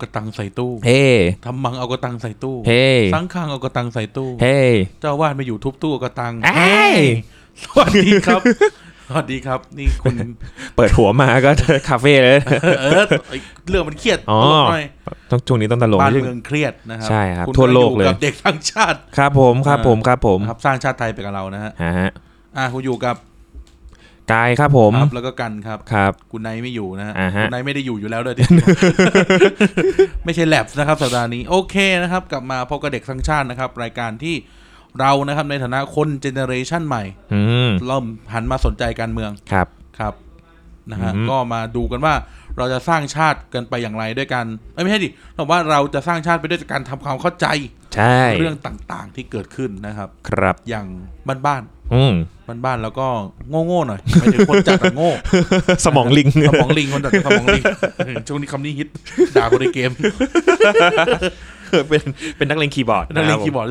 กระตังใส่ตู้เฮ้ทำมังเอากระตังใส่ตู้เฮ้สังฆังเอากระตังใส่ตู้เฮ้เจ้าวาดไม่อยู่ทุบตู้กระตังสวัสดีครับนี่คุณเปิดหัวมาก็คาเฟ่เลยเรื่องมันเครียดหน่อยต้องช่วงนี้ต้องตลกบ้านเมืองเครียดนะครับใช่ครับทั่วโลกเลยกับเด็กทั้งชาติครับผมครับสร้างชาติไทยไปกับเรานะฮะคุณอยู่กับกายครับผมแล้วก็กันครับคุณไนท์ไม่อยู่นะฮะคุณไนท์ไม่ได้อยู่แล้วด้วยไม่ใช่แลบนะครับสัปดาห์นี้โอเคนะครับกลับมาพบกับเด็กทั้งชาตินะครับรายการที่เรานะครับในฐานะคนเจเนอเรชันใหม่เริ่มหันมาสนใจการเมืองครับนะฮะก็มาดูกันว่าเราจะสร้างชาติกันไปอย่างไรด้วยกันไม่ใช่ดิเราว่าเราจะสร้างชาติไปด้วยการทำความเข้าใจเรื่องต่างๆที่เกิดขึ้นนะครับอย่างบ้านแล้วก็โง่ๆหน่อยไม่ถึงคนจัดโง่สมองลิงคนจัดสมองลิงช่วงนี้คำนี้ฮิตด่าคนในเกมเป็นนักเลงคีย์บอร์ดจะเป็นนักเลงคีย์บอร์ด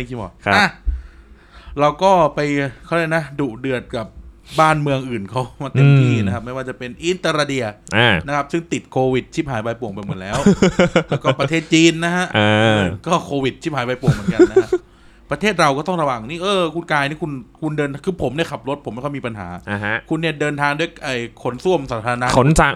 เราก็ไปเขาเลยนะดุเดือดกับบ้านเมืองอื่นเขามาเต็มที่นะครับไม่ว่าจะเป็นอินเตอร์เดียนะครับซึ่งติดโควิดชิบหายใบป่วงไปหมดแล้วแล้วก็ประเทศจีนนะฮะก็โควิดชิบหายใบป่วงเหมือนกันนะฮะประเทศเราก็ต้องระวังนี่คุณกายนี่คุณเดินคือผมเนี่ยขับรถผมไม่ค่อยมีปัญหาคุณเนี่ยเดินทางด้วยขนส้วมสาธารณะขนส่ง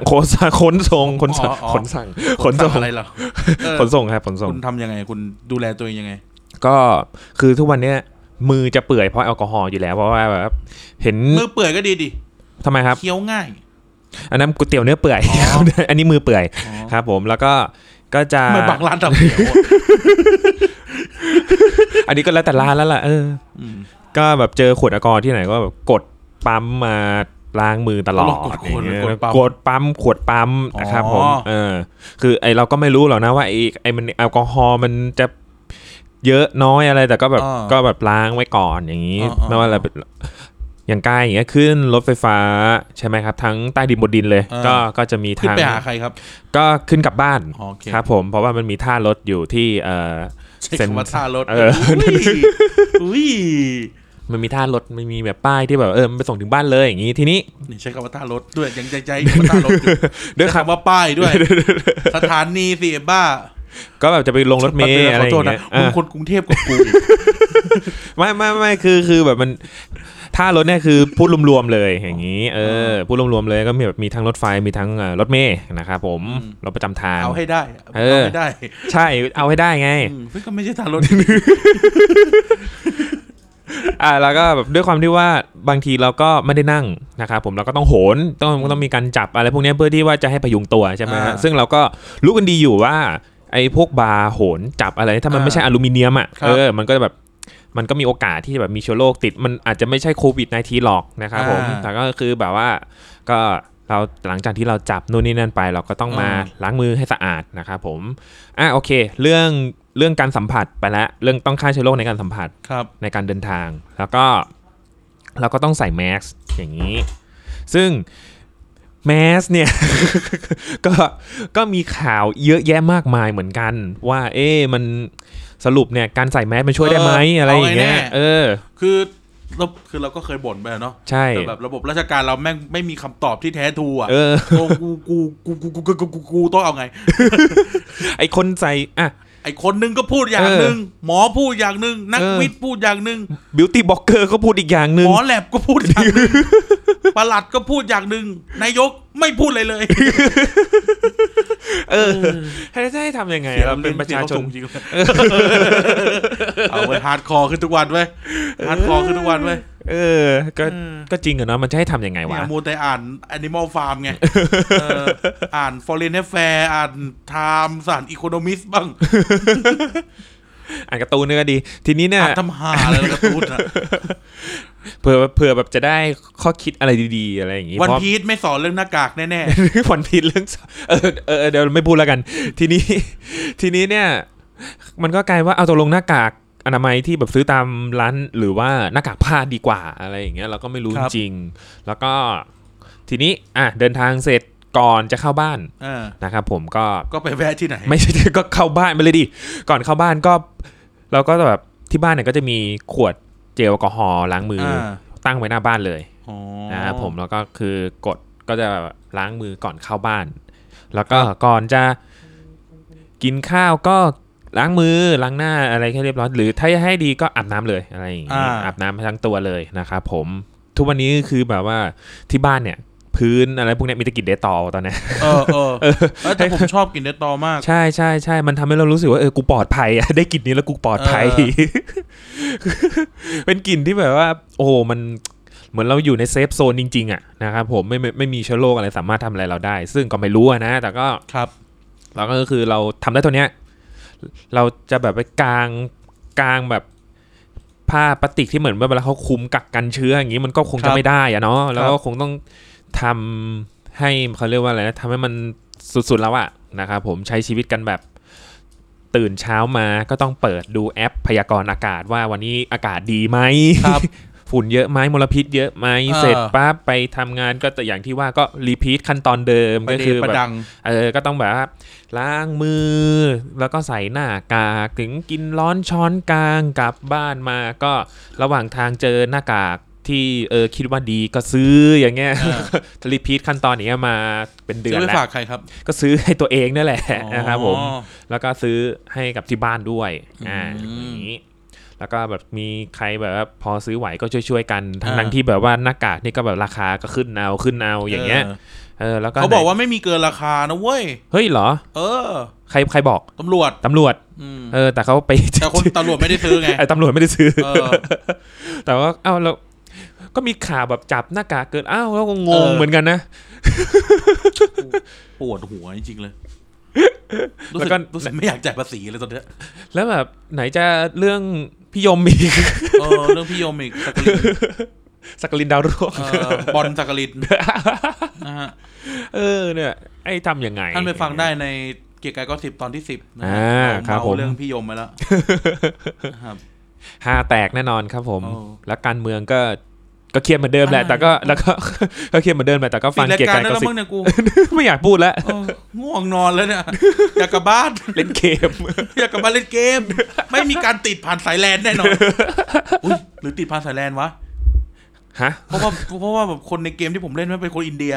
อะไรเหรอขนส่งครับขนส่งคุณทำยังไงคุณดูแลตัวเองยังไงก็คือทุกวันเนี้ยมือจะเปื่อยเพราะแอลกอฮอล์อยู่แล้วเพราะว่าแบบเห็นมือเปื่อยก็ดีดิทำไมครับเคี้ยวง่ายอันนั้นก๋วยเตี๋ยวเนื้อเปื่อยอันนี้มือเปื่อยครับผมแล้วก็จะไม่บางร้านทำเตี๋ยวอันนี้ก็แล้วแต่ร้านแล้วล่ะก็แบบเจอขวดแอลกอฮอล์ที่ไหนก็แบบกดปั๊มมาล้างมือตลอดกดปั๊มขวดปั๊มนะครับผมคือเราก็ไม่รู้หรอกนะว่าไอ้มันแอลกอฮอล์มันจะเยอะน้อยอะไรแต่ก็แบบล้างไว้ก่อนอย่างนี้ไม่ว่าอะไรอย่างกายอย่างเงี้ยขึ้นรถไฟฟ้าใช่ไหมครับทั้งใต้ดินบนดินเลยก็จะมีทางขึ้นไปหาใครครับก็ขึ้นกลับบ้านครับผมเพราะว่ามันมีท่ารถอยู่ที่เซ็นท่ารถมันมีท่ารถมันมีแบบป้ายที่แบบมันไปส่งถึงบ้านเลยอย่างนี้ทีนี้ใช้คำว่าท่ารถด้วยยังใจท่ารถอยู่ด้วยคำว่าป้ายด้วยสถานีสิบ้าก็แบบจะไปลงรถเมล์อะไรอย่างเงี้ยคนกรุงเทพกับกูไม่คือแบบมันท่ารถเนี่ยคือพูดรวมๆเลยอย่างนี้พูดรวมๆเลยก็มีทั้งรถไฟมีทั้งรถเมล์นะครับผมรถประจำทางเอาให้ได้ใช่เอาให้ได้ไงก็ไม่ใช่ท่ารถแล้วก็แบบด้วยความที่ว่าบางทีเราก็ไม่ได้นั่งนะครับผมเราก็ต้องโหนต้องมีการจับอะไรพวกนี้เพื่อที่ว่าจะให้พยุงตัวใช่ไหมซึ่งเราก็รู้กันดีอยู่ว่าไอ้พวกบาร์โหนจับอะไรถ้ามันไม่ใช่อลูมิเนียมมันก็แบบมันก็มีโอกาสที่แบบมีเชื้อโรคติดมันอาจจะไม่ใช่โควิด-19 หรอกนะครับผมแต่ก็คือแบบว่าก็เราหลังจากที่เราจับนู่นนี่นั่นไปเราก็ต้องมาล้างมือให้สะอาดนะครับผมโอเคเรื่องการสัมผัสไปแล้วเรื่องต้องฆ่าเชื้อโรคในการสัมผัสในการเดินทางแล้วก็เราก็ต้องใส่แมสอย่างนี้ซึ่งแมสเนี่ย ก็มีข่าวเยอะแยะมากมายเหมือนกันว่ามันสรุปเนี่ยการใส่แมสมันช่วยได้ไหมอะไรอย่างเงี้ยคือเราก็เคยบ่นไปเนาะใช่แต่แบบระบบราชการเราแม่งไม่มีคำตอบที่แท้ทรูอ่ะกูต้องเอาไงไอคนใส่ไอคนนึงก็พูดอย่างนึงหมอพูดอย่างนึงนักวิทย์พูดอย่างนึงบิวตี้บล็อกเกอร์ก็พูดอีกอย่างนึงหมอแลบก็พูดอย่างนึงปลัดก็พูดอย่างนึงนายกไม่พูดเลยให้ทำยังไงเราเป็นประชาชนเอาไว้ฮาร์ดคอร์ขึ้นทุกวันไว้ฮาร์ดคอร์ขึ้นทุกวันไว้ก็จริงเหรอเนาะมันจะให้ทำยังไงวะมัวแต่อ่าน Animal Farm ไงอ่าน Foreign Affairs อ่าน Times อ่าน Economist บ้างอ่านการ์ตูนนี่ก็ดีทีนี้เนี่ยอ่านทำหาอะไรการ์ตูนอ่ะเผื่อแบบจะได้ข้อคิดอะไรดีๆอะไรอย่างงี้วันพีชไม่สอนเรื่องหน้ากากแน่ๆวันพีชเรื่องเดี๋ยวไม่พูดแล้วกันทีนี้เนี่ยมันก็กลายว่าเอาตกลงหน้ากากอนามัยที่แบบซื้อตามร้านหรือว่าหน้ากากผ้าดีกว่าอะไรอย่างเงี้ยเราก็ไม่รู้จริงแล้วก็ทีนี้เดินทางเสร็จก่อนจะเข้าบ้านนะครับผมก็ไปแวะที่ไหนไม่ใช่ก็เข้าบ้านไปเลยดิก่อนเข้าบ้านก็เราก็แบบที่บ้านเนี่ยก็จะมีขวดเจลแอลกอฮอล์ล้างมือตั้งไว้หน้าบ้านเลยนะครับผมแล้วก็คือกดก็จะล้างมือก่อนเข้าบ้านแล้วก็ก่อนจะกินข้าวก็ล้างมือล้างหน้าอะไรแค่เรียบร้อยหรือถ้าให้ดีก็อาบน้ำเลยอะไรอย่างงี้อาบน้ำทั้งตัวเลยนะครับผมทุกวันนี้คือแบบว่าที่บ้านเนี่ยพื้นอะไรพวกนี้มีแต่กลิ่นเดตอลตอนนี้แต่ผมชอบกลิ่นเดตอลมากใช่ใช่ใช่มันทำให้เรารู้สึกว่ากูปลอดภัยได้กลิ่นนี้แล้วกูปลอดภัยเป็นกลิ่นที่แบบว่าโอ้โหมันเหมือนเราอยู่ในเซฟโซนจริงๆอ่ะนะครับผมไม่มีเชื้อโรคอะไรสามารถทำอะไรเราได้ซึ่งก็ไม่รู้นะแต่ก็ครับเราก็คือเราทำได้ตัวเนี้ยเราจะแบบไปกางแบบผ้าพลาสติกที่เหมือนเวลาเขาคุมกักกันเชื้ออย่างนี้มันก็คงจะไม่ได้อะเนาะแล้วก็คงต้องทำให้เขาเรียกว่าอะไรนะทำให้มันสุดๆแล้วอะนะครับผมใช้ชีวิตกันแบบตื่นเช้ามาก็ต้องเปิดดูแอปพยากรณ์อากาศว่าวันนี้อากาศดีไหมฝุ่นเยอะไหมมลพิษเยอะไหมเสร็จปั๊บไปทำงานก็แต่อย่างที่ว่าก็รีพีทขั้นตอนเดิมก็คือแบบก็ต้องแบบล้างมือแล้วก็ใส่หน้ากากถึงกินร้อนช้อนกลางกลับบ้านมาก็ระหว่างทางเจอหน้ากากที่คิดว่าดีก็ซื้ออย่างเงี้ยรีพีทขั้นตอนนี้มาเป็นเดือนแล้วซื้อฝากใครครับก็ซื้อให้ตัวเองนั่นแหละนะครับผมแล้วก็ซื้อให้กับที่บ้านด้วยอย่างนี้แล้วก็แบบมีใครแบบว่าพอซื้อไหวก็ช่วยๆกันทั้งที่แบบว่าหน้ากากนี่ก็แบบราคาก็ขึ้นเอาอย่างเงี้ยแล้วก็เขาบอกว่าไม่มีเกินราคานะเว้ยเฮ้ยเหรอใครบอกตำรวจแต่เขาไปแต่คนตำรวจไม่ได้ซื้อไงตำรวจไม่ได้ซื้อแต่ว่าแล้วก็มีข่าวแบบจับหน้ากากเกินแล้วก็งงเหมือนกันนะปวดหัวจริงๆเลยรู้สึกไม่อยากจ่ายภาษีเลยตอนนี้แล้วแบบไหนจะเรื่องพี่ยมอีกเรื่องพี่ยมอีกสักลินดาวรุ่งบอลสักลินนะฮะเนี่ยไอ้ทำยังไงท่านไปฟังได้ในเกียร์กายก็10 ตอนที่ 10นะครับผมเรื่องพี่ยมไปแล้วครับแตกแน่นอนครับผมแล้วการเมืองก็เครียดเหมือนเดิมแหละแต่ก็แล้วก็เครียดเหมือนเดิมแหละแต่ก็ฟังเกียร์กายก็10ไม่อยากพูดแล้วง่วงนอนแล้วเนี่ยอยากกลับบ้านเล่นเกมอยากกลับบ้านเล่นเกมไม่มีการติดผ่านสายแลนแน่นอนหรือติดผ่านสายแลนวะเพราะว่าแบบคนในเกมที่ผมเล่นมันเป็นคนอินเดีย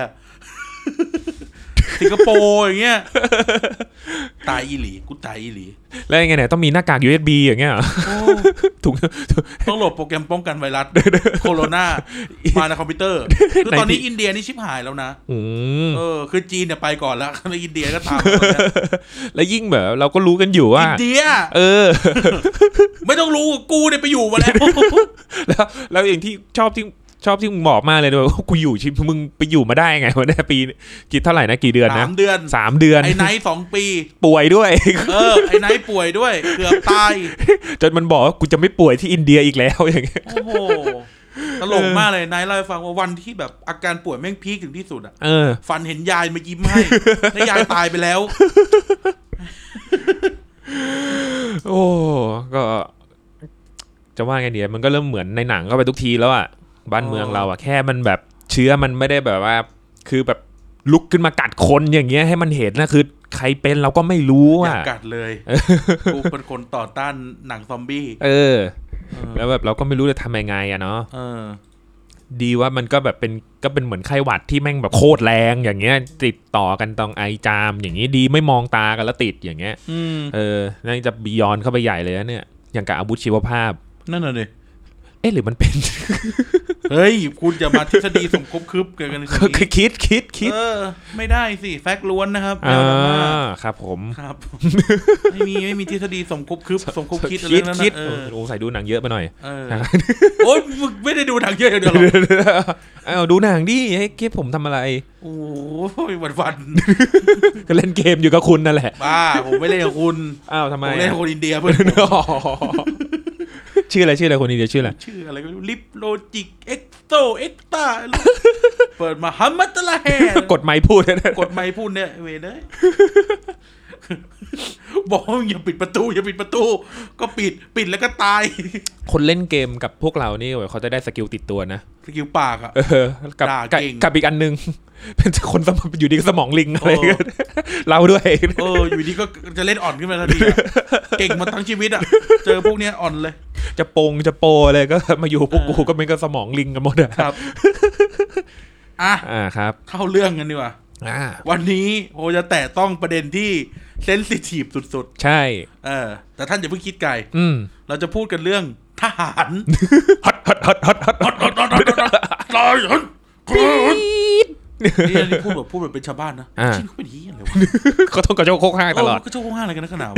สิงคโปร์อย่างเงี้ยตายอีหลีกูตายอีหลีแล้วยังไงเนี่ยต้องมีหน้ากาก USB อย่างเงี้ยถูกต้องโหลดโปรแกรมป้องกันไวรัสโคโรนามาในคอมพิวเตอร์คือตอนนี้อินเดียนี่ชิบหายแล้วนะคือจีนเนี่ยไปก่อนแล้วแล้วอินเดียก็ตามแล้วยิ่งแบบเราก็รู้กันอยู่ว่าอินเดียไม่ต้องรู้กูเนี่ยไปอยู่มาแล้วอย่างที่ชอบที่มึงบอกมากเลยว่ากูอยู่ชิมมึงไปอยู่มาได้ไงวะเนี่ยปีกี่เท่าไหร่นะกี่เดือนนะ 3 เดือนไอ้ไนท์2 ปีป่วยด้วยไอ้ไนท์ป่วยด้วยเกือบตายจนมันบอกว่ากูจะไม่ป่วยที่อินเดียอีกแล้วอย่างเงี้ยโอ้โหตลกมากเลยไนท์เล่าให้ฟังว่าวันที่แบบอาการป่วยแม่งพีคถึงที่สุดอ่ะฝันเห็นยายมายิ้มให้แล้วยายตายไปแล้วโอ้ก็จะว่าไงเดียมันก็เริ่มเหมือนในหนังก็ไปทุกทีแล้วอ่ะบ้านเมืองเราอะแค่มันแบบเชื้อมันไม่ได้แบบว่าคือแบบลุกขึ้นมากัดคนอย่างเงี้ยให้มันเห็นนะคือใครเป็นเราก็ไม่รู้อ่ะกัดเลยกูเป็นคนต่อต้านหนังซอมบี้แล้วแบบเราก็ไม่รู้จะทำยังไงอะเนาะดีว่ามันก็แบบเป็นเหมือนไข้หวัดที่แม่งแบบโคตรแรงอย่างเงี้ยติดต่อกันตรงไอจามอย่างงี้ดีไม่มองตากันแล้วติดอย่างเงี้ยนั่นจะบียอนเข้าไปใหญ่เลยนะเนี่ยอย่างกับอาวุธชีวภาพนั่นน่ะดิหรือมันเป็นเฮ้ยคุณอย่ามาทฤษฎีสมคบคืบกันเลยคิดไม่ได้สิแฟกต์ล้วนนะครับครับผมครับไม่มีทฤษฎีสมคบคืบสมคบคิดอะไรนั่นโอ้ใส่ดูหนังเยอะไปหน่อยโอ๊ยไม่ได้ดูหนังเยอะเดี๋ยวดูหนังดิให้เก็บผมทำอะไรโอ้ยวันก็เล่นเกมอยู่กับคุณนั่นแหละบ้าผมไม่เล่นกับคุณทำไมผมเล่นกับคนอินเดียเพื่อนชื่ออะไรคนอินเดียชื่ออะไรก็ลิปโลจิกเอ็กโตเอ็กตาเปิดมาฮัมมัตละแฮกดไมค์พูดเนี่ยเว้ยเลยบอกอย่าปิดประตูก็ปิดแล้วก็ตายคนเล่นเกมกับพวกเรานี่เขาจะได้สกิลติดตัวนะสกิลปากอ่ะกับอีกอันนึงเป็นคนอยู่ดีก็สมองลิงอะไรเราด้วยอยู่ดีก็จะเล่นอ่อนขึ้นมาทันทีเก่งมาทั้งชีวิตอ่ะเจอพวกเนี้ยอ่อนเลยจะโปอะไรก็มาอยู่พวกกูก็เป็นก็สมองลิงกันหมดครับครับเข้าเรื่องกันดีกว่าวันนี้โอจะแตะต้องประเด็นที่เซนซิทีฟสุดๆใช่แต่ท่านอย่าเพิ่งคิดไกลเราจะพูดกันเรื่องทหารฮอตฮอตฮอตฮอตฮอตฮอตนี่พูดแบบเป็นชาวบ้านนะชิ้นเขาเป็นเหี้ยอะไรวะเขาต้องกระโจกโคกห้างตลอดกระโจกโคกห้างอะไรกันนักหนาว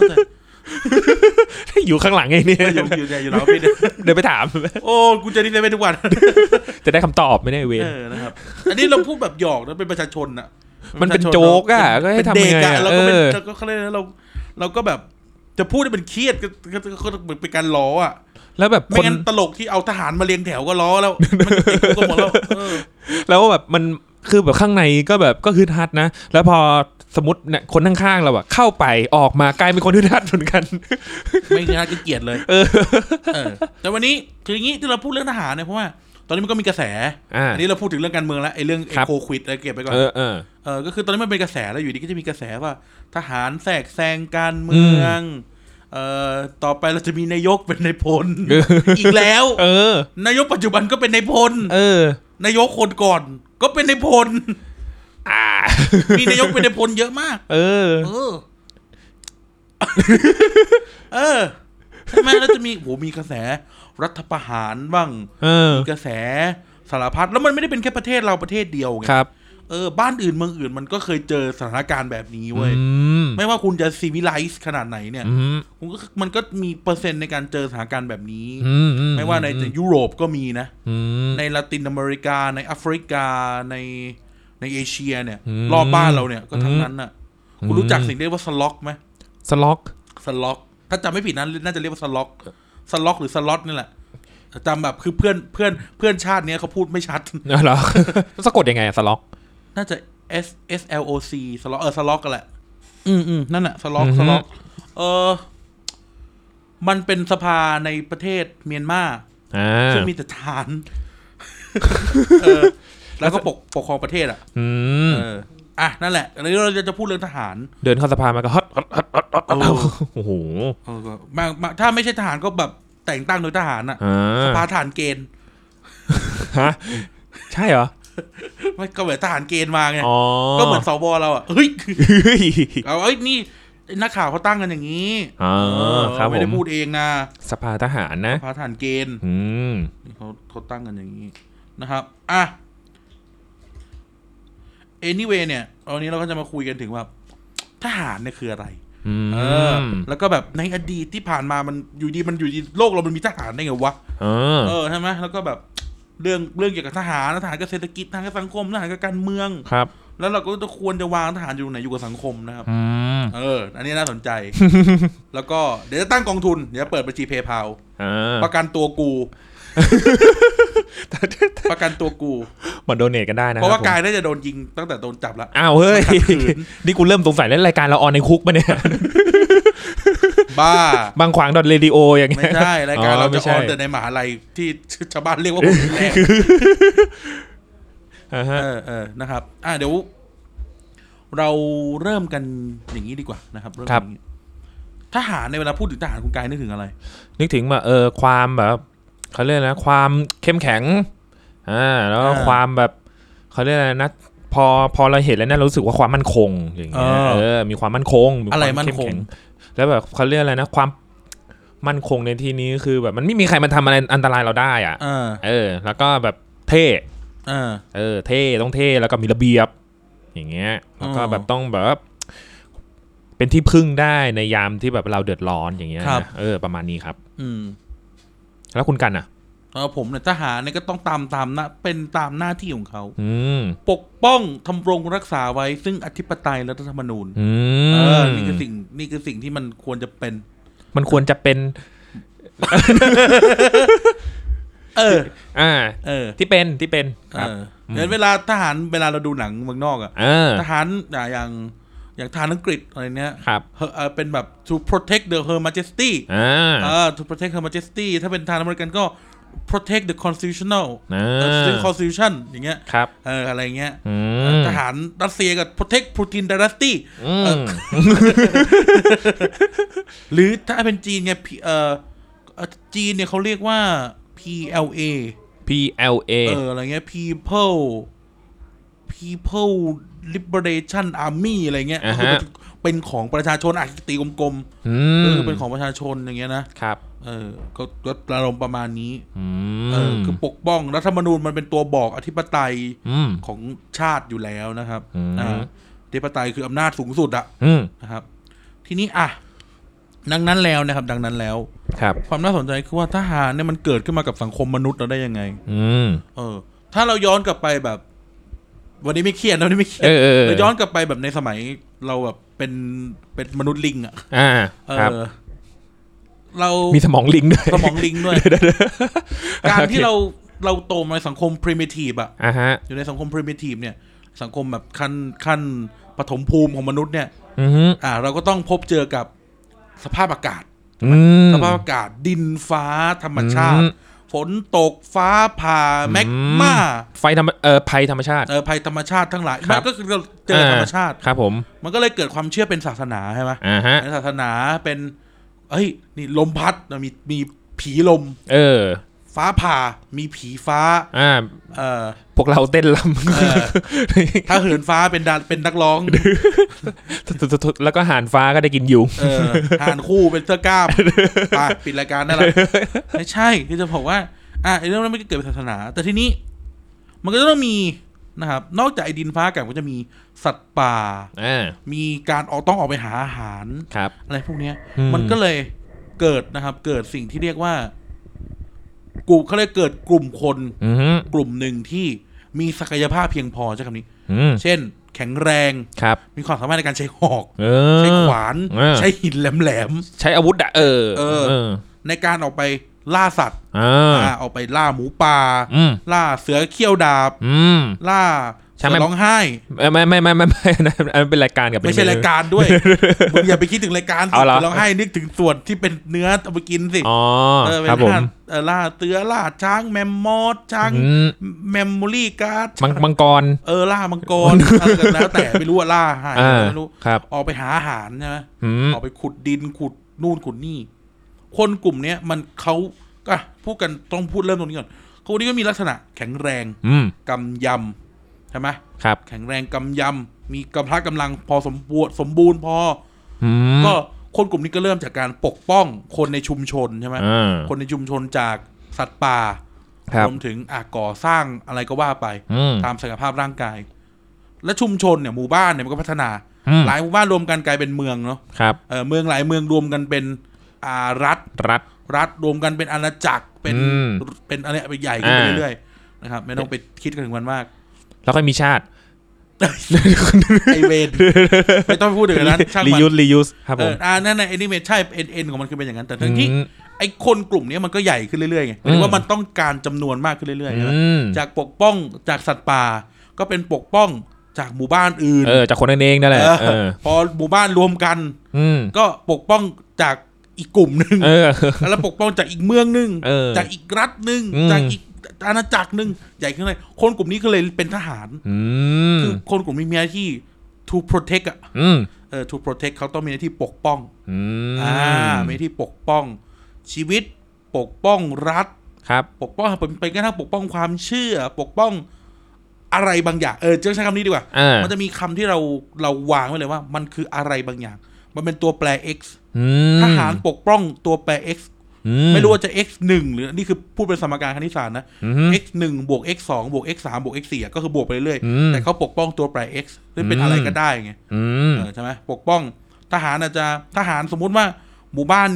อยู่ข้างหลังไงเนี่ยอยู่แล้วพี่เดินไปถามโอ้กูจะดีเซเว่นทุกวันจะได้คำตอบไม่ได้เวรนะครับอันนี้เราพูดแบบหยอกนะเป็นประชาชนอ่ะมันเป็นโจ๊กอ่ะก็ให้ทำยังไงเราก็เป็นเขาเรียกเราก็แบบจะพูดให้เป็นเครียดก็เป็นการล้ออ่ะแล้วแบบไม่งั้นตลกที่เอาทหารมาเรียงแถวก็ล้อแล้วมันติดก็หมดแล้วแบบมันคือแบบข้างในก็แบบก็คือทัดนะแล้วพอสมมติเนี่ยคนข้างๆเราอะเข้าไปออกมากลายเป็นคนที่ทัดเหมือนกันไม่ทัดก็เกลียดเลยแต่วันนี้คืออย่างนี้ที่เราพูดเรื่องทหารเนี่ยเพราะว่าตอนนี้มันก็มีกระแสอันนี้เราพูดถึงเรื่องการเมืองแล้วไอ้เรื่องโควิดอะไรเก็บไปก่อนก็คือตอนนี้มันเป็นกระแสแล้วอยู่ดีก็จะมีกระแสว่าทหารแทรกแซงการเมืองต่อไปเราจะมีนายกเป็นนายพลอีกแล้วนายกปัจจุบันก็เป็นนายพลนายกคนก่อนก็เป็นนายพลมีนายกเป็นนายพลเยอะมากใช่ไหมแล้วจะมีกระแสรัฐประหารบ้างมีกระแสสารพัดแล้วมันไม่ได้เป็นแค่ประเทศเราประเทศเดียวไงบ้านอื่นเมืองอื่นมันก็เคยเจอสถานการณ์แบบนี้เว้ยไม่ว่าคุณจะซีวิไลซ์ขนาดไหนเนี่ยมันก็มีเปอร์เซ็นต์ในการเจอสถานการณ์แบบนี้ไม่ว่าในยุโรปก็มีนะในละตินอเมริกาในแอฟริกาในเอเชียเนี่ยรอบบ้านเราเนี่ยก็ทั้งนั้นน่ะคุณรู้จักสิ่งเรียกว่าสล็อกไหมสล็อกถ้าจำไม่ผิดนั้นน่าจะเรียกว่าสล็อกหรือสล็อตนี่แหละจำแบบคือเพื่อนชาติเนี้ยเขาพูดไม่ชัดเหรอสะกดยังไงสล็อกน่าจะ SLOC สล็อกสล็อกกันแหละนั่นแหละสล็อกมันเป็นสภาในประเทศเมียนมาซึ่งมีแต่ทหารแล้วก็ปกครองประเทศนั่นแหละอันนี้เราจะพูดเรื่องทหารเดินเข้าสภามาก็ฮอตโอ้โหถ้าไม่ใช่ทหารก็แบบแต่งตั้งโดยทหารสภาทหารเกณฑ์ฮะใช่เหรอไม่ก็เหมือนทหารเกณฑ์มาไงก็เหมือนสวเราเฮ้ยนี่นักข่าวเขาตั้งกันอย่างนี้ไม่ได้พูดเองนะสภาทหารนะสภาทหารเกณฑ์เขาตั้งกันอย่างนี้นะครับanyway เนี่ยวันนี้เราก็จะมาคุยกันถึงว่าทหารเนี่ยคืออะไรแล้วก็แบบในอดีตที่ผ่านมามันอยู่ดีโลกเรามันมีทหารได้ไงวะใช่ไหมแล้วก็แบบเรื่องเกี่ยวกับทหารกับเศรษฐกิจทหารกับสังคมทหารกับการเมืองครับแล้วเราก็ควรจะวางทหารอยู่ไหนอยู่กับสังคมนะครับอันนี้น่าสนใจแล้วก็เดี๋ยวจะตั้งกองทุนเดี๋ยวเปิดบัญชี PayPal ประกันตัวกูประกันตัวกูมาโดเนทกันได้นะเพราะว่ากายน่าจะโดนยิงตั้งแต่โดนจับแล้วอ้าวเฮ้ยนี่กูเริ่มสงสัยเล่นรายการเราออนในคุกปะเนี่ยบ้าบางขวาง.เรดิโออย่างเงี้ยไม่ใช่รายการเราจะออนแต่ในมหาลัยที่ชาวบ้านเรียกว่าผมแรงนะครับเดี๋ยวเราเริ่มกันอย่างนี้ดีกว่านะครับเริ่มอย่างนี้ทหารในเวลาพูดถึงทหารคุณกายนึกถึงอะไรนึกถึงแบบความแบบเขาเรียกนะความเข้มแข็งแล้วก็ความแบบเขาเรียกอะไรนะพอเราเห็นแล้วเนี่ยเรารู้สึกว่าความมั่นคงอย่างเงี้ยมีความมั่นคงอะไรมั่นคงแล้วแบบเขาเรียกอะไรนะความมั่นคงในที่นี้คือแบบมันไม่มีใครมาทำอะไรอันตรายเราได้อ่ะแล้วก็แบบเท่เท่ต้องเท่แล้วก็มีระเบียบอย่างเงี้ยแล้วก็แบบต้องแบบเป็นที่พึ่งได้ในยามที่แบบเราเดือดร้อนอย่างเงี้ยประมาณนี้ครับแล้วคุณกันอ่ะผมเนี่ยทหารเนี่ยก็ต้องตามนะเป็นตามหน้าที่ของเขาปกป้องทำรงรักษาไว้ซึ่งอธิปไตยและรัฐธรรมนูญนี่คือสิ่งที่มันควรจะเป็นที่เป็นครับเวลาทหารเวลาเราดูหนังเมืองนอกทหารอย่างทหารอังกฤษอะไรเนี้ยเป็นแบบ to protect her majesty to protect her majesty ถ้าเป็นทหารอเมริกันก็ protect the constitutional constitution อย่างเงี้ยอะไรเงี้ยทหารรัสเซียกับ protect Putin dynasty หรือถ้าเป็นจีนไงจีนเนี่ยเขาเรียกว่า PLA อะไรเงี้ย people Liberation Army อะไรเงี้ยคือเป็นของประชาชนตีกลมๆเป็นของประชาชนอย่างเงี้ยนะครับก็อารมณ์ประมาณนี้คือปกป้องรัฐธรรมนูญมันเป็นตัวบอกอธิปไตยของชาติอยู่แล้วนะครับอธิปไตยคืออำนาจสูงสุดอะนะครับทีนี้ดังนั้นแล้วนะครับดังนั้นแล้วความน่าสนใจคือว่าทหารเนี่ยมันเกิดขึ้นมากับสังคมมนุษย์เราได้ยังไงถ้าเราย้อนกลับไปแบบวันนี้ไม่เครียดนะวันนี้ไม่เครียดเราย้อนกลับไปแบบในสมัยเราแบบเป็นมนุษย์ลิงอะเรามีสมองลิงด้วยการที่เราโตมาในสังคม primitive อะอยู่ในสังคม primitive เนี่ยสังคมแบบขั้นปฐมภูมิของมนุษย์เนี่ยเราก็ต้องพบเจอกับสภาพอากาศดินฟ้าธรรมชาติฝนตกฟ้าผ่าแมกมาภัยธรรมชาติภัยธรรมชาติทั้งหลายมันก็คือเจอธรรมชาติครับผมมันก็เลยเกิดความเชื่อเป็นศาสนาใช่ไหมศาสนาเป็นนี่ลมพัดมีผีลมฟ้าผ่ามีผีฟ้าพวกเราเต้นรำถ้าเหินฟ้าเป็นนักร้องแล้วก็หานฟ้าก็ได้กินยุงหานคู่เป็นเสื้อกล้ามปิดรายการได้แล้วไม่ใช่คือจะบอกว่าเรื่องนั้นไม่เกิดเป็นศาสนาแต่ทีนี้มันก็ต้องมีนะครับนอกจากไอ้ดินฟ้าอากาศก็จะมีสัตว์ป่ามีการต้องออกไปหาอาหารอะไรพวกนี้มันก็เลยเกิดนะครับเกิดสิ่งที่เรียกว่าเขาเลยเกิดกลุ่มคนกลุ่มหนึ่งที่มีศักยภาพเพียงพอใช้คำนี้เช่นแข็งแรงมีความสามารถในการใช้หอกใช้ขวานใช้หินแหลมๆใช้อาวุธในการออกไปล่าสัตว์ออกไปล่าหมูป่าล่าเสือเขี้ยวดาบล่าเสือร้องไห้ไม่เป็นรายการกับไม่ใช่รายการด้วยมึงอย่าไปคิดถึงรายการเสือร้องไห้นึกถึงส่วนที่เป็นเนื้อเอาไปกินสิครับผมล่าเสือล่าช้างแมมมอสช้างแมมโมรี่การ์ดมังกรล่ามังกรแล้วแต่ไม่รู้ว่าล่าหายไม่รู้ออกไปหาอาหารใช่ไหมออกไปขุดดินขุดนู่นขุดนี่คนกลุ่มนี้มันเขาพูดกันต้องพูดเริ่มตรงนี้ก่อนคนนี้ก็มีลักษณะแข็งแรงกำยำใช่ไหมครับแข็งแรงกำยำมีกำลังพอสมบูรณ์พอก็คนกลุ่มนี้ก็เริ่มจากการปกป้องคนในชุมชนใช่ไหมคนในชุมชนจากสัตว์ป่ารวมถึงก่อสร้างอะไรก็ว่าไปตามศักยภาพร่างกายและชุมชนเนี่ยหมู่บ้านเนี่ยมันก็พัฒนาหลายหมู่บ้านรวมกันกลายเป็นเมืองเนาะเมืองหลายเมืองรวมกันเป็นรัฐรวมกันเป็นอาณาจักรเป็นอะไรไปใหญ่ขึ้นไปเรื่อยๆนะครับไม่ต้องไปคิดถึงมันมากแล้วก็มีชาติไอเวนไม่ต้องพูดถึงนั้นช่างมันรียูสครับผมนั่นในแอนิเมชันเอ็นของมันคือเป็นอย่างนั้นแต่ทั้งที่ไอคนกลุ่มนี้มันก็ใหญ่ขึ้นเรื่อยๆไงหมายถึงว่ามันต้องการจำนวนมากขึ้นเรื่อยๆจากปกป้องจากสัตว์ป่าก็เป็นปกป้องจากหมู่บ้านอื่นจากคนเองนั่นแหละพอหมู่บ้านรวมกันก็ปกป้องจากอีกกลุ่มนึงแล้วปกป้องจากอีกเมืองนึงจากอีกรัฐนึงจากอีกอาณาจักรนึงใหญ่ขึ้นเลยคนกลุ่มนี้ก็เลยเป็นทหารคือคนกลุ่มนี้มีหน้าที่ to protect to protect เขาต้องมีหน้าที่ปกป้องมีหน้าที่ปกป้องชีวิตปกป้องรัฐปกป้องไปกระทั่งปกป้องความเชื่อปกป้องอะไรบางอย่างจะใช้คำนี้ดีกว่ามันจะมีคำที่เราวางไว้เลยว่ามันคืออะไรบางอย่างมันเป็นตัวแปร x ทหารปกป้องตัวแปร x ไม่รู้ว่าจะ x 1หรือนี่คือพูดเป็นสมการคณิตศาสตร์นะ x 1บวก x 2บวก x 3บวก x 4ก็คือบวกไปเรื่อยๆแต่เขาปกป้องตัวแปร x หรือเป็นอะไรก็ได้ไงใช่ไหมปกป้องทหารอาจจะทหารสมมุติว่าหมู่บ้าน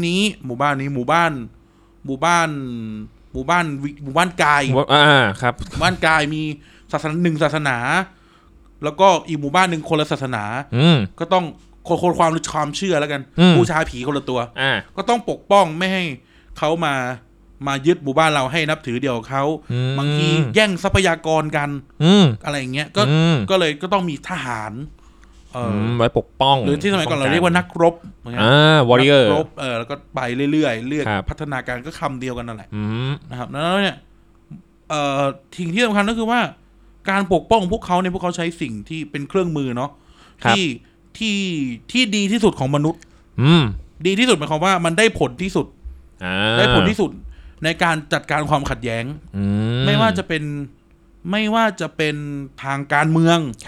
กายครับหมู่บ้านกายมีศาสนาหนึ่งศาสนาแล้วก็อีกหมู่บ้านหนึ่งคนละศาสนาก็ต้องคนความเชื่อแล้วกันบูชาผีคนละตัวก็ต้องปกป้องไม่ให้เขามายึดหมู่บ้านเราให้นับถือเดียวเขาบางทีแย่งทรัพยากรกันอะไรอย่างเงี้ยก็เลยก็ต้องมีทหารไว้ปกป้องหรือที่สมัยก่อนเราเรียกว่านักรบวอริเออร์แล้วก็ไปเรื่อยๆพัฒนาการก็คำเดียวกันนั่นแหละนะครับแล้วเนี่ยทิ้งที่สำคัญก็คือว่าการปกป้องพวกเขาเนี่ยพวกเขาใช้สิ่งที่เป็นเครื่องมือเนาะที่ดีที่สุดของมนุษย์ดีที่สุดหมายความว่ามันได้ผลที่สุดในการจัดการความขัดแย้งไม่ว่าจะเป็นทางการเมือง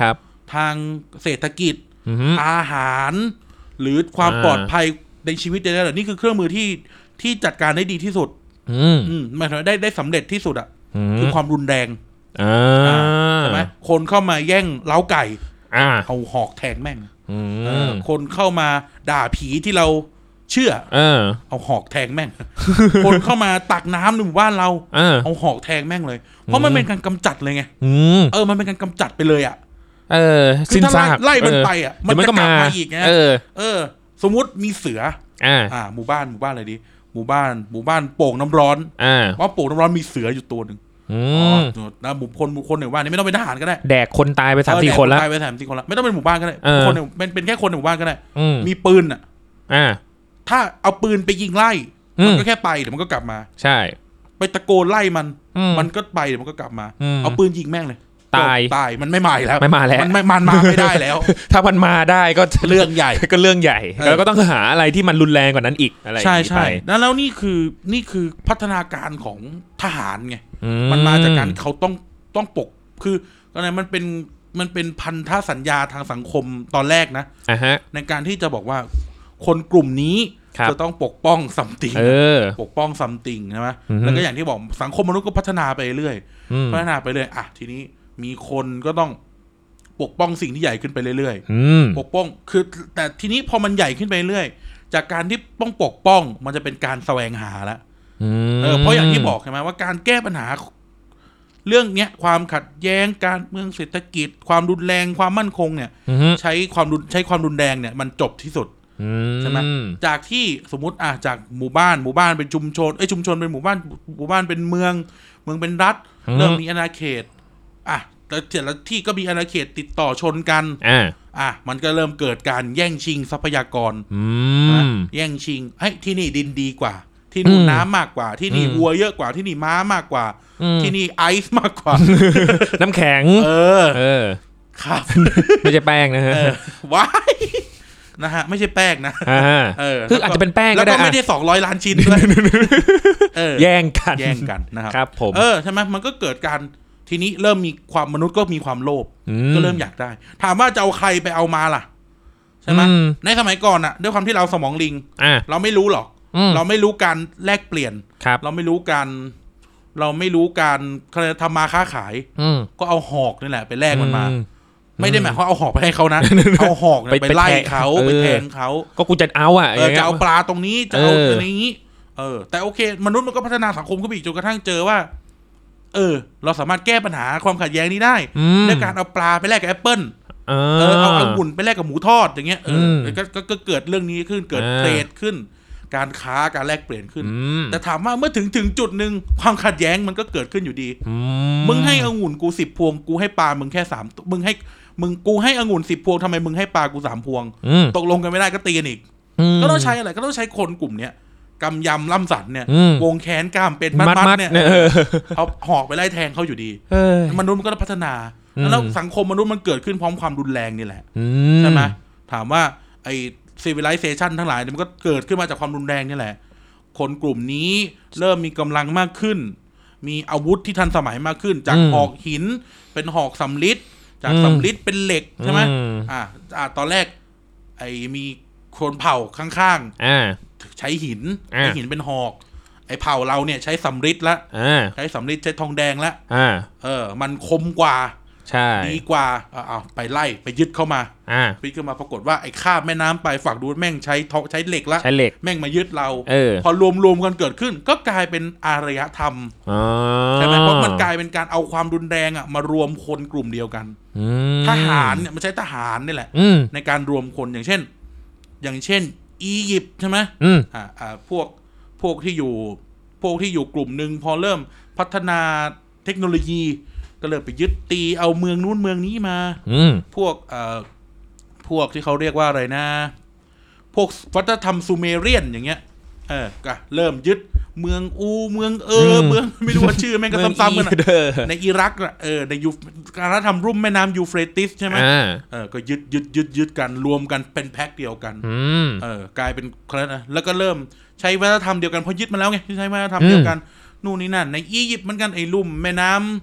ทางเศรษฐกิจอาหารหรือความปลอดภัยในชีวิตได้นี่คือเครื่องมือที่จัดการได้ดีที่สุดหมายถึงได้สำเร็จที่สุดอ่ะคือความรุนแรงใช่ไหมคนเข้ามาแย่งเล้าไก่เอาหอกแทงแม่งคนเข้ามาด่าผีที่เราเชื่อเอาหอกแทงแม่ง คนเข้ามาตักน้ำในหมู่บ้านเราเอาหอกแทงแม่งเลยเพราะมันเป็นการกำจัดเลยไงมันเป็นการกำจัดไปเลยอ่ะสิ้นซากไล่มันไปอ่ะมันจะกลับมาอีกไงสมมุติมีเสือหมู่บ้านอะไรดีหมู่บ้านโป่งน้ำร้อนว่าโป่งน้ำร้อนมีเสืออยู่ตัวหนึ่งนะหมู่คนหนึ่งบ้านนี้ไม่ต้องเป็นทหารก็ได้แดกคนตายไป3-4 คนแล้วตายไป3-4 คนแล้วไม่ต้องเป็นหมู่บ้านก็ได้คนหนึ่งเป็นแค่คนในหมู่บ้านก็ได้มีปืนอ่ะถ้าเอาปืนไปยิงไล่มันก็แค่ไปเดี๋ยวมันก็กลับมาใช่ไปตะโกนไล่มันก็ไปเดี๋ยวมันก็กลับมาเอาปืนยิงแม่งเลยตายมันไม่มาแล้วมันมาไม่ได้แล้วถ้ามันมาได้ก็เรื่องใหญ่แล้วก็ต้องหาอะไรที่มันรุนแรงกว่านั้นอีกอะไรใช่แล้วนี่คือพัฒนาการของทหารไงมันมาจากการเขาต้องปกคืออะไรมันเป็นพันธสัญญาทางสังคมตอนแรกนะในการที่จะบอกว่าคนกลุ่มนี้จะต้องปกป้องซัมติงปกป้องซัมติงใช่ไหมแล้วก็อย่างที่บอกสังคมมนุษย์ก็พัฒนาไปเรื่อยทีนี้มีคนก็ต้องปกป้องสิ่งที่ใหญ่ขึ้นไปเรื่อยๆปกป้องคือแต่ทีนี้พอมันใหญ่ขึ้นไปเรื่อยจากการที่ต้องปกป้องมันจะเป็นการแสวงหาแล้วเพราะอย่างที่บอกใช่ไหมว่าการแก้ปัญหาเรื่องเนี้ยความขัดแย้งการเมืองเศรษฐกิจความรุนแรงความมั่นคงเนี่ยใช้ความรุนแรงเนี่ยมันจบที่สุดใช่ไหมจากที่สมมติจากหมู่บ้านเป็นชุมชนชุมชนเป็นหมู่บ้านเป็นเมืองเป็นรัฐเริ่มมีอาณาเขตแล้วแต่ละที่ก็มีอาณาเขตติดต่อชนกันมันก็เริ่มเกิดการแย่งชิงทรัพยากรแย่งชิงที่นี่ดินดีกว่าที่นู่นน้ำมากกว่าที่นี่วัวเยอะกว่าที่นี่ม้ามากกว่าที่นี่ไอซ์มากกว่าน้ำแข็งครับไม่ใช่แป้งนะฮะว้ายนะฮะไม่ใช่แป้งนะคืออาจจะเป็นแป้งก็ได้แล้วก็ไม่ได้200 ล้านชิ้นด้วยแย่งกันนะครับครับผมใช่ไหมมันก็เกิดการทีนี้เริ่มมีความมนุษย์ก็มีความโลภก็เริ่มอยากได้ถามว่าจะเอาใครไปเอามาล่ะใช่ไหมในสมัยก่อนด้วยความที่เราสมองลิงเราไม่รู้หรอกเราไม่รู้การแลกเปลี่ยนเราไม่รู้การทำมาค้าขายก็เอาหอกนี่แหละไปแลกมันมาไม่ได้หมายความเอาหอกไปให้เขานะเอาหอกไปไล่เขาไปแทงเขาก็กูจะเอาจะเอาปลาตรงนี้จะเอาตรงนี้แต่โอเคมนุษย์มันก็พัฒนาสังคมขึ้นไปอีกจนกระทั่งเจอว่าเราสามารถแก้ปัญหาความขัดแย้งนี้ได้ด้วยการเอาปลาไปแลกกับแอปเปิ้ลเอาองุ่นไปแลกกับหมูทอดอย่างเงี้ยก็เกิดเรื่องนี้ขึ้นเกิดเทรดขึ้นการค้าการแลกเปลี่ยนขึ้นแต่ถามว่าเมื่อถึงจุดนึงความขัดแย้งมันก็เกิดขึ้นอยู่ดีมึงให้องุ่นกู10 พวงกูให้ปลามึงแค่3กูให้องุ่น10 พวงทำไมมึงให้ปลากู3 พวงตกลงกันไม่ได้ก็ตีกันอีกก็ต้องใช้อะไรก็ต้องใช้คนกลุ่มเนี้ยกำยำล่ำสันเนี่ยวงแขนกล้ามเป็นมัดเนี่ยเอาหอกไปไล่แทงเขาอยู่ดีมนุษย์มันก็พัฒนาแล้วสังคมมนุษย์มันเกิดขึ้นพร้อมความรุนแรงนี่แหละใช่ไหมถามว่าไอ้ civilization ทั้งหลายมันก็เกิดขึ้นมาจากความรุนแรงนี่แหละคนกลุ่มนี้เริ่มมีกำลังมากขึ้นมีอาวุธที่ทันสมัยมากขึ้นจากหอกหินเป็นหอกสำริดจากสำริดเป็นเหล็กใช่ไหมตอนแรกไอ้มีคนเผ่าข้างๆใช้หินเป็นหอกไอ้เผ่าเราเนี่ยใช้สำริดละใช้สำริดใช้ทองแดงละมันคมกว่าดีกว่าไปไล่ไปยึดเข้ามาปรากฏว่าไอ้ข้ามแม่น้ำไปฝั่งดูแม่งใช้เหล็กละแม่งมายึดเราพอรวมกันเกิดขึ้นก็กลายเป็นอารยธรรมใช่ไหมเพราะมันกลายเป็นการเอาความรุนแรงมารวมคนกลุ่มเดียวกันทหารเนี่ยมันใช้ทหารนี่แหละในการรวมคนอย่างเช่นอียิปต์ใช่ไหมพวกที่อยู่กลุ่มนึงพอเริ่มพัฒนาเทคโนโลยีก็เริ่มไปยึดตีเอาเมืองนู้นเมืองนี้มาพวกที่เขาเรียกว่าอะไรนะพวกวัฒนธรรมซูเมเรียนอย่างเงี้ยก็เริ่มยึดเมืองเมืองเมืองไม่รู้ว่าชื่อแม่งก็ซ้ำๆกันในอิรักในการทำรุ่มแม่น้ำยูเฟรติสใช่ไหมก็ยึดกันรวมกันเป็นแพ็คเดียวกันกลายเป็นอะไรนะแล้วก็เริ่มใช้วัฒนธรรมเดียวกันพอยึดมาแล้วไงใช้วัฒนธรรมเดียวกันนู่นนี่นั่นในอียิปต์เหมือนกันไอ้ลุ่มแม่น้ำ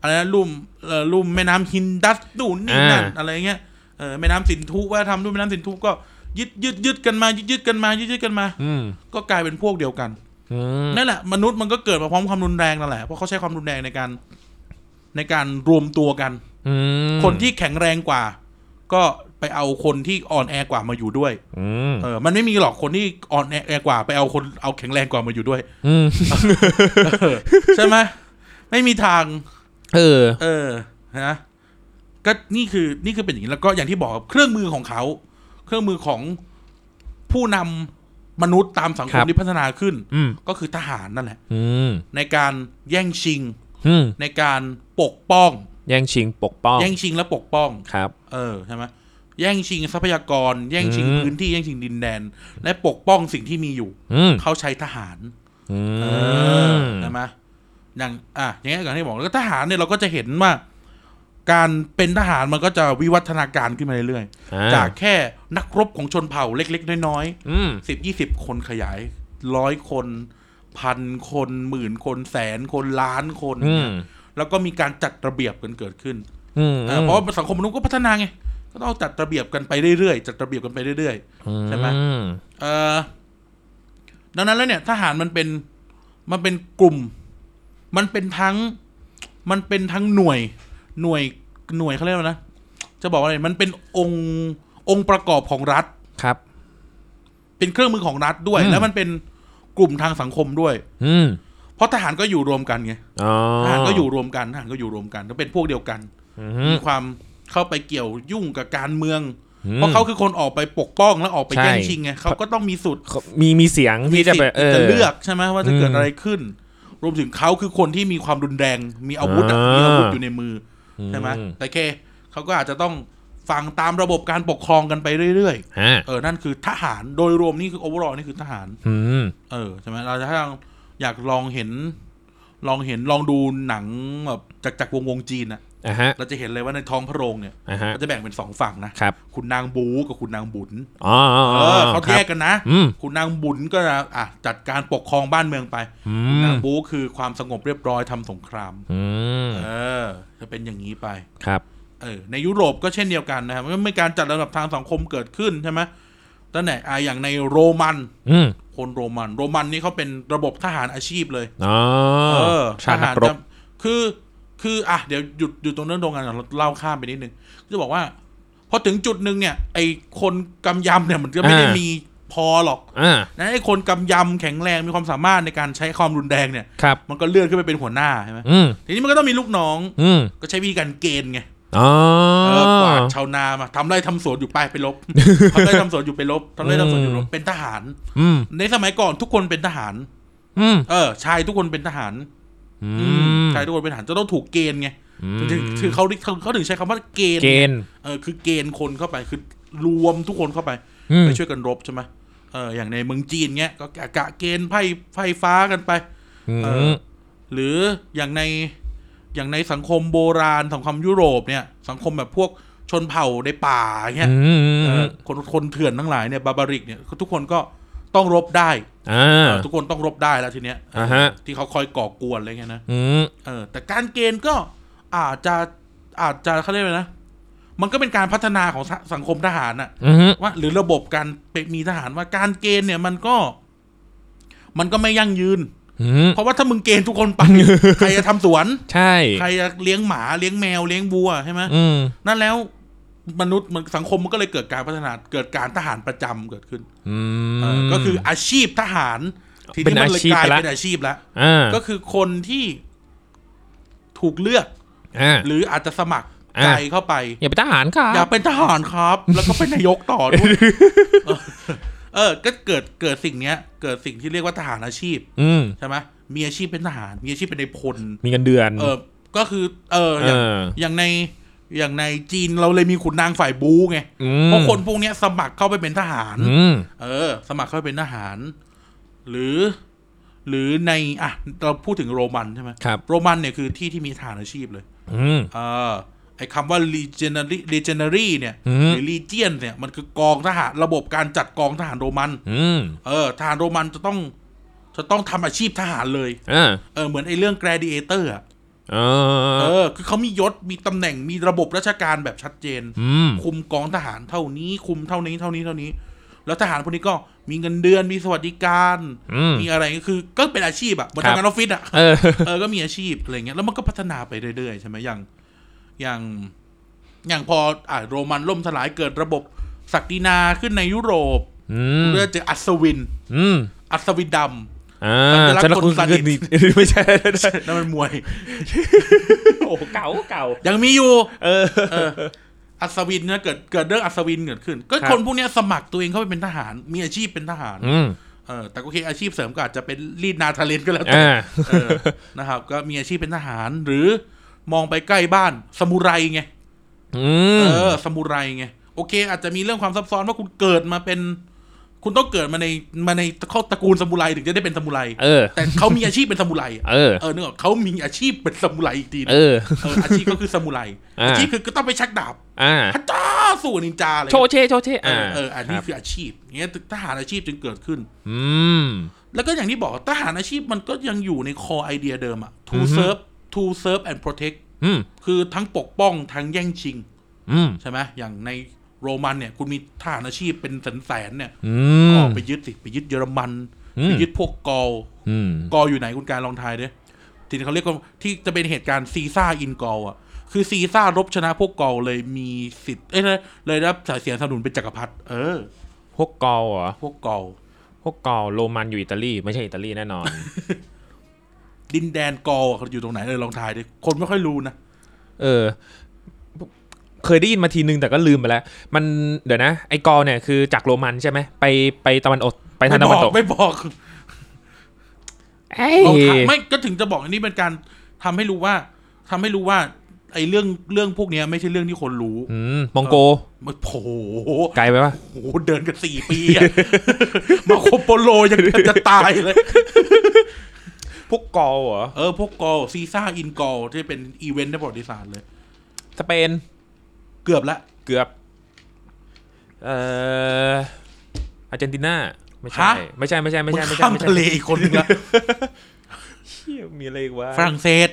อะไรนะลุ่มแม่น้ำฮินดัสนู่นนี่นั่นอะไรเงี้ยแม่น้ำสินธุว่าทำด้วยแม่น้ำสินธุก็ยึดกันมายึดกันมาก็กลายเป็นพวกเดียวกันนั่นแหละมนุษย์มันก็เกิดมาพร้อมความรุนแรงนั่นแหละเพราะเขาใช้ความรุนแรงในการรวมตัวกันคนที่แข็งแรงกว่าก็ไปเอาคนที่อ่อนแอกว่ามาอยู่ด้วยมันไม่มีหรอกคนที่อ่อนแอกว่าไปเอาแข็งแรงกว่ามาอยู่ด้วยใช่ไหมไม่มีทางนะก็นี่คือเป็นอย่างนี้แล้วก็อย่างที่บอกเครื่องมือของเขาเครื่องมือของผู้นำมนุษย์ตามสังคมที่พัฒนาขึ้นก็คือทหารนั่นแหละในการแย่งชิงในการปกป้องแย่งชิงปกป้องแย่งชิงและปกป้องครับใช่ไหมแย่งชิงทรัพยากรแย่งชิงพื้นที่แย่งชิงดินแดนและปกป้องสิ่งที่มีอยู่เขาใช้ทหารใช่ไหมอย่างนี้ก่อนที่บอกแล้วก็ทหารเนี่ยเราก็จะเห็นว่าการเป็นทหารมันก็จะวิวัฒนาการขึ้นมาเรื่อยๆจากแค่นักรบของชนเผ่าเล็กๆน้อยๆ10-20 คนขยาย100 คน1,000 คน10,000 คน100,000 คนล้านคนแล้วก็มีการจัดระเบียบกันเกิดขึ้นเพราะสังคมมนุษย์ก็พัฒนาไงก็ต้องจัดระเบียบกันไปเรื่อยๆจัดระเบียบกันไปเรื่อยๆใช่ไหมดังนั้นแล้วเนี่ยทหารมันเป็นกลุ่มมันเป็นทั้งหน่วยเขาเรียกว่านะจะบอกว่าอะไรมันเป็นองค์ประกอบของรัฐครับเป็นเครื่องมือของรัฐด้วยแล้วมันเป็นกลุ่มทางสังคมด้วยเพราะทหารก็อยู่รวมกันไงทหารก็อยู่รวมกันก็เป็นพวกเดียวกันมีความเข้าไปเกี่ยวยุ่งกับการเมืองเพราะเขาคือคนออกไปปกป้องแล้วออกไปแย่งชิงไงเขาก็ต้องมีสุดมีเสียงที่จะเลือกใช่ไหมว่าจะเกิดอะไรขึ้นรวมถึงเขาคือคนที่มีความรุนแรงมีอาวุธอยู่ในมือใช่ไหมแต่แค่เขาก็อาจจะต้องฟังตามระบบการปกครองกันไปเรื่อยๆนั่นคือทหารโดยรวมนี่คือโอเวอร์ออลนี่คือทหารใช่ไหมเราจะถ้าอยากลองดูหนังแบบจากวงจีนนะเราจะเห็นเลยว่าในท้องพระโรงเนี่ยก็จะแบ่งเป็น2 ฝั่งนะคุณนางบูกับคุณนางบุญเขาแยกกันนะคุณนางบุญก็จัดการปกครองบ้านเมืองไปคุณนางบูคือความสงบเรียบร้อยทำสงครามจะเป็นอย่างนี้ไปครับในยุโรปก็เช่นเดียวกันนะครับมันมีการจัดระดับทางสังคมเกิดขึ้นใช่ไหมตั้งแต่อย่างในโรมันคนโรมันนี่เขาเป็นระบบทหารอาชีพเลยทหารคือเดี๋ยวหยุดตรงเรื่องโรงงานเราเล่าข้ามไปนิดนึงจะบอกว่าพอถึงจุดนึงเนี่ยไอ้คนกำยำเนี่ยมันก็ไม่ได้มีพอหรอกนะไอ้คนกำยำแข็งแรงมีความสามารถในการใช้ความรุนแรงเนี่ยมันก็เลื่อนขึ้นไปเป็นหัวหน้าใช่ไหมทีนี้มันก็ต้องมีลูกน้องก็ใช้วิธีการเกณฑ์ไงกวาดชาวนามาทำไร่ทำสวนอยู่ไปลบทำไร่ทำสวนอยู่ไปลบทำไร่ทำสวนอยู่ลบเป็นทหารในสมัยก่อนทุกคนเป็นทหารชายทุกคนเป็นทหารชายทุกคนเป็นทหารจะต้องถูกเกณฑ์ไงคือเขาถึงใช้คำว่าเกณฑ์คือเกณฑ์คนเข้าไปคือรวมทุกคนเข้าไปช่วยกันรบใช่ไหมอย่างในเมืองจีนเงี้ยก็กะเกณฑ์ไพ่ฟ้ากันไปหรืออย่างในสังคมโบราณสังคมยุโรปเนี่ยสังคมแบบพวกชนเผ่าในป่าเงี้ยคนเถื่อนทั้งหลายเนี่ยบาบาริกเนี่ยทุกคนก็ต้องรบได้ทุกคนต้องรบได้แล้วทีเนี้ยที่เขาคอยก่อกวนอะไรเงี้ยนะแต่การเกณฑ์ก็อาจจะเขาเรียกว่านะมันก็เป็นการพัฒนาของสังคมทหารน่ะว่าหรือระบบการมีทหารว่าการเกณฑ์เนี่ยมันก็ไม่ยั่งยืนเพราะว่าถ้ามึงเกณฑ์ทุกคนไปใครจะทำสวนใช่ใครจะเลี้ยงหมาเลี้ยงแมวเลี้ยงวัวใช่ไหมนั่นแล้วมนุษย์สังคมมันก็เลยเกิดการพัฒนาเกิดการทหารประจำเกิดขึ้นก็คืออาชีพทหารทีนี้มันเลยกลายเป็นอาชีพแล้วก็คือคนที่ถูกเลือกหรืออาจจะสมัครใจเข้าไปอย่าเป็นทหารครับอย่าเป็นทหารครับแล้วก็เป็นนายกต่อด้วยก็เกิดสิ่งเนี้ยเกิดสิ่งที่เรียกว่าทหารอาชีพใช่ไหมมีอาชีพเป็นทหารมีอาชีพเป็นนายพลมีเงินเดือนก็คืออย่างในจีนเราเลยมีขุนนางฝ่ายบู๊ไงเพราะคนพวกนี้สมัครเข้าไปเป็นทหารสมัครเข้าไปเป็นทหารหรือในเราพูดถึงโรมันใช่ไหมโรมันเนี่ยคือที่มีทหารอาชีพเลยไอ้คำว่า legionary เนี่ยหรือ legion เนี่ยมันคือกองทหารระบบการจัดกองทหารโรมันทหารโรมันจะต้องทำอาชีพทหารเลยเหมือนไอ้เรื่อง gladiator คือเขามียศมีตำแหน่งมีระบบราชการแบบชัดเจนคุมกองทหารเท่านี้คุมเท่านี้แล้วทหารพวกนี้ก็มีเงินเดือนมีสวัสดิการมีอะไรคือก็เป็นอาชีพเหมือนทำงานออฟฟิศก็มีอาชีพอะไรเงี้ยแล้วมันก็พัฒนาไปเรื่อยๆใช่ไหมอย่างพอโรมันล่มสลายเกิดระบบศักดินาขึ้นในยุโรปเพื่อเจออัศวินดำจะรักคนสนิทไม่ใช่นั่นมันมวยโอ้เก่ายังมีอยู่อัศวินเนี่ยเกิดเรื่องอัศวินเกิดขึ้นก็คนพวกนี้สมัครตัวเองเข้าไปเป็นทหารมีอาชีพเป็นทหารแต่ก็โอเคอาชีพเสริมก็อาจจะเป็นรีดนาทาเลนก็แล้วแต่นะครับก็มีอาชีพเป็นทหารหรือมองไปใกล้บ้านซามูไรไงซามูไรไงโอเคอาจจะมีเรื่องความซับซ้อนว่าคุณเกิดมาเป็นคุณต้องเกิดมาในเขาตระกูลซามูไรถึงจะได้เป็นซามูไรแต่เขามีอาชีพเป็นซามูไรนึกออกเขามีอาชีพเป็นซามูไรอีกทีอาชีพก็คือซามูไรอาชีพคือก็ต้องไปชักดาบพระเจ้าสู้นินจาเลยโชเช่อันนี้คืออาชีพเงี้ยทหารอาชีพจึงเกิดขึ้นแล้วก็อย่างที่บอกทหารอาชีพมันก็ยังอยู่ในคอไอเดียเดิมto serve and protect คือทั้งปกป้องทั้งแย่งชิงใช่ไหมอย่างในโรมันเนี่ยคุณมีทหารอาชีพเป็นแสนเนี่ยก็ไปยึดเยอรมันไปยึดพวกกอลอยู่ไหนคุณการลองทายดิทีนี้เขาเรียกว่าที่จะเป็นเหตุการณ์ซีซ่าอินกอลอ่ะคือซีซ่ารบชนะพวกกอลเลยมีสิทธิ์เลยรับสายเสียงสนับสนุนเป็นจักรพรรดิพวกกอลเหรอพวกกอลโรมันอยู่อิตาลีไม่ใช่อิตาลีแน่นอนดินแดนกอลอยู่ตรงไหนลองทายดิคนไม่ค่อยรู้นะเคยได้ยินมาทีนึงแต่ก็ลืมไปแล้วมันเดี๋ยวนะไอ้กอลเนี่ยคือจากโรมันใช่ไหมไปตะวันออกไปทางตะวันตกไม่บอกไม่ก็ถึงจะบอกอันนี้เป็นการทำให้รู้ว่าไอ้เรื่องพวกนี้ไม่ใช่เรื่องที่คนรู้มองโกโอ้โหไกลไปปะโอ้โหเดินกัน4 ปีมาโคโปโลยังจะตายเลยพวกกอลเหรอพวกกอลซีซ่าอินกอลที่เป็นอีเวนต์ในประวัติศาสตร์เลยสเปนเกือบอาร์เจนตินาไม่ใช่ข้ามทะเลอีกคนนึงละมีอะไรวะฝรั่งเศส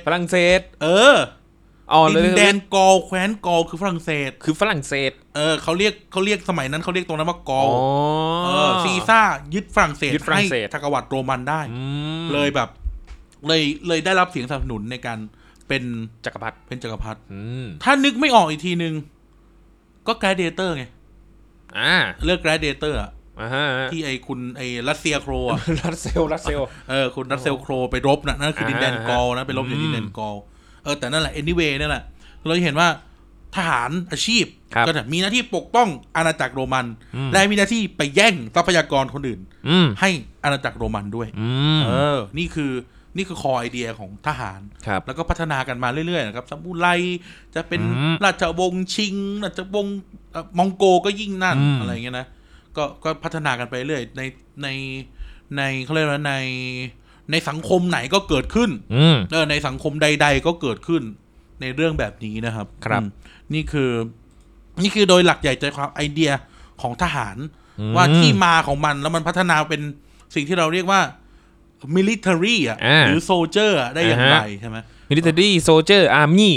ดินแดนกอลแคว้นกอลคือฝรั่งเศสเขาเรียกสมัยนั้นเขาเรียกตรงนั้นว่ากอลซีซ่ายึดฝรั่งเศสให้จักรวรรดิโรมันได้เลยแบบเลยได้รับเสียงสนับสนุนในการเป็นจักรพรรดิถ้านึกไม่ออกอีกทีนึงก็แกรเดเตอร์ไงเลือกแกรเดเตอร์ที่คุณรัสเซียโครรัสเซลคุณรัสเซลโครไปรบนั่นคือดินแดนกอลนะไปรบในดินแดนกอลแต่นั่นแหละ anyway นั่นแหละเราเห็นว่าทหารอาชีพก็จะมีหน้าที่ปกป้องอาณาจักรโรมันและมีหน้าที่ไปแย่งทรัพยากรคนอื่นให้อาณาจักรโรมันด้วยนี่คือคอไอเดียของทหารแล้วก็พัฒนากันมาเรื่อยๆนะครับซามูไรจะเป็นราชวงศ์ชิงราชวงศ์มองโกก็ยิ่งนั่นอะไรเงี้ยนะก็พัฒนากันไปเรื่อยในเขาเรียกว่าในสังคมไหนก็เกิดขึ้นในสังคมใดๆก็เกิดขึ้นในเรื่องแบบนี้นะครับนี่คือโดยหลักใหญ่ใจความไอเดียของทหารว่าที่มาของมันแล้วมันพัฒนาเป็นสิ่งที่เราเรียกว่าmilitary หรือ soldier ได้อย่างไรใช่ไหม military soldier army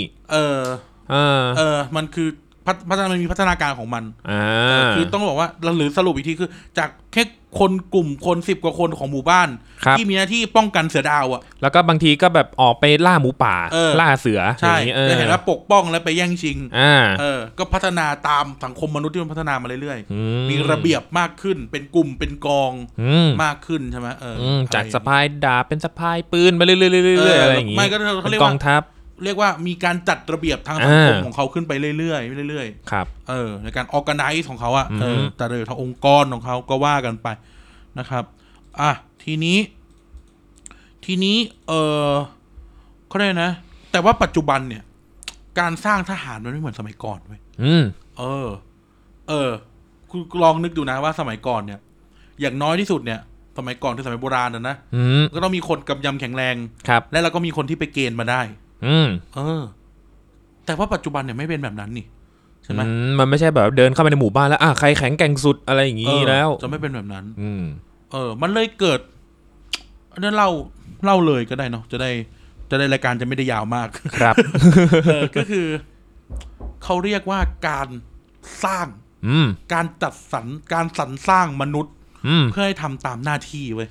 มันคือมันมีพัฒนาการของมันคือต้องบอกว่าหรือสรุปอีกทีคือจากแค่กลุ่มคน10 กว่าคนของหมู่บ้านที่มีหน้าที่ป้องกันเสือดาวแล้วก็บางทีก็แบบออกไปล่าหมูป่าล่าเสือใช่จะเห็นว่าปกป้องแล้วไปแย่งชิงก็พัฒนาตามสังคมมนุษย์ที่มันพัฒนามาเรื่อยๆมีระเบียบมากขึ้นเป็นกลุ่มเป็นกองมากขึ้นใช่ไหมจากสะพายดาบเป็นสะพายปืนไปเรื่อยๆอะไรอย่างงี้ไม่ก็เขาเรียกว่ากองทัพเรียกว่ามีการจัดระเบียบทางสังคมของเขาขึ้นไปเรื่อยๆครับในการ organize ของเขาแต่โดยทางองค์กรของเขาก็ว่ากันไปนะครับทีนี้เขาได้นะแต่ว่าปัจจุบันเนี่ยการสร้างทหารมันไม่เหมือนสมัยก่อนเว้ยคุณลองนึกดูนะว่าสมัยก่อนเนี่ยอย่างน้อยที่สุดเนี่ยสมัยก่อนคือสมัยโบราณนะก็ต้องมีคนกำยำแข็งแรงและเราก็มีคนที่ไปเกณฑ์มาได้แต่ว่าปัจจุบันเนี่ยไม่เป็นแบบนั้นนี่ใช่ไหมมันไม่ใช่แบบเดินเข้าไปในหมู่บ้านแล้วใครแข็งแกร่งสุดอะไรอย่างนี้แล้วจะไม่เป็นแบบนั้นมันเลยเกิดอันนั้นเล่าเลยก็ได้เนาะจะจะได้รายการจะไม่ได้ยาวมากครับก็คือเขาเรียกว่าการสร้างการจัดสรรการสรรสร้างมนุษย์เพื่อให้ทำตามหน้าที่เว้ย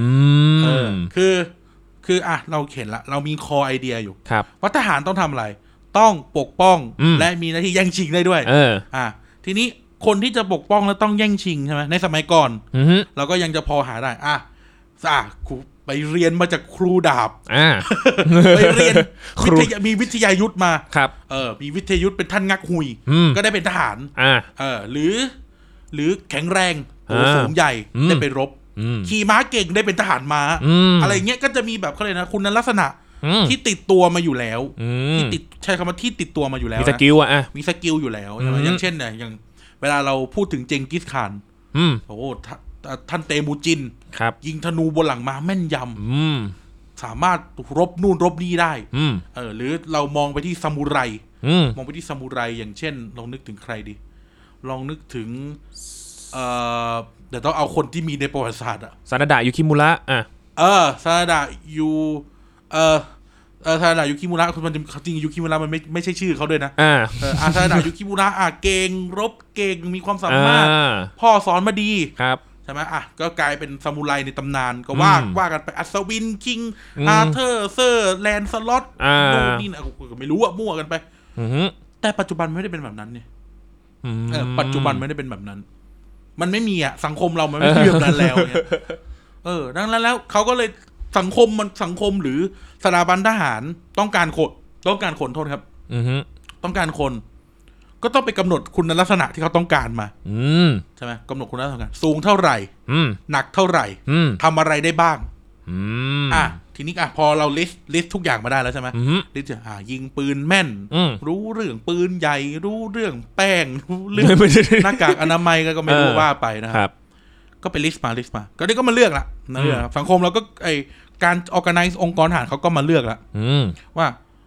คือเราเห็นละเรามีคอไอเดียอยู่ว่าทหารต้องทำอะไรต้องปกป้องและมีหน้าที่แย่งชิงได้ด้วยทีนี้คนที่จะปกป้องแล้วต้องแย่งชิงใช่ไหมในสมัยก่อนเราก็ยังจะพอหาได้ครูไปเรียนมาจากครูดาบไปเรียนมีวิทยายุทธมามีวิทยายุทธเป็นท่านงักหุยก็ได้เป็นทหารหรือแข็งแรงสูงใหญ่ได้ไปรบขี่ม้าเก่งได้เป็นทหารม้าอะไรเงี้ยก็จะมีแบบเขาเลยนะคุณลักษณะที่ติดตัวมาอยู่แล้วที่ติดใช้คำว่าที่ติดตัวมาอยู่แล้วมีสกิลมีสกิลอยู่แล้วใช่ไหมอย่างเช่นเนี่ยอย่างเวลาเราพูดถึงเจงกิสข่านโอ้ท่านเตมูจินยิงธนูบนหลังม้าแม่นยำสามารถรบนู่นรบนี่ได้หรือเรามองไปที่ซามูไรมองไปที่ซามูไรอย่างเช่นลองนึกถึงใครดีลองนึกถึงเดี๋ยวต้องเอาคนที่มีในประวัติศาสตร์ซานาดะยูคิมุระซานาดะยูซานาดะยูคิมุระมันจริงยูคิมุระมันไม่ใช่ชื่อเขาด้วยนะซานาดะยูคิมุระเก่งรบเก่งมีความสามารถพ่อสอนมาดีใช่ไหมก็กลายเป็นซามูไรในตำนานก็ว่ากันไปอัศวินคิงอาเธอร์เซอร์แลนสล็อตนู่นนี่นะไม่รู้มั่วกันไปแต่ปัจจุบันไม่ได้เป็นแบบนั้นเนี่ยปัจจุบันไม่ได้เป็นแบบนั้นมันไม่มีสังคมเรามันไม่มีแบบนั้นแล้วเนี่ยดังนั้นแล้วเขาก็เลยสังคมหรือสถาบันทหารต้องการคนโทษครับต้องการคนก็ต้องไปกำหนดคุณลักษณะที่เขาต้องการมาใช่ไหมกำหนดคุณลักษณะสูงเท่าไหร่หนักเท่าไหร่ทำอะไรได้บ้างทีนี้พอเราลิสต์ทุกอย่างมาได้แล้วใช่ไหมลิสต์ยิงปืนแม่นรู้เรื่องปืนใหญ่รู้เรื่องแป้งรู้เรื่องหน้ากากอนามัยก็ไม่รู้ว่าไปนะครับก็ไปลิสต์มาก็ได้ก็มาเลือกละสังคมเราก็การ organize องค์กรทหารเขาก็มาเลือกละว่า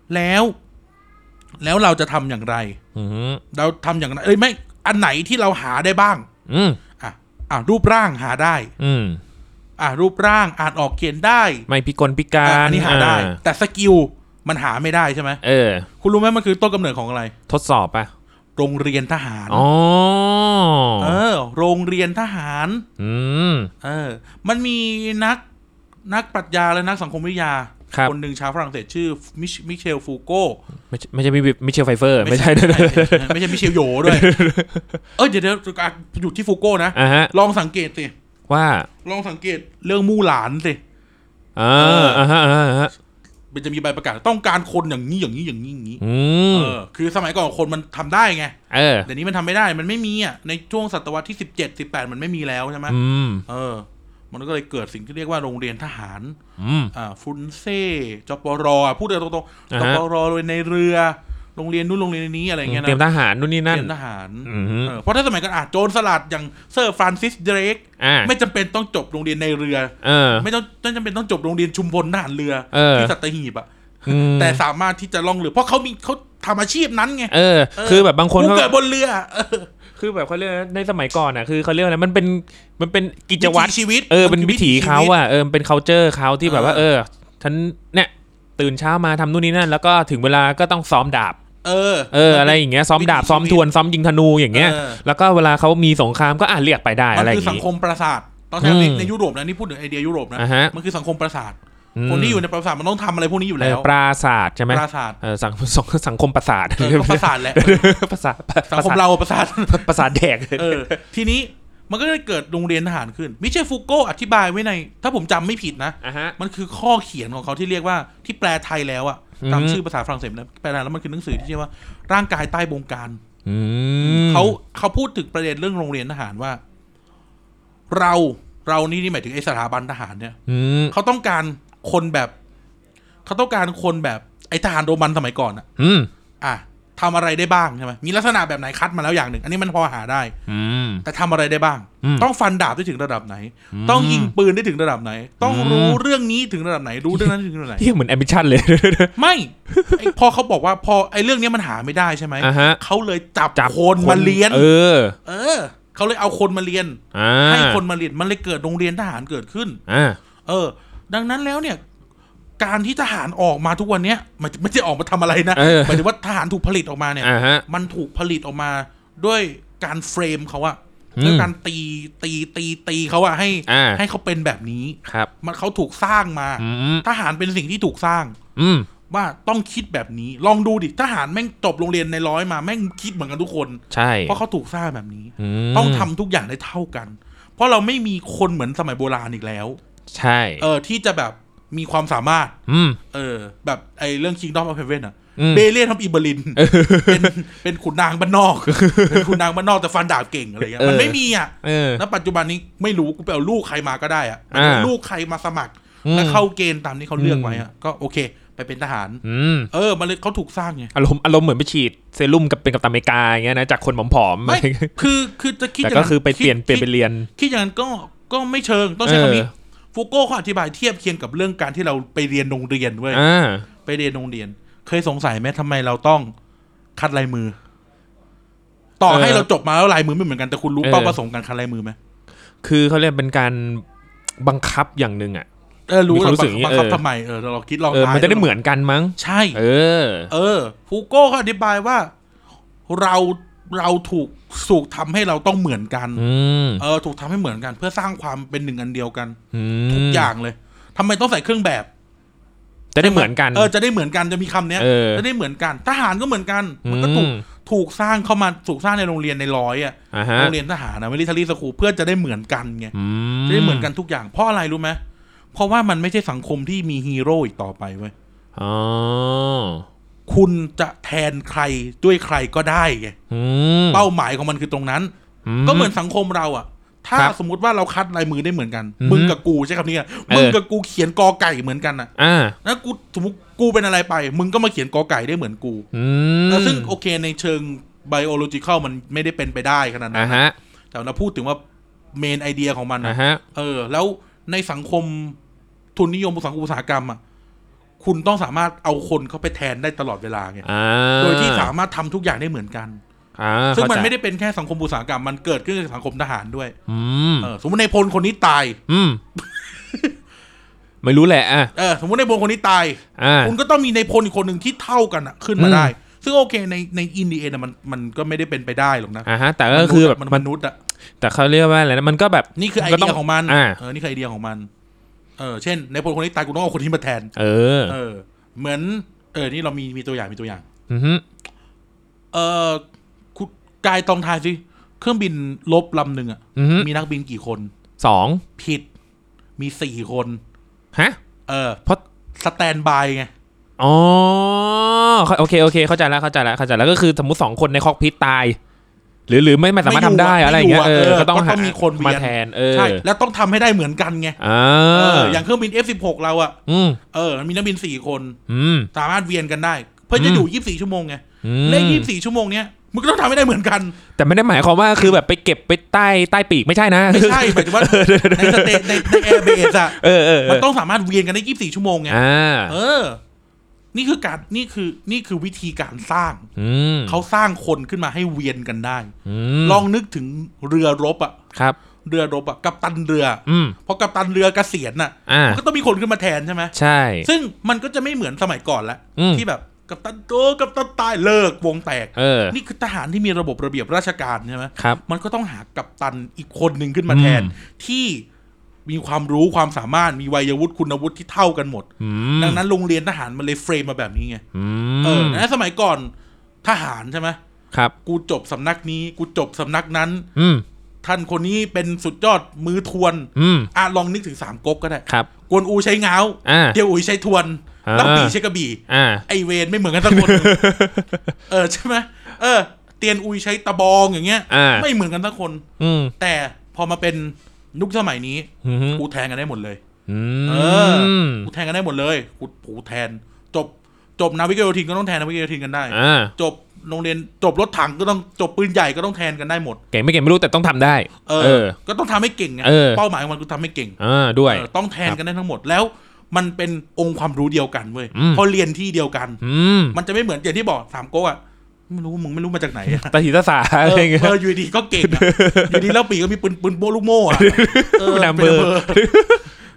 แล้วเราจะทำอย่างไรเราทำอย่างไรไม่อันไหนที่เราหาได้บ้างรูปร่างหาได้รูปร่างอ่านออกเขียนได้ไม่พิกลพิการอันนี้หาได้แต่สกิลมันหาไม่ได้ใช่ไหมคุณรู้ไหมมันคือต้นกำเนิดของอะไรทดสอบโรงเรียนทหารโรงเรียนทหารมันมีนักปรัชญาและนักสังคมวิทยาคนหนึ่งชาวฝรั่งเศสชื่อมิเชลฟูโกไม่ใช่มิเชลไฟเฟอร์ไม่ใช่มิเชลโยด้วยเดี๋ยวอยู่ที่ฟูโกนะลองสังเกตสิว่าลองสังเกตเรื่องมู่หลานสิมันจะมีใบประกาศต้องการคนอย่างนี้คือสมัยก่อนคนมันทำได้ไงเดี๋ยวนี้มันทำไม่ได้มันไม่มีในช่วงศตวรรษที่17-18มันไม่มีแล้วใช่ไหมมันก็เลยเกิดสิ่งที่เรียกว่าโรงเรียนทหารฟุนเซ่จปรพูดตรงๆจปรเลยในเรือโรงเรียนนู้นโรงเรียนนี้อะไรเงี้ยนะเตรียมทหารนู่นนี่นั่นเตรียมทหารเพราะถ้าสมัยก่อนโจรสลัดอย่างเซอร์ฟรานซิสเดรกไม่จำเป็นต้องจบโรงเรียนในเรือไม่จำเป็นต้องจบโรงเรียนชุมพลทหารเรือที่สัตหีบแต่สามารถที่จะล่องเรือเพราะเขาทำอาชีพนั้นไงคือแบบบางคนเกิดบนเรือคือแบบเขาเรียกในสมัยก่อนคือเขาเรียกอะไรมันเป็นกิจวัตรชีวิตเป็นวิถีเขาเป็น culture เขาที่แบบว่าฉันเนี่ยตื่นเช้ามาทำนู่นนี่นั่นแล้วก็ถึงเวลาก็ต้องซ้อมดาบอะไรอย่างเงี้ยซ้อมดาบซ้อมทวนซ้อมยิงธนูอย่างเงี้ยแล้วก็เวลาเขามีสงครามก็เรียกไปได้อะไรอย่างงี้มันคือสังคมปราสาทตอนในยุโรปนะนี่พูดถึงไอเดียยุโรปนะมันคือสังคมปราสาทคนที่อยู่ในปราสาทมันต้องทำอะไรพวกนี้อยู่แล้วปราสาทใช่ไหมปราสาทสังคมปราสาทปราสาทแหละสังคมเราปราสาทแดกทีนี้มันก็เลยเกิดโรงเรียนทหารขึ้นมิเชลฟูโกอธิบายไว้ในถ้าผมจำไม่ผิดนะมันคือข้อเขียนของเขาที่เรียกว่าที่แปลไทยแล้วตามชื่อภาษาฝรั่งเศสนะแปลแล้วมันคือหนังสือที่ชื่อว่าร่างกายใต้บงการเขาพูดถึงประเด็นเรื่องโรงเรียนทหารว่าเรานี่หมายถึงไอสถาบันทหารเนี่ยเขาต้องการคนแบบไอทหารโรมันสมัยก่อนทำอะไรได้บ้างใช่ไหมมีลักษณะแบบไหนคัดมาแล้วอย่างหนึ่งอันนี้มันพอหาได้แต่ทำอะไรได้บ้างต้องฟันดาบได้ถึงระดับไหนต้องยิงปืนได้ถึงระดับไหนต้องรู้เรื่องนี้ถึงระดับไหนรู้เรื่องนั้นถึงระดับไหนที่เหมือนแอมบิชั่นเลยไม่พอเขาบอกว่าพอไอเรื่องนี้มันหาไม่ได้ใช่ไหมเขาเลยจับคนมาเรียนเขาเลยเอาคนมาเรียนให้คนมาเรียนมันเลยเกิดโรงเรียนทหารเกิดขึ้นดังนั้นแล้วเนี่ยการที่ทหารออกมาทุกวันเนี้ยมันไม่ใช่ออกมาทำอะไรนะหมายถึงว่าทหารถูกผลิตออกมาเนี่ยมันถูกผลิตออกมาด้วยการเฟรมเขาอะด้วยการตีเขาอะให้เขาเป็นแบบนี้มันเขาถูกสร้างมาทหารเป็นสิ่งที่ถูกสร้างว่าต้องคิดแบบนี้ลองดูดิทหารแม่งจบโรงเรียนในร้อยมาแม่งคิดเหมือนกันทุกคนใช่เพราะเขาถูกสร้างแบบนี้ต้องทำทุกอย่างได้เท่ากันเพราะเราไม่มีคนเหมือนสมัยโบราณอีกแล้วใช่ที่จะแบบมีความสามารถแบบไอ้เรื่อง Kingdom of Heaven อะเบเลียนทำอิบลินเป็นขุนนางบ้านนอกเป็นขุนนางบ้านนอกแต่ฟันดาบเก่งอะไรเงี้ยมันไม่มีอ่ะแล้วปัจจุบันนี้ไม่รู้กูไปเอาลูกใครมาก็ได้อ่ะลูกใครมาสมัครแล้วเข้าเกณฑ์ตามที่เขาเลือกไว้อ่ะก็โอเคไปเป็นทหารมันเลยเขาถูกสร้างไงอารมณ์เหมือนไปฉีดเซรุ่มกับเป็นกัปตันอเมริกาอย่างเงี้ยนะจากคนผอมๆไม่คือจะคิดแต่ก็คือไปเปลี่ยนไปเรียนคิดอย่างนั้นก็ไม่เชิงต้องใช้คำนี้ฟูโก้เขาอธิบายเทียบเคียงกับเรื่องการที่เราไปเรียนโรงเรียนเว้ยไปเรียนโรงเรียนเคยสงสัยไหมทำไมเราต้องคัดลายมือต่อให้เราจบมาแล้วลายมือไม่เหมือนกันแต่คุณรู้เป้าประสงค์การคัดลายมือไหมคือเขาเรียกเป็นการบังคับอย่างหนึ่งอ่ะรู้เราบังคับทำไมเราคิดลองมันจะได้เหมือนกันมั้งใช่ฟูโก้เขาอธิบายว่าเราถูกทำให้เราต้องเหมือนกันถูกทำให้เหมือนกันเพื่อสร้างความเป็นหนึ่งอันเดียวกันทุกอย่างเลยทำไมต้องใส่เครื่องแบบจะได้เหมือนกันจะได้เหมือนกันจะมีคำเนี้ยจะได้เหมือนกันทหารก็เหมือนกันมันก็ถูกสร้างเข้ามาถูกสร้างในโรงเรียนในร้อยโรงเรียนทหารนะมิลิเทอรี่สคูลเพื่อจะได้เหมือนกันไงจะได้เหมือนกันทุกอย่างเพราะอะไรรู้ไหมเพราะว่ามันไม่ใช่สังคมที่มีฮีโร่อีกต่อไปเว้ยคุณจะแทนใครด้วยใครก็ได้ไงเป้าหมายของมันคือตรงนั้นก็เหมือนสังคมเราอ่ะถ้าสมมติว่าเราคัดลายมือได้เหมือนกันมึงกับกูใช่คำนี้มึงกับกูเขียนกอไก่เหมือนกันนะแล้วกูสมมติกูเป็นอะไรไปมึงก็มาเขียนกอไก่ได้เหมือนกูซึ่งโอเคในเชิงไบโอโลจิคอลมันไม่ได้เป็นไปได้ขนาดนั้นแต่เราพูดถึงว่าเมนไอเดียของมันแล้วในสังคมทุนนิยมสังคมอุตสาหกรรมอ่ะคุณต้องสามารถเอาคนเข้าไปแทนได้ตลอดเวลาไงโดยที่สามารถทำทุกอย่างได้เหมือนกันซึ่งมันไม่ได้เป็นแค่สังคมอุตสาหกรรมมันเกิดขึ้นในสังคมทหารด้วยสมมติในพลคนนี้ตายไม่รู้แหละสมมติในพลคนนี้ตายคุณก็ต้องมีในพลอีกคนหนึ่งที่เท่ากันขึ้นมาได้ซึ่งโอเคในอินเดียมันก็ไม่ได้เป็นไปได้หรอกนะแต่ก็คือแบบมนุษย์อะแต่เขาเรียกว่าอะไรนะมันก็แบบนี่คือไอเดียของมันนี่คือไอเดียของมันเช่นในพลคนนี้ตายกูต้องเอาคนที่มาแทนเหมือนนี่เรามีตัวอย่างกายตองทายสิเครื่องบินลบลำหนึ่งมีนักบินกี่คน 2 ผิดมี4คนฮะเพราะสแตนบายไงโอเคเข้าใจแล้วก็คือสมมุติ2คนในคอกพิทตายหรือไม่สามารถทำได้อะไรอย่างเงี้ยก็ต้องมีคนมาแทนใช่แล้วต้องทำให้ได้เหมือนกันไงอย่างเครื่องบิน F16 เรามีนักบิน4คนสามารถเวียนกันได้เพื่อจะอยู่24ชั่วโมงไงเลข24ชั่วโมงเนี้ยมึงก็ต้องทำให้ได้เหมือนกันแต่ไม่ได้หมายความว่าคือแบบไปเก็บไปใต้ปีกไม่ใช่นะไม่ใช่หมายถึงว่าในสเตทในแอร์เบสมันต้องสามารถเวียนกันได้24ชั่วโมงไงนี่คือวิธีการสร้างเขาสร้างคนขึ้นมาให้เวียนกันได้ลองนึกถึงเรือรบครับเรือรบกัปตันเรือพอกัปตันเรือเกษียณมันก็ต้องมีคนขึ้นมาแทนใช่ไหมใช่ซึ่งมันก็จะไม่เหมือนสมัยก่อนแล้วที่แบบกัปตันตายเลิกวงแตกนี่คือทหารที่มีระบบระเบียบราชการใช่ไหมมันก็ต้องหากัปตันอีกคนหนึ่งขึ้นมาแทนที่มีความรู้ความสามารถมีวัยวุฒิคุณวุฒิที่เท่ากันหมดดังนั้นโรงเรียนทหารมันเลยเฟรมมาแบบนี้ไงในสมัยก่อนทหารใช่ไหมครับกูจบสำนักนี้กูจบสำนักนั้นท่านคนนี้เป็นสุดยอดมือทวนลองนึกถึง3ก๊กก็ได้กวนอูใช้เงาเตียวอุ๋ยใช้ทวนลังปีใช้กระบี่ไอเวนไม่เหมือนกันสักคนใช่ไหมเตียนอุ๋ยใช้ตะบองอย่างเงี้ยไม่เหมือนกันสักคนแต่พอมาเป็นยุคสมัยนี้กูแทนกันได้หมดเลยกูแทนกันได้หมดเลยกูแทนจบนาวิกโยธินก็ต้องแทนนาวิกโยธินกันได้จบโรงเรียนจบรถถังก็ต้องจบปืนใหญ่ก็ต้องแทนกันได้หมดเก่งไม่เก่งไม่รู้แต่ต้องทำได้ก็ต้องทำให้เก่งไงเป้าหมายของมันคือทำให้เก่งด้วยต้องแทนกันได้ทั้งหมดแล้วมันเป็นองค์ความรู้เดียวกันเว้ยพอเรียนที่เดียวกันมันจะไม่เหมือนอย่างที่บอก3ก๊กไม่รู้มึงไม่รู้มาจากไหนตาหิตาสาอะไรเงี้ยอยู่ดีก็เก่งอยู่ดีแล้วปีก็มีปืนโบลูกโม่นำเบอร์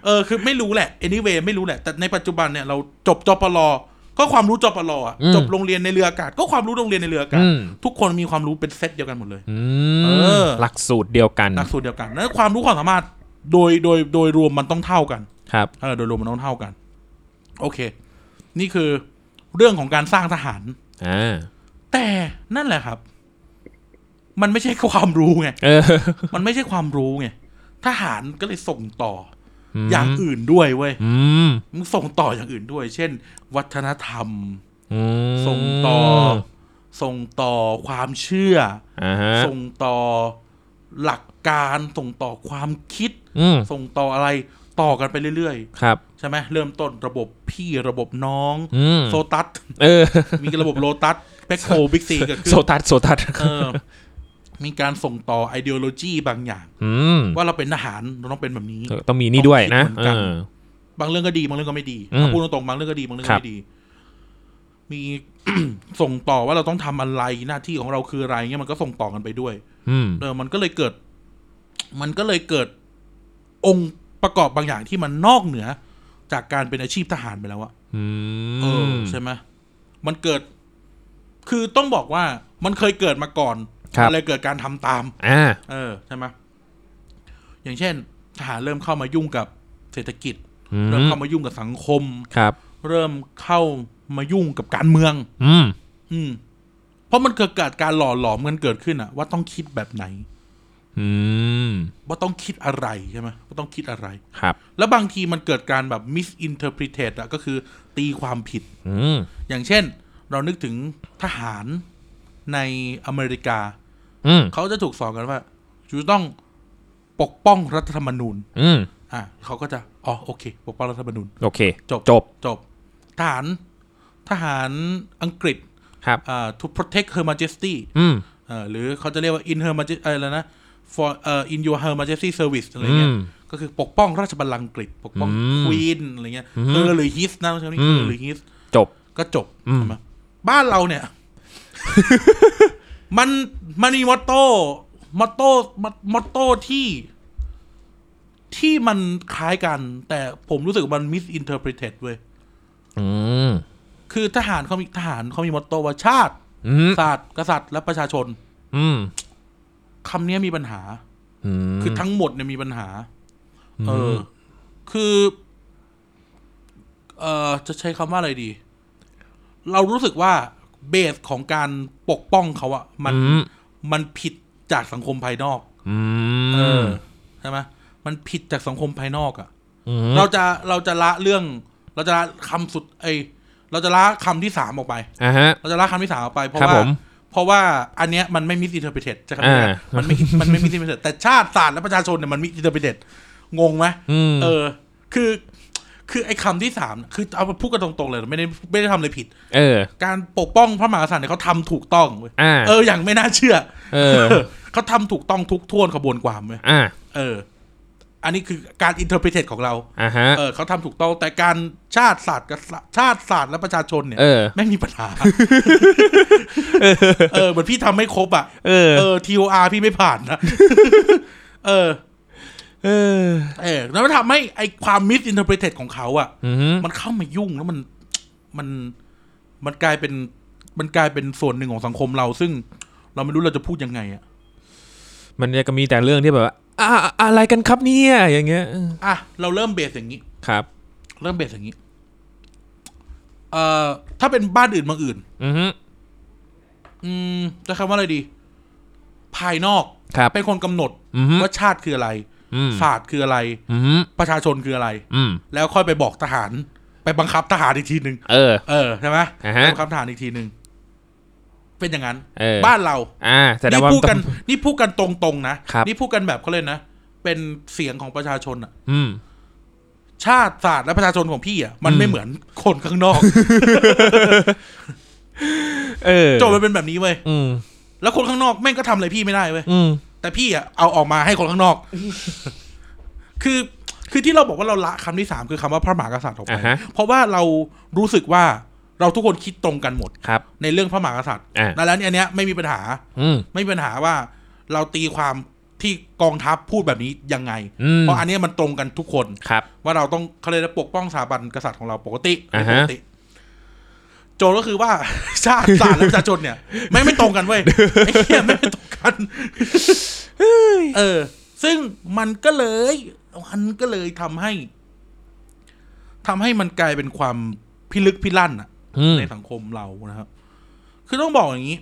คือไม่รู้แหละ anyway ไม่รู้แหละแต่ในปัจจุบันเนี่ยเราจบจปรก็ความรู้จปรจบโรงเรียนในเรืออากาศก็ความรู้โรงเรียนในเรืออากาศทุกคนมีความรู้เป็นเซตเดียวกันหมดเลยหลักสูตรเดียวกันหลักสูตรเดียวกันนั้นความรู้ความสามารถโดยรวมมันต้องเท่ากันครับโดยรวมมันต้องเท่ากันโอเคนี่คือเรื่องของการสร้างทหารแต่นั่นแหละครับมันไม่ใช่ความรู้ไงมันไม่ใช่ความรู้ไงทหารก็เลยส่งต่ออย่างอื่นด้วยเว้ยมึงส่งต่ออย่างอื่นด้วยเช่นวัฒนธรรมส่งต่อความเชื่อส่งต่อหลักการส่งต่อความคิดส่งต่ออะไรต่อกันไปเรื่อยๆครับใช่ไหมเริ่มต้นระบบพี่ระบบน้องโซตัสมีระบบโลตัสแบ็คโฮบิ๊กซีก็คือโซตัสมีการส่งต่อไอเดียโลจีบางอย่างว่าเราเป็นทหารเราต้องเป็นแบบนี้ต้องมีนี่ด้วยนะบางเรื่องก็ดีบางเรื่องก็ไม่ดีพูดตรงๆบางเรื่องก็ดีบางเรื่องก็ไม่ดีมี ส่งต่อว่าเราต้องทำอะไรหน้าที่ของเราคืออะไรเงี้ยมันก็ส่งต่อกันไปด้วยมันก็เลยเกิดองค์ประกอบบางอย่างที่มันนอกเหนือจากการเป็นอาชีพทหารไปแล้วอะใช่ไหมมันเกิดคือต้องบอกว่ามันเคยเกิดมาก่อนอะไรเกิดการทำตามใช่ไหมอย่างเช่นทหารเริ่มเข้ามายุ่งกับเศรษฐกิจเริ่มเข้ามายุ่งกับสังคมเริ่มเข้ามายุ่งกับการเมืองเพราะมันเกิดการหล่อหลอมกันเกิดขึ้นอะว่าต้องคิดแบบไหนว่าต้องคิดอะไรใช่ไหมว่าต้องคิดอะไรครับแล้วบางทีมันเกิดการแบบ misinterpret อะก็คือตีความผิดอย่างเช่นเรานึกถึงทหารในอเมริกาเขาจะถูกสอนกันว่าจะต้องปกป้องรัฐธรรมนูญเขาก็จะโอเคปกป้องรัฐธรรมนูญโอเคจบทหารอังกฤษครับ to protect her majesty หรือเขาจะเรียกว่า in her majesty อะไรนะ for in your her majesty service อะไรเงี้ยก็คือปกป้องราชบัลลังก์อังกฤษปกป้อง queen อะไรเงี้ยหรือ his นะใช่ไหมหรือ his ก็จบใช่ไหมบ้านเราเนี่ย มันมีมอตโต้ที่มันคล้ายกันแต่ผมรู้สึกมัน misinterpreted เว้ยคือทหารเขามีมอตโต้ว่าชาติศาสตร์กษัตริย์และประชาชนคำนี้มีปัญหาคือทั้งหมดเนี่ยมีปัญหาคือจะใช้คำว่าอะไรดีเรารู้สึกว่าเบสของการปกป้องเขาอะมันผิดจากสังคมภายนอกใช่ไหมมันผิดจากสังคมภายนอกอะเราจะละเรื่องเราจะละคำสุดเราจะละคำที่3ออกไปเราจะละคำที่3ออกไปเพราะว่าอันเนี้ยมันไม่มิสอินเทอร์เพรตจะคำนี้มันไม่มิสอินเทอร์เพรตแต่ชาติศาสตร์และประชาชนเนี่ยมันมิสอินเทอร์เพรตงงไหมคือไอ้คำที่3คือเอาพูดกันตรงๆเลยไม่ได้ทำอะไรผิดการปกป้องพระมหากษัตริย์เนี่ยเขาทำถูกต้องอย่างไม่น่าเชื่อเขาทำถูกต้องทุกท่วนขบวนความเลยอันนี้คือการอินเทอร์เพรตของเราเขาทำถูกต้องแต่การชาติศาสตร์และประชาชนเนี่ยไม่มีปัญหาเหมือนพี่ทำไม่ครบTOR พี่ไม่ผ่านนะแล้วมันทำให้ไอความมิสอินเทอร์เพรตของเขามันเข้ามายุ่งแล้วมันกลายเป็นส่วนหนึ่งของสังคมเราซึ่งเราไม่รู้เราจะพูดยังไงมันก็มีแต่เรื่องที่แบบว่าอะไรกันครับเนี่ยอย่างเงี้ยเราเริ่มเบสอย่างนี้ครับเริ่มเบสอย่างนี้ถ้าเป็นบ้านอื่นเมืองอื่นจะคำว่าอะไรดีภายนอกเป็นคนกำหนดว่าชาติคืออะไรศาสตร์คืออะไรประชาชนคืออะไรแล้วค่อยไปบอกทหารไปบังคับทหารอีกทีนึงใช่ไหมบังคับทหารอีกทีนึงเป็นอย่างนั้นบ้านเรานี่พูดกันตรงๆนะนี่พูดกันแบบเขาเลยนะเป็นเสียงของประชาชนชาติศาสตร์และประชาชนของพี่มันไม่เหมือนคนข้างนอกโจทย์มันเป็นแบบนี้เว้ยแล้วคนข้างนอกแม่งก็ทำอะไรพี่ไม่ได้เว้ยแต่พี่เอาออกมาให้คนข้างนอกคือที่เราบอกว่าเราละคำที่3คือคำว่าพระมหากษัตริย์ออกไปเพราะว่าเรารู้สึกว่าเราทุกคนคิดตรงกันหมดในเรื่องพระมหากษัตริย์แล้วอันเนี้ยไม่มีปัญหาไม่มีปัญหาว่าเราตีความที่กองทัพพูดแบบนี้ยังไงเพราะอันนี้มันตรงกันทุกคนว่าเราต้องเขาเลยปกป้องสถาบันกษัตริย์ของเราปกติโจทย์ก็คือว่าชาติศาสตร์และประชาชนเนี่ยไม่ตรงกันเว้ยไอ้เหี้ยไม่ตรงกันซึ่งมันก็เลยทำให้มันกลายเป็นความพิลึกพิลั่นอะในสังคมเรานะครับคือต้องบอกอย่างนี้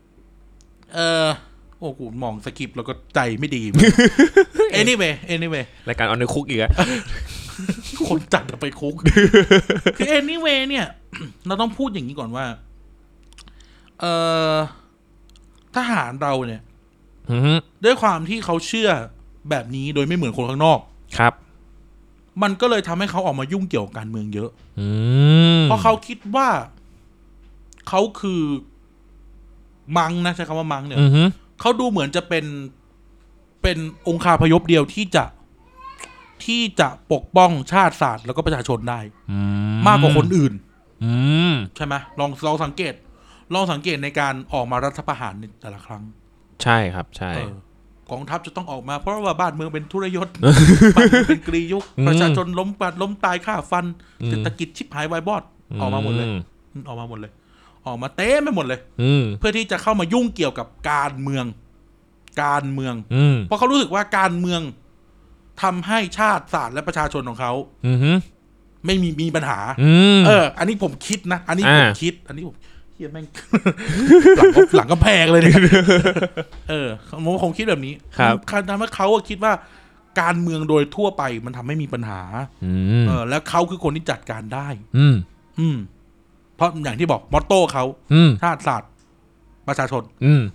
โอ้โหมองสคริปต์แล้วก็ใจไม่ดี anyway รายการออนในคุกอีกอะคนจัดไปคุก คือ anyway เนี่ย เราต้องพูดอย่างนี้ก่อนว่าทหารเราเนี่ยด้วยความที่เขาเชื่อแบบนี้โดยไม่เหมือนคนข้างนอกครับมันก็เลยทำให้เขาออกมายุ่งเกี่ยวกับการเมืองเยอะเพราะเขาคิดว่าเขาคือมังนะใช้คำว่ามังเนี่ยเขาดูเหมือนจะเป็นองคาพยพเดียวที่จะปกป้องชาติศาสตร์แล้วก็ประชาชนได้มากกว่าคนอื่นใช่ไหมลองสังเกตในการออกมารัฐประหารในแต่ละครั้งใช่ครับใช่กองทัพจะต้องออกมาเพราะว่าบ้านเมืองเป็นทุรยศบ้านเมืองเป็นกรียุคประชาชนล้มตายฆ่าฟันเศรษฐกิจชิบหายวายบอดออกมาหมดเลยออกมาเต้ไม่หมดเลยเพื่อที่จะเข้ามายุ่งเกี่ยวกับการเมืองเพราะเขารู้สึกว่าการเมืองทำให้ชาติศาสตร์และประชาชนของเขาไม่มีปัญหาอันนี้ผมคิดนะอันนี้ผมเฮียแม่ง หลังกำแพงเลยเนี่ยผมคงคิดแบบนี้ทำให้เขาคิดว่าการเมืองโดยทั่วไปมันทำให้มีปัญหาแล้วเขาคือคนที่จัดการได้เพราะอย่างที่บอกมอตโต้เขาชาติศาสตร์ประชาชน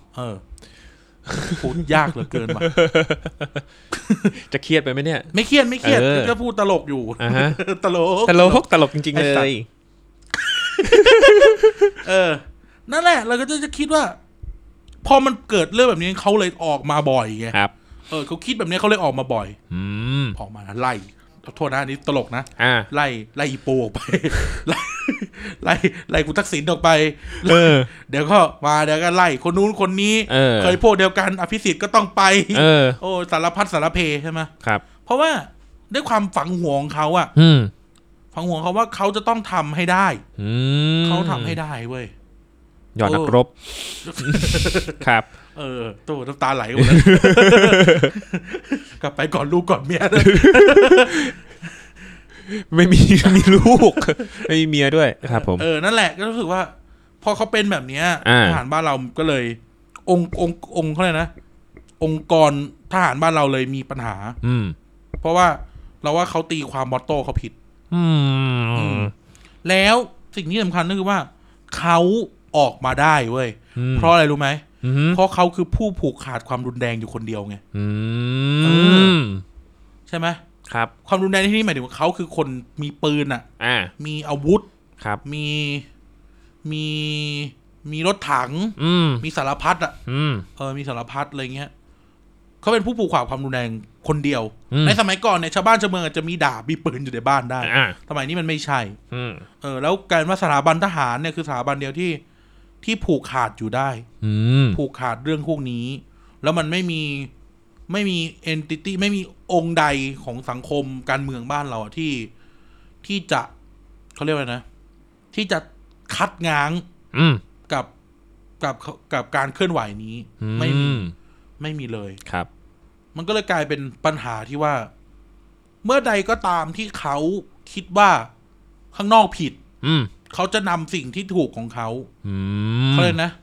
พูดยากเหลือเกินว่ะจะเครียดไปไหมเนี่ยไม่เครียดจะพูดตลกอยู่ตลกจริงๆเลยนั่นแหละเราก็จะคิดว่าพอมันเกิดเรื่องแบบนี้เขาเลยออกมาบ่อยไงครับเขาคิดแบบนี้เขาเลยออกมาบ่อยออกมาไล่โทษนะนี่ตลกนะไล่อีปูออกไปไล่คุณทักษิณออกไปเดี๋ยวก็ไล่คนนู้นคนนี้เคยพวกเดียวกันอภิสิทธิ์ก็ต้องไปโอ้สารพัดสารเพใช่ไหมครับเพราะว่าด้วยความฝังหัวของเขาอะฝังหัวเขาว่าเขาจะต้องทำให้ได้เขาทำให้ได้เว้ยยอดนักรบครับตัวน้ำตาไหลหมดเลยกลับไปก่อนลูกก่อนเมียไม่มีลูกไม่มีเมียด้วยครับผมนั่นแหละก็รู้สึกว่าพอเขาเป็นแบบนี้ทหารบ้านเราก็เลยองค์เขาเลยนะองค์กรทหารบ้านเราเลยมีปัญหาเพราะว่าเราว่าเขาตีความมอตโต้เขาผิดแล้วสิ่งที่สำคัญก็คือว่าเขาออกมาได้เว้ยเพราะอะไรรู้ไหมเพราะเขาคือผู้ผูกขาดความรุนแรงอยู่คนเดียวไงใช่ไหมครับความรุนแรงที่นี่หมายถึงว่าเขาคือคนมีปืนมีอาวุธครับมีรถถังมีสารพัดมีสารพัดอะไรเงี้ยเขาเป็นผู้ผูกขาดความรุนแรงคนเดียวในสมัยก่อนเนี่ยชาวบ้านชาวเมืองจะมีดาบมีปืนอยู่ในบ้านได้สมัยนี้มันไม่ใช่แล้วการว่าสถาบันทหารเนี่ยคือสถาบันเดียวที่ผูกขาดอยู่ได้ผูกขาดเรื่องพวกนี้แล้วมันไม่มีเอนติตี้ไม่มีองค์ใดของสังคมการเมืองบ้านเราที่จะเขาเรียกว่านะที่จะคัดง้างกับการเคลื่อนไหวนี้ไม่มีเลยครับมันก็เลยกลายเป็นปัญหาที่ว่าเมื่อใดก็ตามที่เขาคิดว่าข้างนอกผิดเขาจะนำสิ่งที่ถูกของเขาเขาเลยนะ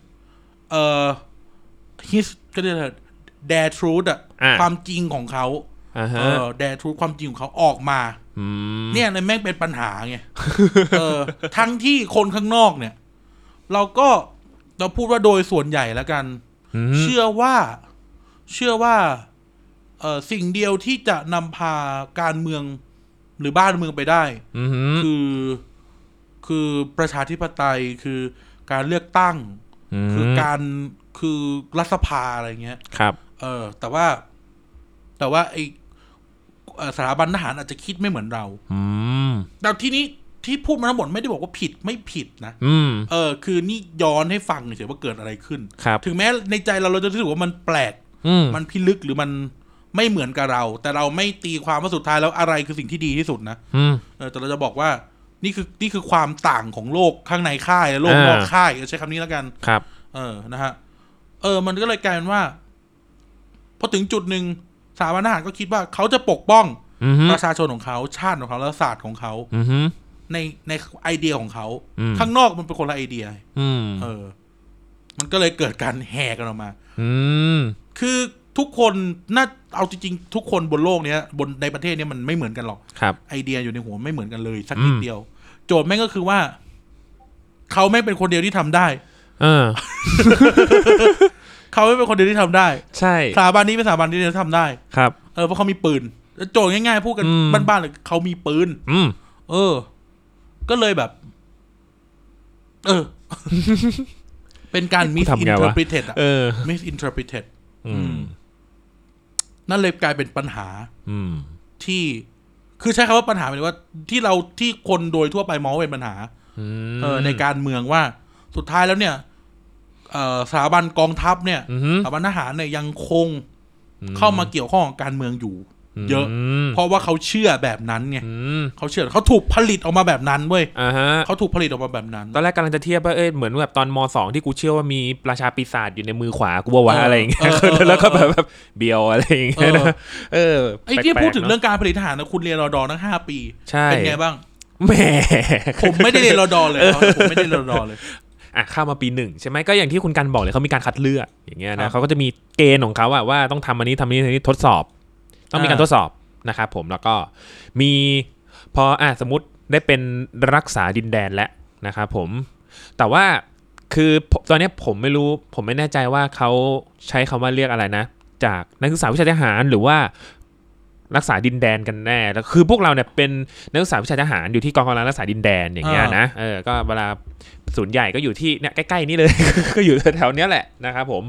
his ก็เรียกdare truth ความจริงของเขาdare truth ความจริงของเขาออกมาเนี่ยเลยแม่งเป็นปัญหาไงทั้งที่คนข้างนอกเนี่ยเราพูดว่าโดยส่วนใหญ่แล้วกันเชื่อว่าสิ่งเดียวที่จะนำพาการเมืองหรือบ้านเมืองไปได้คือประชาธิปไตยคือการเลือกตั้งคือรัฐสภาอะไรเงี้ยครับแต่ว่าไอสถาบันทหารอาจจะคิดไม่เหมือนเราแต่ที่นี้ที่พูดมาทั้งหมดไม่ได้บอกว่าผิดไม่ผิดนะคือนี่ย้อนให้ฟังเฉยว่าเกิดอะไรขึ้นถึงแม้ในใจเราจะรู้สึกว่ามันแปลกมันพิลึกหรือมันไม่เหมือนกับเราแต่เราไม่ตีความว่าสุดท้ายแล้วอะไรคือสิ่งที่ดีที่สุดนะแต่เราจะบอกว่านี่คือความต่างของโลกข้างในค่ายและโลกนอกค่ายใช้คำนี้แล้วกันครับนะฮะมันก็เลยกลายเป็นว่าพอถึงจุดหนึ่งสถาบันทหารก็คิดว่าเขาจะปกป้องประชาชนของเขาชาติของเขาและศาสตร์ของเขาในไอเดียของเขาข้างนอกมันเป็นคนละไอเดียมันก็เลยเกิดการแห่กันออกมาคือทุกคนน่าเอาจริงๆทุกคนบนโลกนี้บนในประเทศนี้มันไม่เหมือนกันหรอกไอเดียอยู่ในหัวไม่เหมือนกันเลยสักนิดเดียวโจทย์แม่งก็คือว่าเขาไม่เป็นคนเดียวที่ทำได้เขาไม่เป็นคนเดียวที่ทำได้ใช่สถาบันนี้เป็นสถาบันที่ทำได้ครับเพราะเขามีปืนโจทย์ง่ายๆพูดกันบ้านๆเลยเขามีปืนก็เลยแบบเป็นการ misinterpreted อ่ะmisinterpreted นั่นเลยกลายเป็นปัญหาที่คือใช้คำว่าปัญหาหมายว่าที่คนโดยทั่วไปมองว่าเป็นปัญหาในการเมืองว่าสุดท้ายแล้วเนี่ยสถาบันกองทัพเนี่ยสถาบันทหารเนี่ยยังคงเข้ามาเกี่ยวข้องกับการเมืองอยู่เยอะเพราะว่าเขาเชื่อแบบนั้นไงเขาเชื่อเขาถูกผลิตออกมาแบบนั้นเว้ยเขาถูกผลิตออกมาแบบนั้นตอนแรกกำลังจะเทียบว่าเหมือนแบบตอนม.2 ที่กูเชื่อว่ามีราชาปีศาจอยู่ในมือขวากูว่าอะไรอย่างเงี้ยแล้วก็แบบเบียวอะไรอย่างเงี้ยไอ้ที่พูดถึงเรื่องการผลิตทหารนะคุณเรียนรดทั้ง5 ปีเป็นไงบ้างแหมผมไม่ได้เรียนรดเลยผมไม่ได้เรียนรดเลยเข้ามาปี 1ใช่ไหมก็อย่างที่คุณกันบอกเลยเขามีการคัดเลือกอย่างเงี้ยนะเขาก็จะมีเกณฑ์ของเขาว่าต้องทำอันนี้ทำอันนี้ทดสอบต้องมีการทดสอบนะครับผมแล้วก็มีพอสมมติได้เป็นรักษาดินแดนแล้วนะครับผมแต่ว่าคือตอนนี้ผมไม่แน่ใจว่าเขาใช้คำว่าเรียกอะไรนะจากนักศึกษาวิชาทหารหรือว่ารักษาดินแดนกันแน่แล้วคือพวกเราเนี่ยเป็นนักศึกษาวิชาทหารอยู่ที่กองกำลังรักษาดินแดนอย่างเงี้ยนะก็เวลาศูนย์ใหญ่ก็อยู่ที่เนี่ยใกล้ๆนี่เลย ก็อยู่แถวๆเนี้ยแหละนะครับผม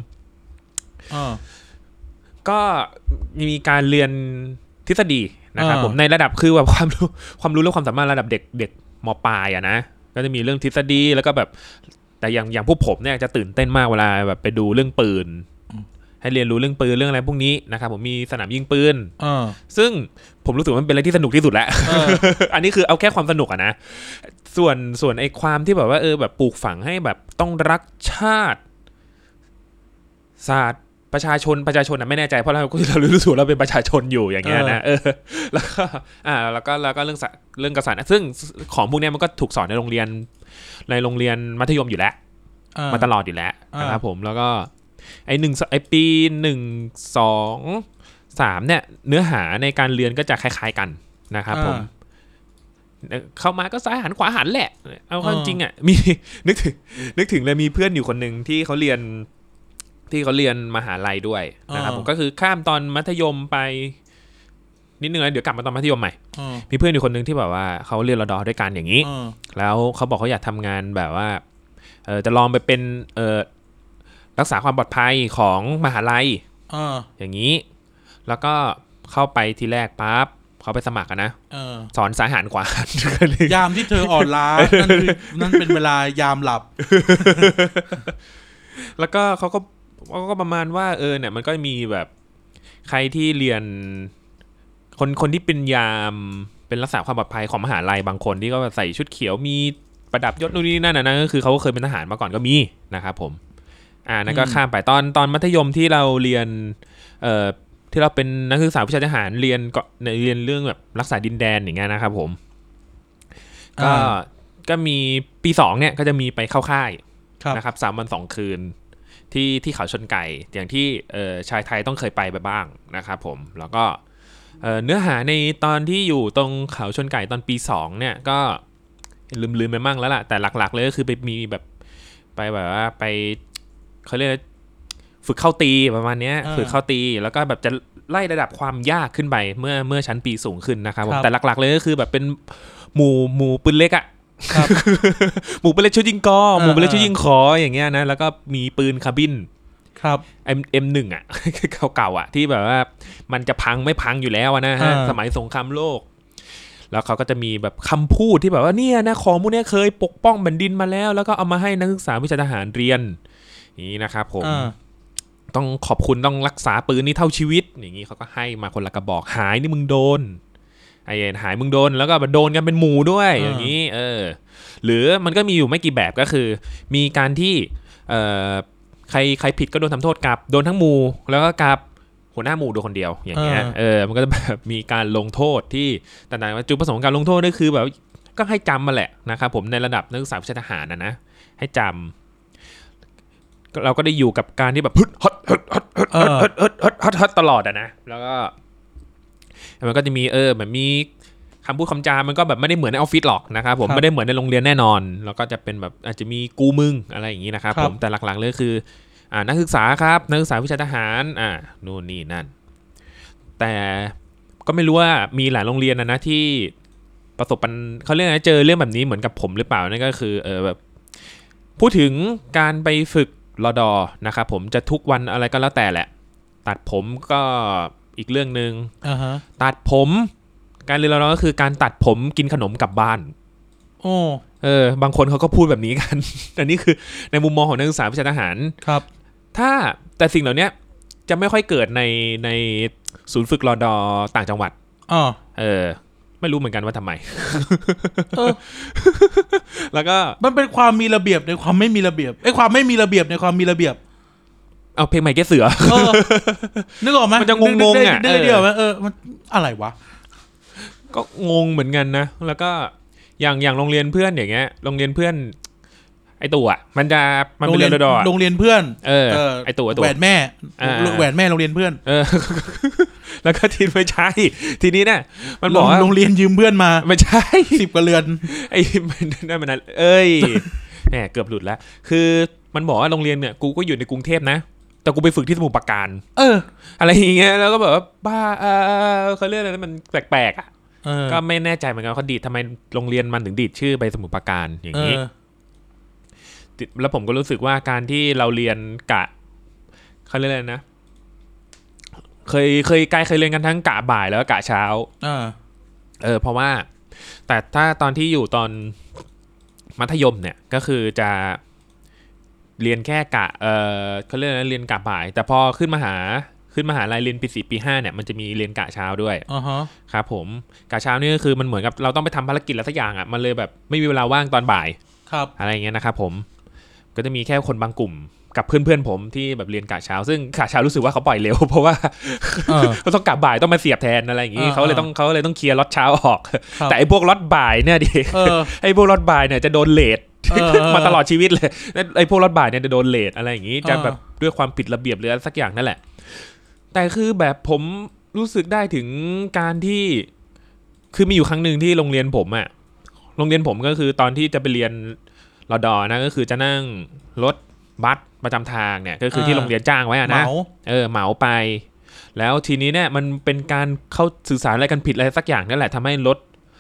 ก็มีการเรียนทฤษฎีนะครับผมในระดับคือแบบความรู้และความสามารถระดับเด็กม.ปลายอะนะก็จะมีเรื่องทฤษฎีแล้วก็แบบแต่อย่างพวกผมเนี่ยจะตื่นเต้นมากเวลาแบบไปดูเรื่องปืนให้เรียนรู้เรื่องปืนเรื่องอะไรพวกนี้นะครับผมมีสนามยิงปืนซึ่งผมรู้สึกว่ามันเป็นอะไรที่สนุกที่สุดแล้ว อันนี้คือเอาแค่ความสนุกอะนะส่วนไอ้ความที่แบบว่าแบบปลูกฝังให้แบบต้องรักชาติศาสตร์ประชาชนนะไม่แน่ใจเพราะเรารู้สึกเราเป็นประชาชนอยู่อย่างเงี้ยนะแล้วก็เรื่องกษัตริย์ซึ่งของพวกนี้มันก็ถูกสอนในโรงเรียนมัธยมอยู่แล้วมาตลอดอยู่แล้วนะครับผมแล้วก็ไอ้ปี1 2 3เนี่ยเนื้อหาในการเรียนก็จะคล้ายๆกันนะครับผมเข้ามาก็ซ้ายหันขวาหันแหละเอาความจริงอ่ะมีนึกถึงเลยมีเพื่อนอยู่คนนึงที่เขาเรียนมหาลัยด้วยนะครับผมก็คือข้ามตอนมัธยมไปนิดนึงแล้วเดี๋ยวกลับมาตอนมัธยมใหม่มีเพื่อนอยู่คนนึงที่แบบว่าเขาเรียนรดด้วยกันอย่างนี้แล้วเขาบอกเขาอยากทำงานแบบว่าจะลองไปเป็นรักษาความปลอดภัยของมหาลัยอย่างนี้แล้วก็เข้าไปทีแรกปั๊บเขาไปสมัครกันนะสอนซ้ายหันขวาหันยามที่เธออ่อนล้านั่นเป็นเวลายามหลับแล้วก็เขาก็ประมาณว่าเนี่ยมันก็มีแบบใครที่เรียนคนที่เป็นยามเป็นรักษาความปลอดภัยของมหาลัยบางคนที่ก็ใส่ชุดเขียวมีประดับยศนู่นนี่นั่นนะก็คือเขาก็เคยเป็นทหารมาก่อนก็มีนะครับผมนั่นก็ข้ามไปตอนมัธยมที่เราเรียนที่เราเป็นนักศึกษาวิชาทหารเรียนเรื่องแบบรักษาดินแดนอย่างเงี้ยนะครับผมก็มีปี2เนี่ยก็จะมีไปเข้าค่ายนะครับ3 วัน 2 คืนที่เขาชนไก่อย่างที่ชายไทยต้องเคยไปบ้างนะครับผมแล้วก็เนื้อหาในตอนที่อยู่ตรงเขาชนไก่ตอนปี2เนี่ยก็ลืมไปมั่งแล้วล่ะแต่หลักๆเลยก็คือไปมีแบบไปแบบว่าไปเขาเรียกฝึกเข้าตีประมาณนี้ฝึกเข้าตีแล้วก็แบบจะไล่ระดับความยากขึ้นไปเมื่อชั้นปีสูงขึ้นนะครับแต่หลักๆเลยก็คือแบบเป็นหมู่ปืนเล็กอะหมู่ปืนเล็กชุดยิงกอหมู่ปืนเล็กชุดยิงขออย่างเงี้ยนะแล้วก็มีปืนคาร์บินครับ M1 อ่ะ เก่าๆอ่ะที่แบบว่ามันจะพังไม่พังอยู่แล้วนะฮะสมัยสงครามโลกแล้วเขาก็จะมีแบบคำพูดที่แบบว่าเนี่ยนะของพวกนี้เคยปกป้องแผ่นดินมาแล้วก็เอามาให้นักศึกษาวิชาทหารเรียนนี่นะครับผมต้องขอบคุณต้องรักษาปืนนี่เท่าชีวิตอย่างนี้เขาก็ให้มาคนละกระบอกหายนี่มึงโดนไอ้หายมึงโดนแล้วก็โดนกันเป็นหมู่ด้วยอย่างนี้หรือมันก็มีอยู่ไม่กี่แบบก็คือมีการที่ใครผิดก็โดนทำโทษกลับโดนทั้งหมู่แล้วก็กลับหัวหน้าหมู่โดนคนเดียวอย่างเงี้ยมันก็จะแบบมีการลงโทษที่ต่างๆจุดประสงค์ของการลงโทษก็คือแบบก็ให้จำมาแหละนะครับผมในระดับนักศึกษาวิชาทหารนะให้จำเราก็ได้อยู่กับการที่แบบฮัดตลอดนะแล้วก็มันก็จะมีเหมือนมีคำพูดคำจามันก็แบบไม่ได้เหมือนในออฟฟิศหรอกนะครับผมไม่ได้เหมือนในโรงเรียนแน่นอนแล้วก็จะเป็นแบบอาจจะมีกูมึงอะไรอย่างนี้นะครับผมแต่หลักๆเลยคือนักศึกษาครับนักศึกษาวิชาทหารนู่นนี่นั่นแต่ก็ไม่รู้ว่ามีหลายโรงเรียนนะที่ประสบปัญหาเขาเรียกอะไรเจอเรื่องแบบนี้เหมือนกับผมหรือเปล่านั่นก็คือแบบพูดถึงการไปฝึกรดนะครับผมจะทุกวันอะไรก็แล้วแต่แหละตัดผมก็อีกเรื่องนึงตัดผมการเรียนรดก็คือการตัดผมกินขนมกลับบ้านบางคนเขาก็พูดแบบนี้กันอันนี้คือในมุมมองของนักศึกษาวิชาทหารครับแต่สิ่งเหล่านี้จะไม่ค่อยเกิดในศูนย์ฝึกรดต่างจังหวัดไม่รู้เหมือนกันว่าทำไมแล้วก็มันเป็นความมีระเบียบในความไม่มีระเบียบความไม่มีระเบียบในความมีระเบียบเอาเพลงใหม่แกเสือนึกออกไหมมันจะงงอ่ะเดียวมันอะไรวะก็งงเหมือนกันนะแล้วก็อย่างโรงเรียนเพื่อนอย่างเงี้ยโรงเรียนเพื่อนไอตู่อ่ะมันเป็นเรียนรดโรงเรียนเพื่อนไอตู่แหวนแม่แหวนแม่โรงเรียนเพื่อนแล้วก็ทีไม่ใช่ทีนี้เนี่ยมันบอกว่าโรงเรียนยืมเพื่อนมาไม่ใช่ 10 กว่าเรือนไอ้นั่นมันแหมเกือบหลุดแล้วคือมันบอกว่าโรงเรียนเนี่ยกูก็อยู่ในกรุงเทพนะแต่กูไปฝึกที่สมุทรปราการอะไรอย่างเงี้ยแล้วก็แบบว่าบ้าเขาเรียกอะไรมันแปลกๆอ่ะก็ไม่แน่ใจเหมือนกันเขาดีดทำไมโรงเรียนมันถึงดีดชื่อไปสมุทรปราการอย่างนี้แล้วผมก็รู้สึกว่าการที่เราเรียนกะเขาเรียกอะไรนะเคยเรียนกันทั้งกะบ่ายแล้วก็กะเช้าเพราะว่าแต่ถ้าตอนที่อยู่ตอนมัธยมเนี่ยก็คือจะเรียนแค่กะเขาเรียกนะเรียนกะบ่ายแต่พอขึ้นมหาลัยเรียนปี 4 ปี 5เนี่ยมันจะมีเรียนกะเช้าด้วยครับผมกะเช้านี่ก็คือมันเหมือนกับเราต้องไปทำภารกิจอะไรสักอย่างอ่ะมันเลยแบบไม่มีเวลาว่างตอนบ่ายอะไรอย่างเงี้ยนะครับผมก็จะมีแค่คนบางกลุ่มกับเพื่อนผมที่แบบเรียนกะเช้าซึ่งกะเช้ารู้สึกว่าเขาปล่อยเร็วเพราะว่าเขาต้องกลับบ่ายต้องมาเสียบแทนอะไรอย่างงี้เขาเลยต้องเคลียร์ล็อตเช้าออกแต่ไอ้พวกล็อตบ่ายเนี่ยดิไอ้พวกล็อตบ่ายเนี่ยจะโดนเลทมาตลอดชีวิตเลยไอ้พวกล็อตบ่ายเนี่ยจะโดนเลทอะไรอย่างงี้จะแบบด้วยความผิดระเบียบหรืออะไรสักอย่างนั่นแหละแต่คือแบบผมรู้สึกได้ถึงการที่คือมีอยู่ครั้งนึงที่โรงเรียนผมก็คือตอนที่จะไปเรียนรดนะก็คือจะนั่งรถบัสประจำทางเนี่ยก็คือที่โรงเรียนจ้างไว้อะนะเหมาไปแล้วทีนี้เนี่ยมันเป็นการเข้าสื่อสารอะไรกันผิดอะไรสักอย่างนั่นแหละทำให้รถ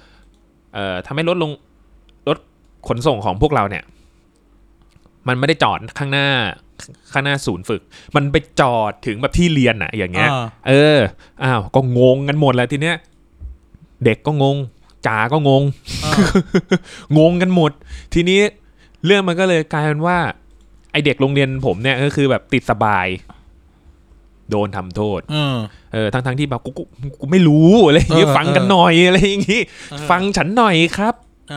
ขนส่งของพวกเราเนี่ยมันไม่ได้จอดข้างหน้าศูนย์ฝึกมันไปจอดถึงแบบที่เรียนอะอย่างเงี้ยก็งงกันหมดแล้วทีเนี้ยเด็กก็งงจ๋าก็งงงงกันหมดทีนี้เรื่องมันก็เลยกลายเป็นว่าไอเด็กโรงเรียนผมเนี่ยก็คือแบบติดสบายโดนทำโทษทั้งที่แบบกูไม่รู้อะไรอย่างเงี้ยฟังกันหน่อยอะไรอย่างงี้ฟังฉันหน่อยครับ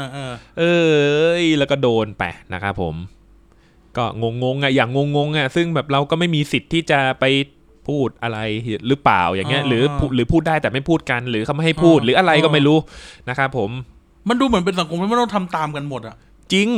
แล้วก็โดนไปนะครับผมก็งงอ่ะอย่างงงอ่ะซึ่งแบบเราก็ไม่มีสิทธิ์ที่จะไปพูดอะไรหรือเปล่าอย่างเงี้ยหรือพูดได้แต่ไม่พูดกันหรือเขาไม่ให้พูดหรืออะไรก็ไม่รู้นะครับผมมันดูเหมือนเป็นสังคมที่ไม่ต้องทำตามกันหมดอ่ะจริง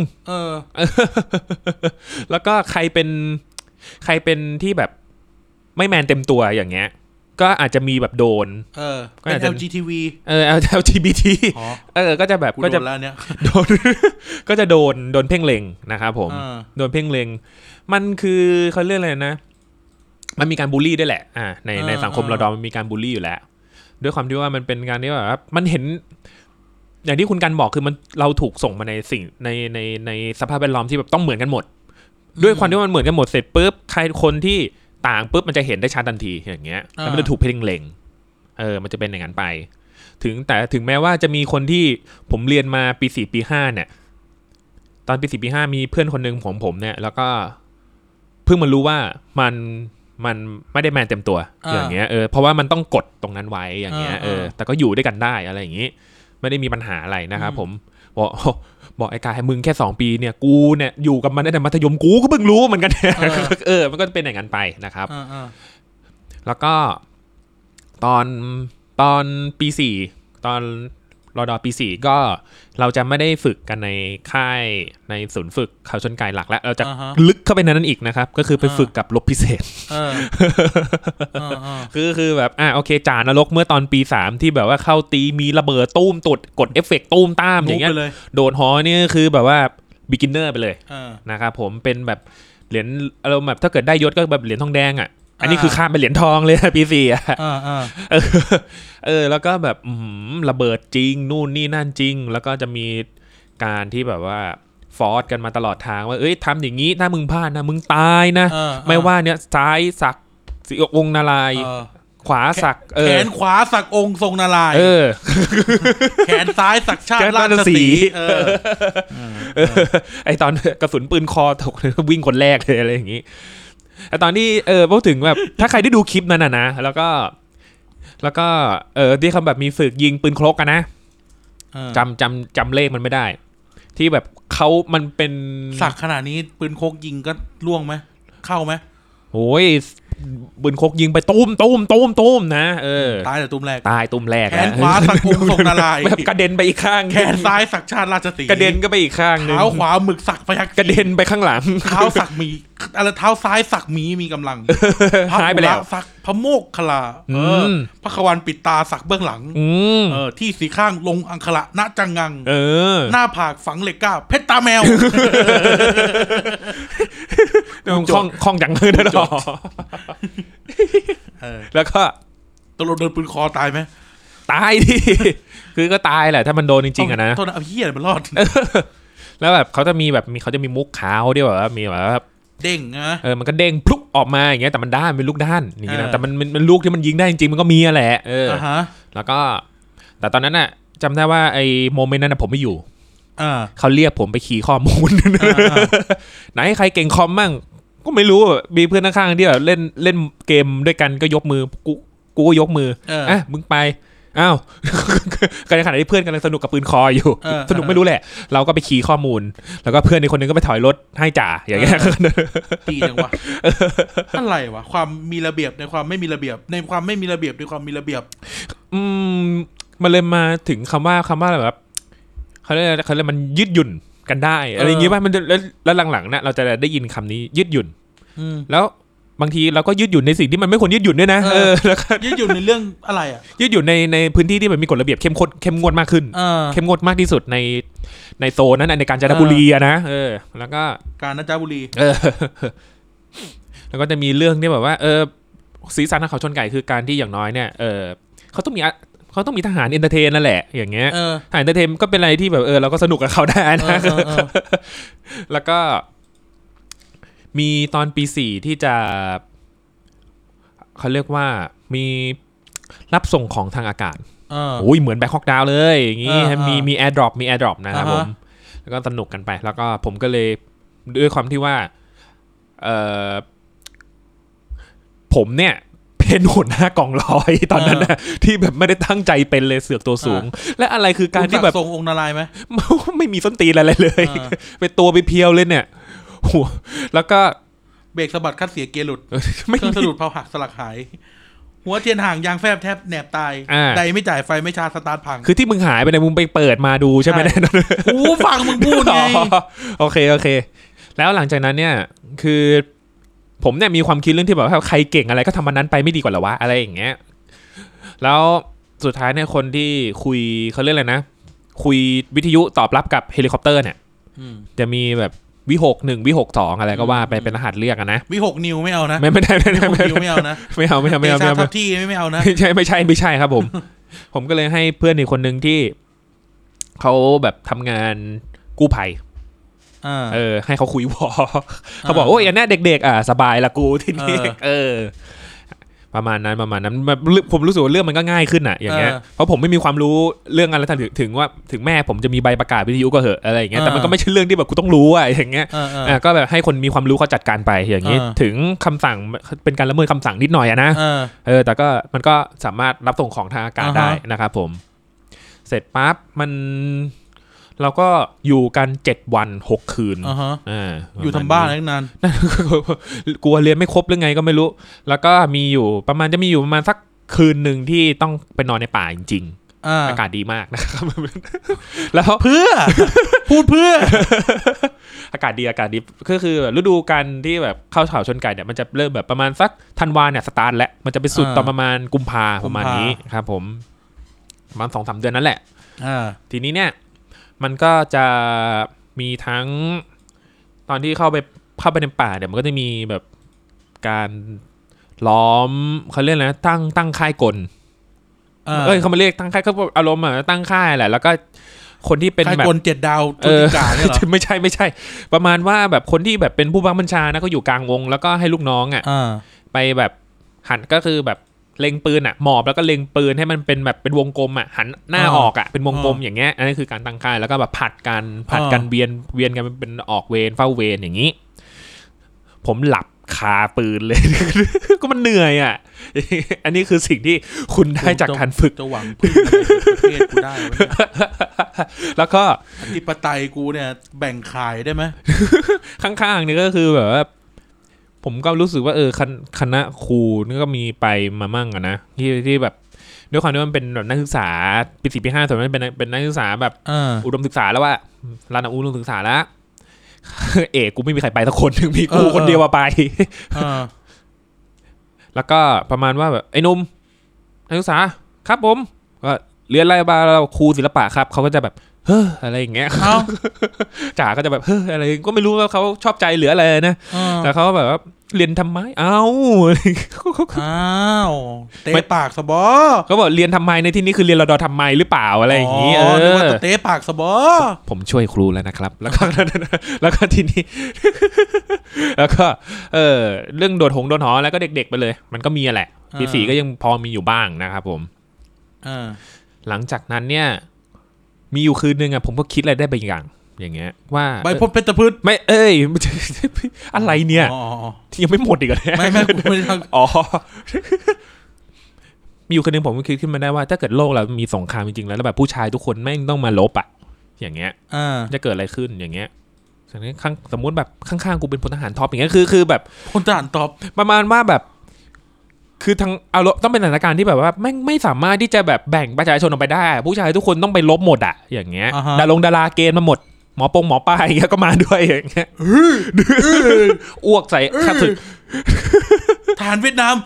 แล้วก็ใครเป็นที่แบบไม่แมนเต็มตัวอย่างเงี้ยก็อาจจะมีแบบโดนเป็น LGTV LGBT ก็จะแบบก็จะโดนก็จะโดนเพ่งเล็งนะครับผมโดนเพ่งเล็งมันคือเขาเรียกอะไรนะมันมีการบูลลี่ด้วยแหละในสังคมเรามันมีการบูลลี่อยู่แล้วด้วยความที่ว่ามันเป็นการที่ว่ามันเห็นอย่างที่คุณกันบอกคือมันเราถูกส่งมาในสิ่งในสภาพแวดล้อมที่แบบต้องเหมือนกันหมดด้วยความที่มันเหมือนกันหมดเสร็จปุ๊บใครคนที่ต่างปุ๊บมันจะเห็นได้ชัดทันทีอย่างเงี้ยแล้วมันจะถูกเพ่งเล็งมันจะเป็นอย่างนั้นไปถึงแม้ว่าจะมีคนที่ผมเรียนมาปี 4 ปี 5เนี่ยตอนปี 4 ปี 5มีเพื่อนคนนึงของผมเนี่ยแล้วก็เพิ่งมารู้ว่ามันมันไม่ได้แมนเต็มตัวอย่างเงี้ยเพราะว่ามันต้องกดตรงนั้นไว้อย่างเงี้ยแต่ก็อยู่ด้วยกันได้อะไรอย่างงี้ไม่ได้มีปัญหาอะไรนะครับผมบอกไอ้กายมึงแค่2 ปีเนี่ยกูเนี่ยอยู่กับมันตั้งแต่มัธยมกูก็เพิ่งรู้เหมือนกันมันก็เป็นอย่างนั้นไปนะครับแล้วก็ตอนปี4ตอนรอดอปี4ก็เราจะไม่ได้ฝึกกันในค่ายในศูนย์ฝึกเขาชนไก่หลักแล้วเราจะลึกเข้าไปในนั้นอีกนะครับก็คือไปฝึกกับรบพิเศษคือแบบโอเคจ่านรกเมื่อตอนปี3ที่แบบว่าเข้าตีมีระเบิดตุ้มตุดกดเอฟเฟกต์ตุ้มตามอย่างเงี้ยโดดหอนี่คือแบบว่าbeginner ไปเลยนะครับผมเป็นแบบเหรียญอารมณ์แบบถ้าเกิดได้ยศก็แบบเหรียญทองแดงอ่ะอันนี้คือข้ามเป็นเหรียญทองเลยปี4แล้วก็แบบระเบิดจริงนู่นนี่นั่นจริงแล้วก็จะมีการที่แบบว่าฟอร์สกันมาตลอดทางว่าทำอย่างนี้ถ้ามึงพลาดนะมึงตายนะไม่ว่าเนี่ยซ้ายสักองค์นารายณ์ขวาสักแขนขวาสักองค์ทรงนารายณ์แขนซ้ายสักชาติราชสีไอตอนกระสุนปืนคอตกวิ่งคนแรกเลยอะไรอย่างนี้แต่ตอนที่พูดถึงแบบถ้าใครได้ดูคลิปนั้นนะแล้วก็ที่เขาแบบมีฝึกยิงปืนครกกันนะจำเลขมันไม่ได้ที่แบบมันเป็นสักขนาดนี้ปืนครกยิงก็ล่วงไหมเข้าไหมโอ้ยปืนครกยิงไปตุ้มนะตายแต่ตุ้มแรกแขนขวาสักองค์ทรงนารายณ์แบบกระเด็นไปอีกข้างแขนซ้ายสักชาติราชสีห์กระเด็นก็ไปอีกข้างนึงเท้าขวาหมึกสักพยัคฆ์กระเด็นไปข้างหลังเท้าสักมีอะไรเท้าซ้ายสักมีกำลังหายไปแล้วสักพระโมกขลาพระขวันปิดตาสักเบื้องหลังที่สีข้างลงอังคละณจังงังหน้าผากฝังเหล็กก้าเพชรตาแมวคล่องจังเลยนะหรอแล้วก็ตลอดเดินปืนคอตายไหมตายดิคือก็ตายแหละถ้ามันโดนจริงๆนะโทษนะเอาเหี้ยมันรอดแล้วแบบเขาจะมีมุกขาวที่แบบว่ามีแบบเด้งนะมันก็เด้งพลุกออกมาอย่างเงี้ยแต่มันด้านเป็นลูกด้านอย่างงี้นะแต่มันลูกที่มันยิงได้จริงๆมันก็มีแหละแล้วก็แต่ตอนนั้นน่ะจำได้ว่าไอ้โมเมนต์นั้นผมไม่อยู่เขาเรียกผมไปขี่ข้อมูลไหนใครเก่งคอมมั่งก็ไม่รู้มีเพื่อนข้างๆที่แบบเล่นเกมด้วยกันก็ยกมือกูก็ยกมือมึงไปอ้าวกันในขณะที่เพื่อนกำลังสนุกกับปืนคออยู่สนุกไม่รู้แหละเราก็ไปขี่ข้อมูลแล้วก็เพื่อนอีกคนนึงก็ไปถอยรถให้จ่าอย่างเงี้ยตีจังวะอะไรวะความมีระเบียบในความไม่มีระเบียบในความไม่มีระเบียบในความมีระเบียบมันเลยมาถึงคำว่าอะไรแบบเขาเรียกมันยืดหยุ่นกันได้อะไรอย่างงี้ป่ะมันแล้วหลังๆนะเราจะได้ยินคำนี้ยืดหยุ่นแล้วบางทีเราก็ยืดหยุ่นในสิ่งที่มันไม่ควรยืดหยุ่นด้วยนะแล้วก็ยืดหยุ่นในเรื่องอะไรยืดหยุ่นในพื้นที่ที่มันมีกฎระเบียบเข้มงวดมากขึ้นเข้มงวดมากที่สุดในโซนนั้นในกาญจนบุรีนะแล้วก็กาญจนบุรีแล้วก็จะมีเรื่องที่แบบว่าสีสันของเขาชนไก่คือการที่อย่างน้อยเนี่ยเขาต้องมีทหารเอนเตอร์เทนนั่นแหละอย่างเงี้ยทหารเอนเตอร์เทนก็เป็นอะไรที่แบบเราก็สนุกกับเขาได้นะแล้วก็มีตอนปี4ที่จะเขาเรียกว่ามีรับส่งของทางอากาศโอ้ยเหมือนแบ็คฮอกดาวน์เลยอย่างงี้มีแอร์ดรอปนะครับผมแล้วก็สนุกกันไปแล้วก็ผมก็เลยด้วยความที่ว่าผมเนี่ยเป็นหัวหน้ากองร้อยตอนนั้นนะที่แบบไม่ได้ตั้งใจเป็นเลยเสือกตัวสูงและอะไรคือการที่แบบทรงองค์นารายณ์ไหมไม่มีส้นตีนอะไรเลยเป็นตัวไปเพียวเลยเนี่ยแล้วก็เบรกสะบัดคัดเสียเกียร์หลุดเครื่องสะดุดเผาหักสลักหายหัวเทียนห่างยางแฟบแทบแหนบตายใดไม่จ่ายไฟไม่ชาร์จสตาร์ทพังคือที่มึงหายไปเนี่ยมึงไปเปิดมาดูใช่ไหมเนี่ยฟังมึงพูดไงโอเคแล้วหลังจากนั้นเนี่ยคือผมเนี่ยมีความคิดเรื่องที่แบบว่าใครเก่งอะไรก็ทำมันนั้นไปไม่ดีกว่าหรอวะอะไรอย่างเงี้ยแล้วสุดท้ายเนี่ยคนที่คุยเขาเรียกอะไรนะคุยวิทยุตอบรับกับเฮลิคอปเตอร์เนี่ยจะมีแบบวิหก1วิหก2อะไรก็ว่าไปเป็นรหัสเรียกนะวิหกนิวไม่เอานะไม่ได้ไม่เอานะไม่เอาที่ไม่เอานะไม่ใช่ครับผมก็เลยให้เพื่อนอีกคนนึงที่เขาแบบทำงานกู้ภัยให้เขาคุยวอเขาบอกโอ้ยอันนี้เด็กๆสบายละกูที่นี่ปประมาณนั้นแบบผมรู้สึกว่าเรื่องมันก็ง่ายขึ้นอ่ะอย่างเงี้ยเพราะผมไม่มีความรู้เรื่องอะไรถึงว่าถึงแม่ผมจะมีใบประกาศวิทยุก็เหอะอะไรอย่างเงี้ยแต่มันก็ไม่ใช่เรื่องที่แบบกูต้องรู้อ่ะอย่างเงี้ยก็แบบให้คนมีความรู้เขาจัดการไปอย่างงี้ถึงคำสั่งเป็นการละเมิดคำสั่งนิดหน่อยอะนะแต่ก็มันก็สามารถรับส่งของทางอากาศได้นะครับผมเสร็จปั๊บเราก็อยู่กัน7 วัน 6 คืนอยู่ทำบ้านนานกลัวเรียนไม่ครบหรือไงก็ไม่รู้แล้วก็มีอยู่ประมาณสักคืนหนึ่งที่ต้องไปนอนในป่าจริงๆอากาศดีมากนะครับแล้วเพื่อพูดเพื่ออากาศดีก็คือฤดูกาลที่แบบเข้าเขาชนไก่เนี่ยมันจะเริ่มแบบประมาณสักธันวาเนี่ยสตาร์ทแล้วมันจะไปสุดตอนประมาณกุมภาประมาณนี้ครับผมประมาณ 2-3 เดือนนั่นแหละทีนี้เนี่ยมันก็จะมีทั้งตอนที่เข้าไปในป่าเนี่ยมันก็จะมีแบบการล้อมเขาเรียกอะไรนะตั้งค่ายกลเขามาเรียกตั้งค่ายก็อารมณ์ตั้งค่ายแหละแล้วก็คนที่เป็นแบบค่ายกล7 ดาวจุดกาเนี่ยหรอไม่ใช่ประมาณว่าแบบคนที่แบบเป็นผู้บังคับบัญชานะก็อยู่กลางวงแล้วก็ให้ลูกน้องไปแบบหันก็คือแบบเล็งปืนหมอบแล้วก็เล็งปืนให้มันเป็นแบบเป็นวงกลมหันหน้าออกเป็นวงกลมอย่างเงี้ยอันนี้คือการตั้งค่ายแล้วก็แบบผัดกันเวียนกันเป็นออกเวรเฝ้าเวรอย่างนี้ผมหลับคาปืนเลย ก็มันเหนื่อยอันนี้คือสิ่งที่คุณได้จากการฝึกจะหวังพึ่งประเทศกูได้แล้วก็อธิปไตยกูเนี่ยแบ่งขายได้ไหมข้างๆนี่ก็คือแบบว่าผมก็รู้สึกว่าคณะครูนี่ก็มีไปมามั่งนะที่แบบด้วยความที่มันเป็นแบบนักศึกษาปี4 ปี 5ส่วนมันเป็นนักศึกษาแบบอุดมศึกษาแล้วว่าระดับอุดมศึกษาแล้วกูไม่มีใครไปสักคนนึงมีกูคนเดียวไปแล้วก็ประมาณว่าแบบไอ้นุ่มนักศึกษาครับผมก็เรียนอะไรบ้างเราครูศิลปะครับเขาก็จะแบบอะไรอย่างเงี้ยจ๋าก็จะแบบอะไรก็ไม่รู้ว่าเขาชอบใจหรืออะไรนะแต่เขาแบบว่าเรียนทำไมเตะปากสบอเขาบอกเรียนทำไมในที่นี้คือเรียนรดทำไมหรือเปล่าอะไรอย่างงี้นึกว่าเตะปากสบอผมช่วยครูแล้วนะครับแล้วก็ทีนี้แล้วก็เรื่องโดดหอแล้วก็เด็กๆไปเลยมันก็มีแหละปี4ก็ยังพอมีอยู่บ้างนะครับผมหลังจากนั้นเนี่ยมีอยู่คืนนึงผมก็คิดอะไรได้บางอย่างเงี้ยว่าใบพบเพชรพืชไม่อะไรเนี่ยยังไม่หมดอีกเลยไม่กูไม่ทมีอยู่คืนนึงผมก็คิดขึ้นมาได้ว่าถ้าเกิดโลกเรามีสงครามจริงๆแล้วแบบผู้ชายทุกคนแม่งต้องมาลบอย่างเงี้ยจะเกิดอะไรขึ้นอย่างเงี้ยสมมติแบบข้างๆกูเป็นพลทหารท็อปอย่างเงี้ยคือแบบพลทหารท็อปประมาณว่าแบบคือทางต้องเป็นสถานการณ์ที่แบบว่าไม่สามารถที่จะแบบแบ่งประชาชนออกไปได้ผู้ชายทุกคนต้องไปลบหมดอย่างเงี้ยดาราเกณฑ์มาหมดหมอป้ายก็มาด้วยอย่างเงี้ยอ้วกใส่ข้าศึกทหารเวียดนาม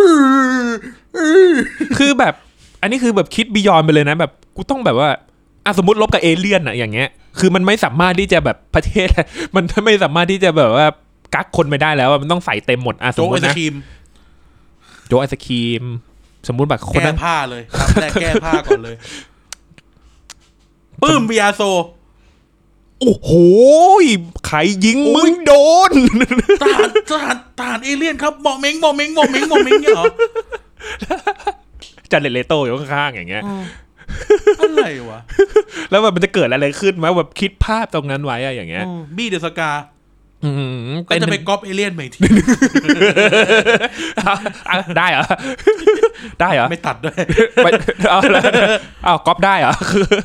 คือแบบอันนี้คือแบบคิดบียอนไปเลยนะแบบกูต้องแบบว่าสมมติลบกับเอเลี่ยนอย่างเงี้ยคือมันไม่สามารถที่จะแบบประเทศมันไม่สามารถที่จะแบบว่ากักคนไปได้แล้วมันต้องใส่เต็มหมดสมมตินะโจ๊กไอศครีมสมมุติแบบคนแก้ผ้าเลยครับแต่แก้ผ้าก่อนเลยปื้มวิอาโซโอ้โหใครยิงมึงโดนทหารเอเลี่ยนครับหมอเม้งเนี่ยเหรอจันเลโต้อยู่ข้างๆอย่างเงี้ยอะไรวะแล้วแบบมันจะเกิดอะไรขึ้นมั้ยแบบคิดภาพตรงนั้นไว้อย่างเงี้ยบี้เดอะสกาก็จะไปก๊อปเอเลี่ยนใหม่ทีได้เหรอไม่ตัดด้วยก๊อปได้เหรอ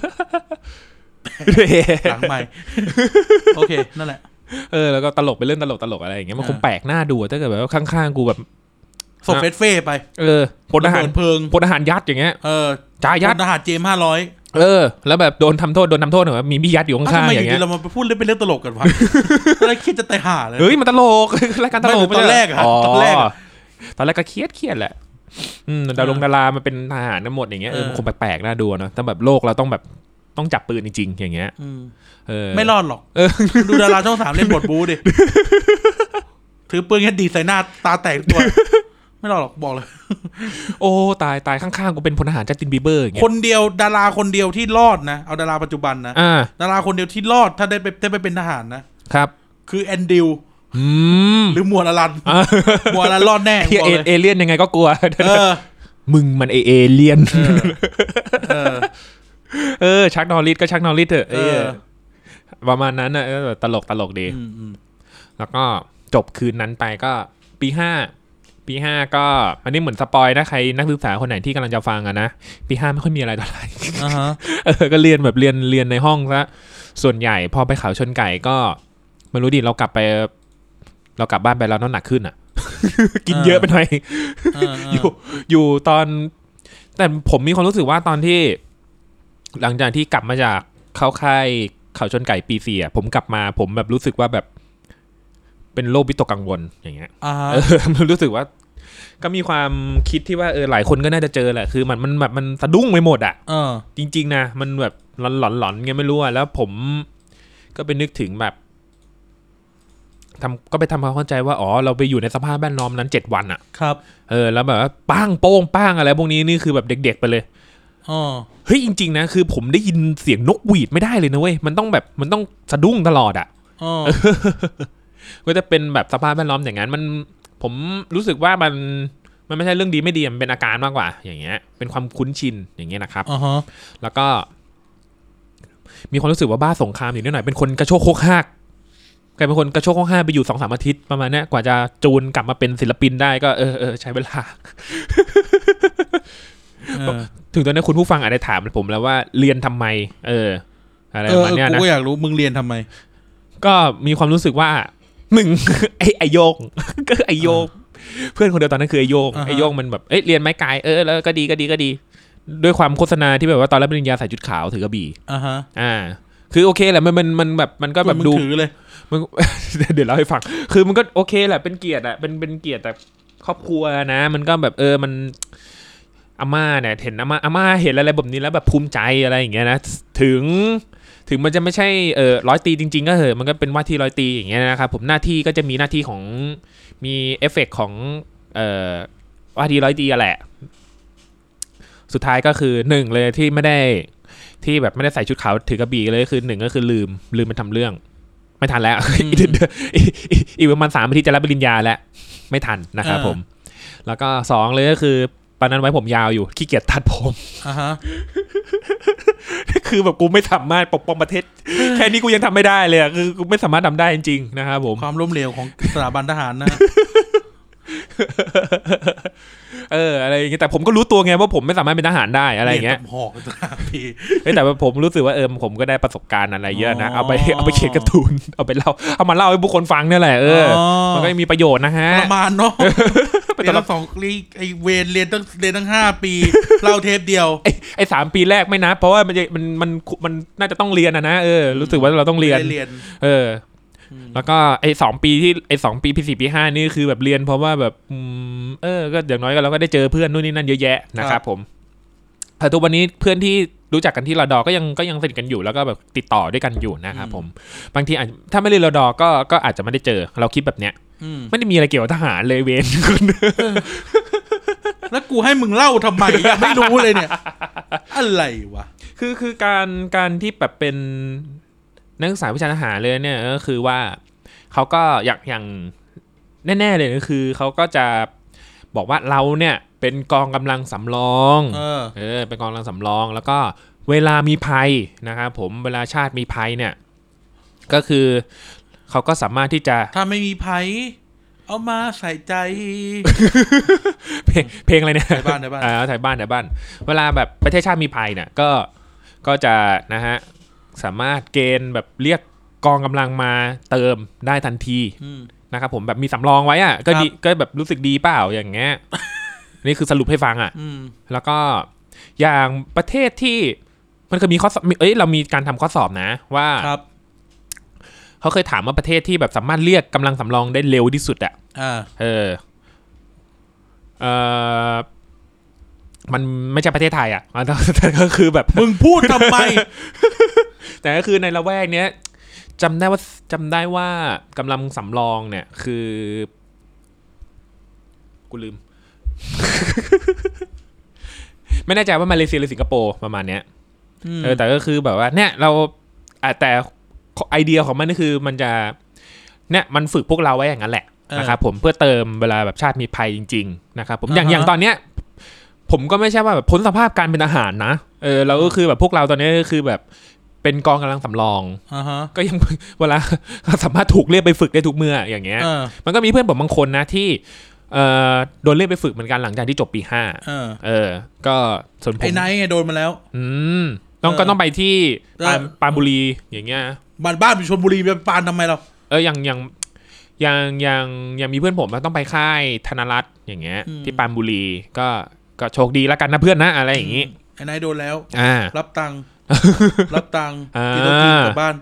หลังใหม่โอเคนั่นแหละแล้วก็ตลกไปเล่นตลกอะไรอย่างเงี้ยมันคงแปลกหน้าดูถ้าเกิดแบบว่าข้างๆกูแบบศพเฟสเฟ่ไปพลทหารยัดอย่างเงี้ยจ่ายัดทหารเจม500 แล้วแบบโดนทำโทษเหรอมีพี่ยัดอยู่ข้างๆอย่างเงี้ยเรามาพูดเล่นเป็นเรื่องตลกกันวะอะไรคิดจะตายห่าเลยมันตลกรายการตลกตอนแรกก็เครียดแหละดารามาเป็นทหารทั้งหมดอย่างเงี้ยมันคงแปลกๆน่าดูนะแต่แบบโลกเราต้องจับปืนจริงๆอย่างเงี้ยไม่รอดหรอกดูดาราช่อง3เล่นบทบู๊ดิถือปืนแค่ดีใส่หน้าตาแตกตัวไม่รอดหรอกบอกเลยโอ้ตายข้างๆกูเป็นพลทหารจัสตินบีเบอร์อย่างเงี้ยคนเดียวดาราคนเดียวที่รอดนะเอาดาราปัจจุบันนะดาราคนเดียวที่รอดถ้าได้ไปเป็นทหารนะครับคือแอนดิวหรือมัวละลันมัวละลันรอดแน่เอเลี่ยนยังไงก็กลัวมึงมันเอเลี่ยนชักนอริสก็ชักนอริสเถอะประมาณนั้นนะตลกดีแล้วก็จบคืนนั้นไปก็ปีห้าก็อันนี้เหมือนสปอยนะใครนักศึกษาคนไหนที่กำลังจะฟังอะนะปี5ไม่ค่อยมีอะไรเท่าไหร่ก็เรียนแบบเรียนในห้องซะส่วนใหญ่พอไปเขาชนไก่ก็ไม่รู้ดิเรากลับบ้านไปแล้วน้ำหนักขึ้นอ่ะ กินเยอะไปหน่อย อยู่ตอนแต่ผมมีความรู้สึกว่าตอนที่หลังจากที่กลับมาจากเข้าค่ายเขาชนไก่ปี4อ่ะผมกลับมาผมแบบรู้สึกว่าแบบเป็นโรควิตกกังวลอย่างเงี้ยรู้สึกว่าก็มีความคิดที่ว่าหลายคนก็น่าจะเจอแหละคือมันแบบมันสะดุ้งไปหมดอ่ะจริงๆนะมันแบบหลอนๆไงไม่รู้อ่ะแล้วผมก็ไปนึกถึงแบบก็ไปทำความเข้าใจว่าเราไปอยู่ในสภาพแวดล้อมนั้น7 วันอ่ะครับแล้วแบบว่าป้างโป้งป้างอะไรพวกนี้นี่คือแบบเด็กๆไปเลยเฮ้ยจริงๆนะคือผมได้ยินเสียงนกหวีดไม่ได้เลยนะเว้ยมันต้องสะดุ้งตลอดอ่ะก็จะเป็นแบบสภาพแวดล้อมอย่างนั้นผมรู้สึกว่ามันไม่ใช่เรื่องดีไม่ดีมันเป็นอาการมากกว่าอย่างเงี้ยเป็นความคุ้นชินอย่างเงี้ยนะครับแล้วก็มีความรู้สึกว่าบ้าสงครามอยู่นิดหน่อยเป็นคนกระโชกโคกฮากกลายเป็นคนกระโชกโคกฮากไปอยู่ 2-3 อาทิตย์ประมาณนี้กว่าจะจูนกลับมาเป็นศิลปินได้ก็ใช้เวลาถึงตอนนี้คุณผู้ฟังอาจจะถามผมแล้วว่าเรียนทำไมอะไรประมาณนี้นะกูอยากรู้มึงเรียนทำไมก็มีความรู้สึกว่าไอโยงก็ไอโยงเพื่อนคนเดียวตอนนั้นคือไอโยงมันแบบเรียนไม้กายแล้วก็ดีด้วยความโฆษณาที่แบบว่าตอนรับปริญญาใส่ชุดขาวถือกระบี่คือโอเคแหละมันแบบมันก็แบบดูถือเลยเดี๋ยวเล่าให้ฟังคือมันก็โอเคแหละเป็นเกียรติอะเป็นเกียรติแต่ครอบครัวนะมันก็แบบมันอาม่าเนี่ยเห็นอาม่าเห็นอะไรแบบนี้แล้วแบบภูมิใจอะไรอย่างเงี้ยนะถึงมันจะไม่ใช่ร้อยตีจริงๆก็มันก็เป็นว่าที่ร้อยตีอย่างเงี้ยนะครับผมหน้าที่ก็จะมีหน้าที่ของมีเอฟเฟกต์ของว่าที่ร้อยตีแหละสุดท้ายก็คือ1เลยที่ไม่ได้ใส่ชุดขาวถือกระบี่เลยคือ1ก็คือลืมมันทำเรื่องไม่ทันแล้วอีกประมาณ3 อาทิตย์จะรับปริญญาแล้วไม่ทันนะครับผมแล้วก็2เลยก็คือตอนนั้นไว้ผมยาวอยู่ขี้เกียจตัดผมคือแบบกูไม่สามารถปกป้องประเทศแค่นี้กูยังทำไม่ได้เลยคือกูไม่สามารถทำได้จริงๆนะครับผมความล้มเหลวของสถาบันทหารนะอะไรอย่างเงี้ยแต่ผมก็รู้ตัวไงว่าผมไม่สามารถเป็นทหารได้อะไรอย่างเงี้ยหอกทหารพี่แต่ผมรู้สึกว่าผมก็ได้ประสบการณ์อะไรเยอะนะเอาไปเขียนการ์ตูนเอามาเล่าให้ผู้คนฟังนี่แหละมันก็มีประโยชน์นะฮะประมาณเนาะเรียน2 ปีไอเวนเรียนตั้ง5 ปีเล่าเทปเดียวไอ้3 ปีแรกไม่นับเพราะว่ามันน่าจะต้องเรียนนะรู้สึกว่าเราต้องเรียนแล้วก็ไอ้2 ปีที่2 ปีปี4 ปี 5นี่คือแบบเรียนเพราะว่าแบบก็อย่างน้อยก็เราก็ได้เจอเพื่อนนู่นนี่นั่นเยอะแยะนะครับผมแต่ทุกวันนี้เพื่อนที่รู้จักกันที่รด.ก็ยังสนิทกันอยู่แล้วก็แบบติดต่อด้วยกันอยู่นะครับผมบางทีถ้าไม่เรียนรด.ก็อาจจะไม่ได้เจอเราคิดแบบเนี้ยไม่ได้มีอะไรเกี่ยวกับทหารเลยเวนแล้วกูให้มึงเล่าทำไมยังไม่รู้เลยเนี่ยอะไรวะคือการที่แบบเป็นนักศึกษาวิชาทหารเลยเนี่ยก็คือว่าเขาก็อย่างแน่ๆเลยก็คือเขาก็จะบอกว่าเราเนี่ยเป็นกองกำลังสำรองเป็นกองกำลังสำรองแล้วก็เวลามีภัยนะครับผมเวลาชาติมีภัยเนี่ยก็คือเขาก็สามารถที่จะถ้าไม่มีภัยเอามาใส่ใจเพลงอะไรเนี่ยไทยบ้านไทยบ้านเวลาแบบประเทศชาติมีภัยเนี่ยก็จะนะฮะสามารถเกณฑ์แบบเรียกกองกำลังมาเติมได้ทันทีนะครับผมแบบมีสำรองไว้อ่ะก็ดีก็แบบรู้สึกดีเปล่าอย่างเงี้ยนี่คือสรุปให้ฟังอ่ะแล้วก็อย่างประเทศที่มันเคยมีข้อเรามีการทำข้อสอบนะว่าเขาเคยถามว่าประเทศที่แบบสามารถเรียกกำลังสำรองได้เร็วที่สุดอ่ะมันไม่ใช่ประเทศไทยอ่ะแต่ก็คือแบบมึงพูดทำไมแต่ก็คือในละแวกเนี้ยจำได้ว่ากำลังสำรองเนี่ยคือกูลืม ไม่แน่ใจว่ามาเลเซียหรือสิงคโปร์ประมาณเนี้ยแต่ก็คือแบบว่าเนี่ยเราแต่ไอเดียของมันก็คือมันจะเนี่ยมันฝึกพวกเราไว้อย่างนั้นแหละนะครับผมเพื่อเติมเวลาแบบชาติมีภัยจริงๆนะครับผมอย่างตอนเนี้ยผมก็ไม่ใช่ว่าแบบพ้นสภาพการเป็นทหารนะเราก็คือแบบพวกเราตอนนี้ก็คือแบบเป็นกองกำลังสำรองก็ยังเวลาสามารถถูกเรียกไปฝึกได้ทุกเมื่ออย่างเงี้ยมันก็มีเพื่อนผมบางคนนะที่โดนเรียกไปฝึกเหมือนกันหลังจากที่จบปี5ก็ส่วนผมไอ้ไนท์ไงโดนมาแล้วก็ต้องไปที่ปราณบุรีอย่างเงี้ยบ้านอยู่ชลบุรีไปปานทำไมเรายังมีเพื่อนผมต้องไปค่ายธนรัตน์อย่างเงี้ยที่ปราณบุรีก็โชคดีแล้วกันนะเพื่อนนะอะไรอย่างงี้ไอ้ไนท์โดนแล้วรับตังค์กินกลับบ้าน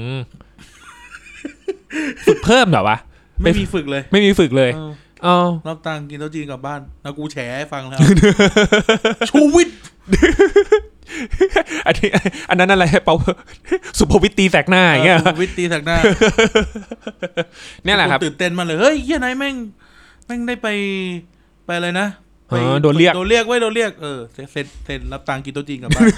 ฝึกเพิ่มเหรอวะไม่มีฝึกเลยรับตังค์กินโต๊ะจีนกลับบ้านแล้วกูแฉให้ฟังแล้วชูวิทย์อันนั้นอะไรเปาสุภวิตตีแสกหน้าอย่างเงี้ยสุภวิตตีแสกหน้าเนี่ยแหละครับตื่นเต้นมาเลยเฮ้ยเฮียไหนแม่งได้ไปอะไรนะโดนเรียกเซ็นรับตังค์กินโต๊ะจีนกลับบ้าน